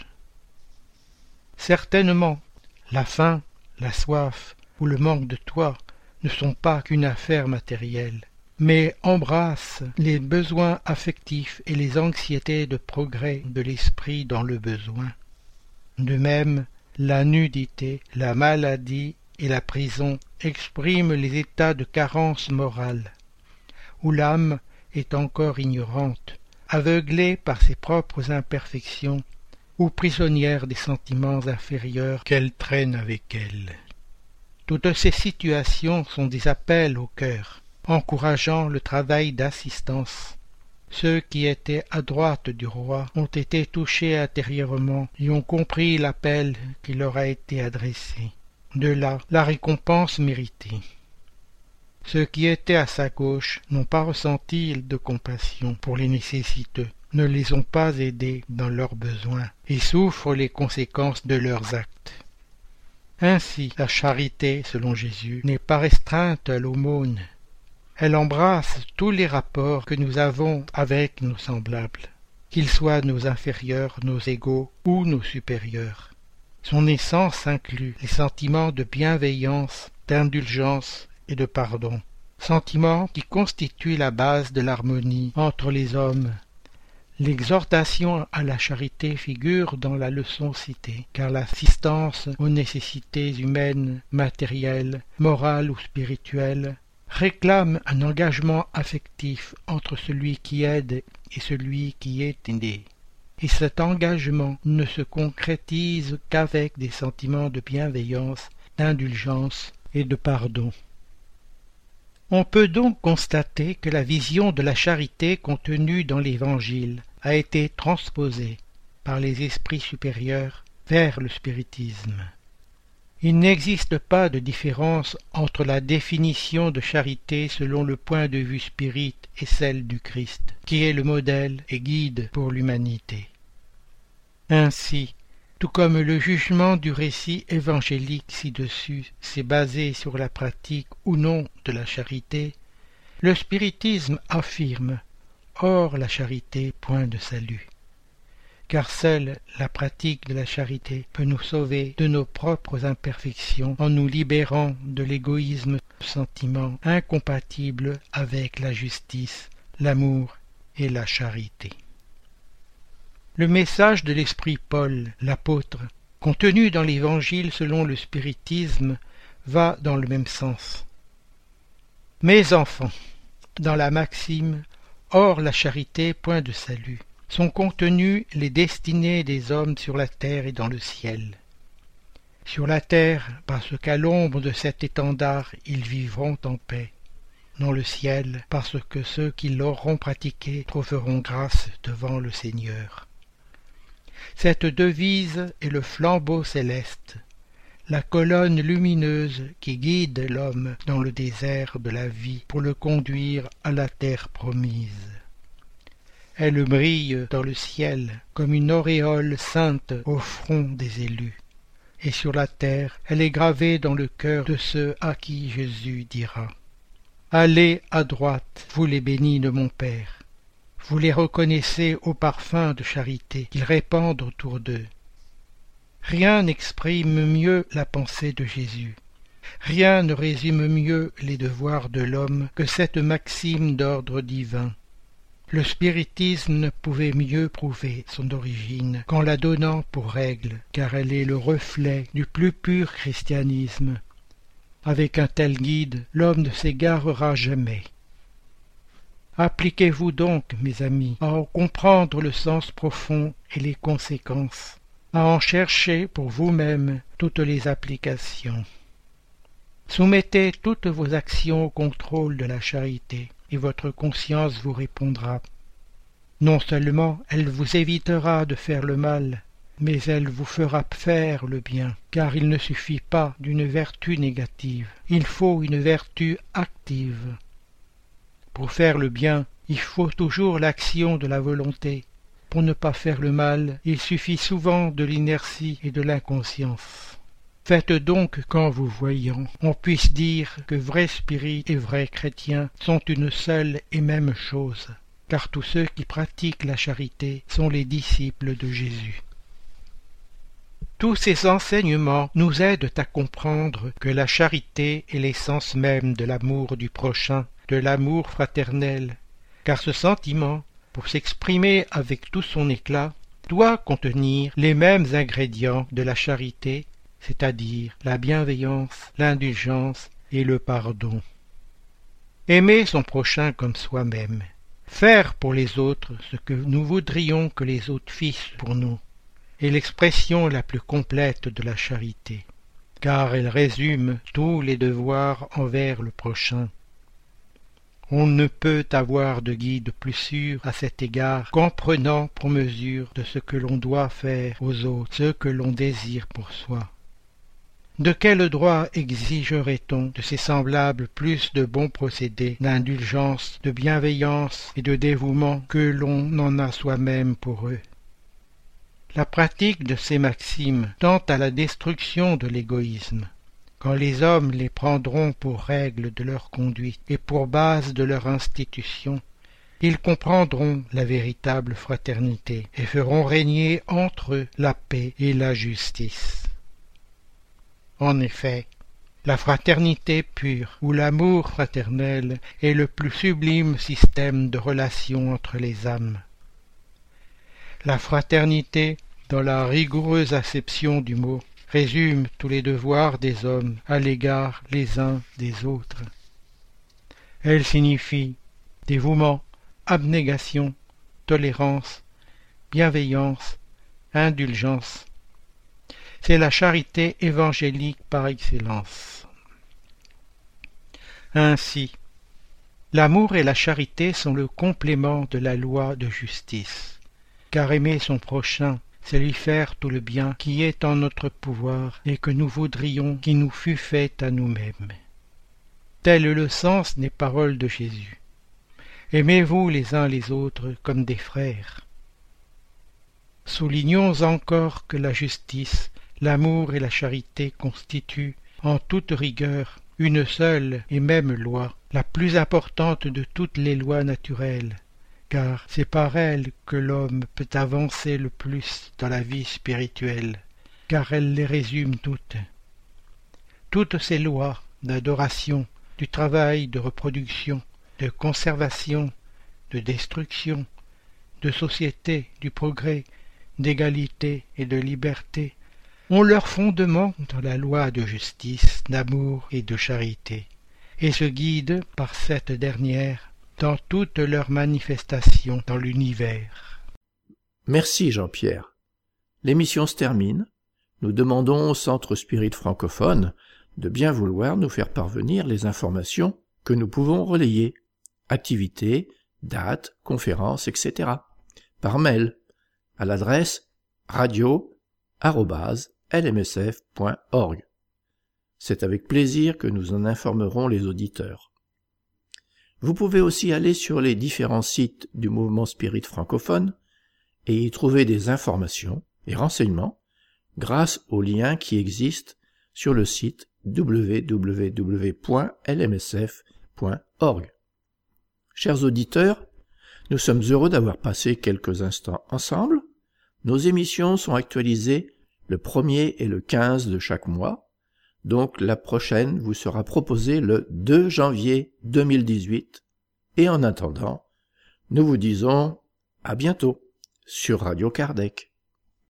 Certainement, la faim, la soif ou le manque de toit ne sont pas qu'une affaire matérielle, mais embrassent les besoins affectifs et les anxiétés de progrès de l'esprit dans le besoin. De même, la nudité, la maladie et la prison expriment les états de carence morale, où l'âme est encore ignorante, aveuglée par ses propres imperfections ou prisonnière des sentiments inférieurs qu'elle traîne avec elle. Toutes ces situations sont des appels au cœur, encourageant le travail d'assistance. Ceux qui étaient à droite du roi ont été touchés intérieurement et ont compris l'appel qui leur a été adressé. De là, la récompense méritée. Ceux qui étaient à sa gauche n'ont pas ressenti de compassion pour les nécessiteux, ne les ont pas aidés dans leurs besoins et souffrent les conséquences de leurs actes. Ainsi, la charité, selon Jésus, n'est pas restreinte à l'aumône. Elle embrasse tous les rapports que nous avons avec nos semblables, qu'ils soient nos inférieurs, nos égaux ou nos supérieurs. Son essence inclut les sentiments de bienveillance, d'indulgence et de pardon, sentiments qui constituent la base de l'harmonie entre les hommes. L'exhortation à la charité figure dans la leçon citée, car l'assistance aux nécessités humaines, matérielles, morales ou spirituelles réclame un engagement affectif entre celui qui aide et celui qui est aidé. Et cet engagement ne se concrétise qu'avec des sentiments de bienveillance, d'indulgence et de pardon. On peut donc constater que la vision de la charité contenue dans l'Évangile a été transposée par les esprits supérieurs vers le spiritisme. Il n'existe pas de différence entre la définition de charité selon le point de vue spirit et celle du Christ, qui est le modèle et guide pour l'humanité. Ainsi, tout comme le jugement du récit évangélique ci-dessus s'est basé sur la pratique ou non de la charité, le spiritisme affirme « Hors la charité, point de salut ». Car seule la pratique de la charité peut nous sauver de nos propres imperfections en nous libérant de l'égoïsme, sentiment incompatible avec la justice, l'amour et la charité. Le message de l'esprit Paul, l'apôtre, contenu dans l'Évangile selon le spiritisme, va dans le même sens. Mes enfants, dans la maxime « Hors la charité, point de salut », sont contenues les destinées des hommes sur la terre et dans le ciel. Sur la terre, parce qu'à l'ombre de cet étendard ils vivront en paix. Dans le ciel, parce que ceux qui l'auront pratiqué trouveront grâce devant le Seigneur. Cette devise est le flambeau céleste, la colonne lumineuse qui guide l'homme dans le désert de la vie pour le conduire à la terre promise. Elle brille dans le ciel comme une auréole sainte au front des élus. et sur la terre, elle est gravée dans le cœur de ceux à qui Jésus dira « Allez à droite, vous les bénis de mon Père. Vous les reconnaissez au parfum de charité qu'ils répandent autour d'eux. » Rien n'exprime mieux la pensée de Jésus. Rien ne résume mieux les devoirs de l'homme que cette maxime d'ordre divin. Le spiritisme ne pouvait mieux prouver son origine qu'en la donnant pour règle, car elle est le reflet du plus pur christianisme. Avec un tel guide, l'homme ne s'égarera jamais. Appliquez-vous donc, mes amis, à en comprendre le sens profond et les conséquences, à en chercher pour vous-même toutes les applications. Soumettez toutes vos actions au contrôle de la charité, et votre conscience vous répondra. Non seulement elle vous évitera de faire le mal, mais elle vous fera faire le bien, car il ne suffit pas d'une vertu négative, il faut une vertu active. Pour faire le bien, il faut toujours l'action de la volonté. Pour ne pas faire le mal, il suffit souvent de l'inertie et de l'inconscience. Faites donc qu'en vous voyant, on puisse dire que vrai spirit et vrai chrétien sont une seule et même chose, car tous ceux qui pratiquent la charité sont les disciples de Jésus. Tous ces enseignements nous aident à comprendre que la charité est l'essence même de l'amour du prochain, de l'amour fraternel, car ce sentiment, pour s'exprimer avec tout son éclat, doit contenir les mêmes ingrédients de la charité, c'est-à-dire la bienveillance, l'indulgence et le pardon. Aimer son prochain comme soi-même, faire pour les autres ce que nous voudrions que les autres fissent pour nous, est l'expression la plus complète de la charité, car elle résume tous les devoirs envers le prochain. On ne peut avoir de guide plus sûr à cet égard qu'en prenant pour mesure de ce que l'on doit faire aux autres ce que l'on désire pour soi. De quel droit exigerait-on de ses semblables plus de bons procédés, d'indulgence, de bienveillance et de dévouement que l'on en a soi-même pour eux? La pratique de ces maximes tend à la destruction de l'égoïsme. Quand les hommes les prendront pour règle de leur conduite et pour base de leur institution, ils comprendront la véritable fraternité et feront régner entre eux la paix et la justice. En effet, la fraternité pure ou l'amour fraternel est le plus sublime système de relations entre les âmes. La fraternité, dans la rigoureuse acception du mot, résume tous les devoirs des hommes à l'égard les uns des autres. Elle signifie dévouement, abnégation, tolérance, bienveillance, indulgence. C'est la charité évangélique par excellence. Ainsi, l'amour et la charité sont le complément de la loi de justice, car aimer son prochain, c'est lui faire tout le bien qui est en notre pouvoir et que nous voudrions qu'il nous fût fait à nous-mêmes. Tel est le sens des paroles de Jésus. Aimez-vous les uns les autres comme des frères. Soulignons encore que la justice, l'amour et la charité constituent, en toute rigueur, une seule et même loi, la plus importante de toutes les lois naturelles, car c'est par elle que l'homme peut avancer le plus dans la vie spirituelle, car elle les résume toutes. Toutes ces lois d'adoration, du travail de reproduction, de conservation, de destruction, de société, du progrès, d'égalité et de liberté, ont leur fondement dans la loi de justice, d'amour et de charité, et se guident par cette dernière dans toutes leurs manifestations dans l'univers. Merci Jean-Pierre. L'émission se termine. Nous demandons au Centre Spirit francophone de bien vouloir nous faire parvenir les informations que nous pouvons relayer, activités, dates, conférences, et cetera, par mail, à l'adresse radio arobase l m s f point org. C'est avec plaisir que nous en informerons les auditeurs. Vous pouvez aussi aller sur les différents sites du mouvement Spirit francophone et y trouver des informations et renseignements grâce aux liens qui existent sur le site w w w point l m s f point org. Chers auditeurs, nous sommes heureux d'avoir passé quelques instants ensemble. Nos émissions sont actualisées le premier et le quinze de chaque mois, donc la prochaine vous sera proposée le deux janvier deux mille dix-huit. Et en attendant, nous vous disons à bientôt sur Radio Kardec.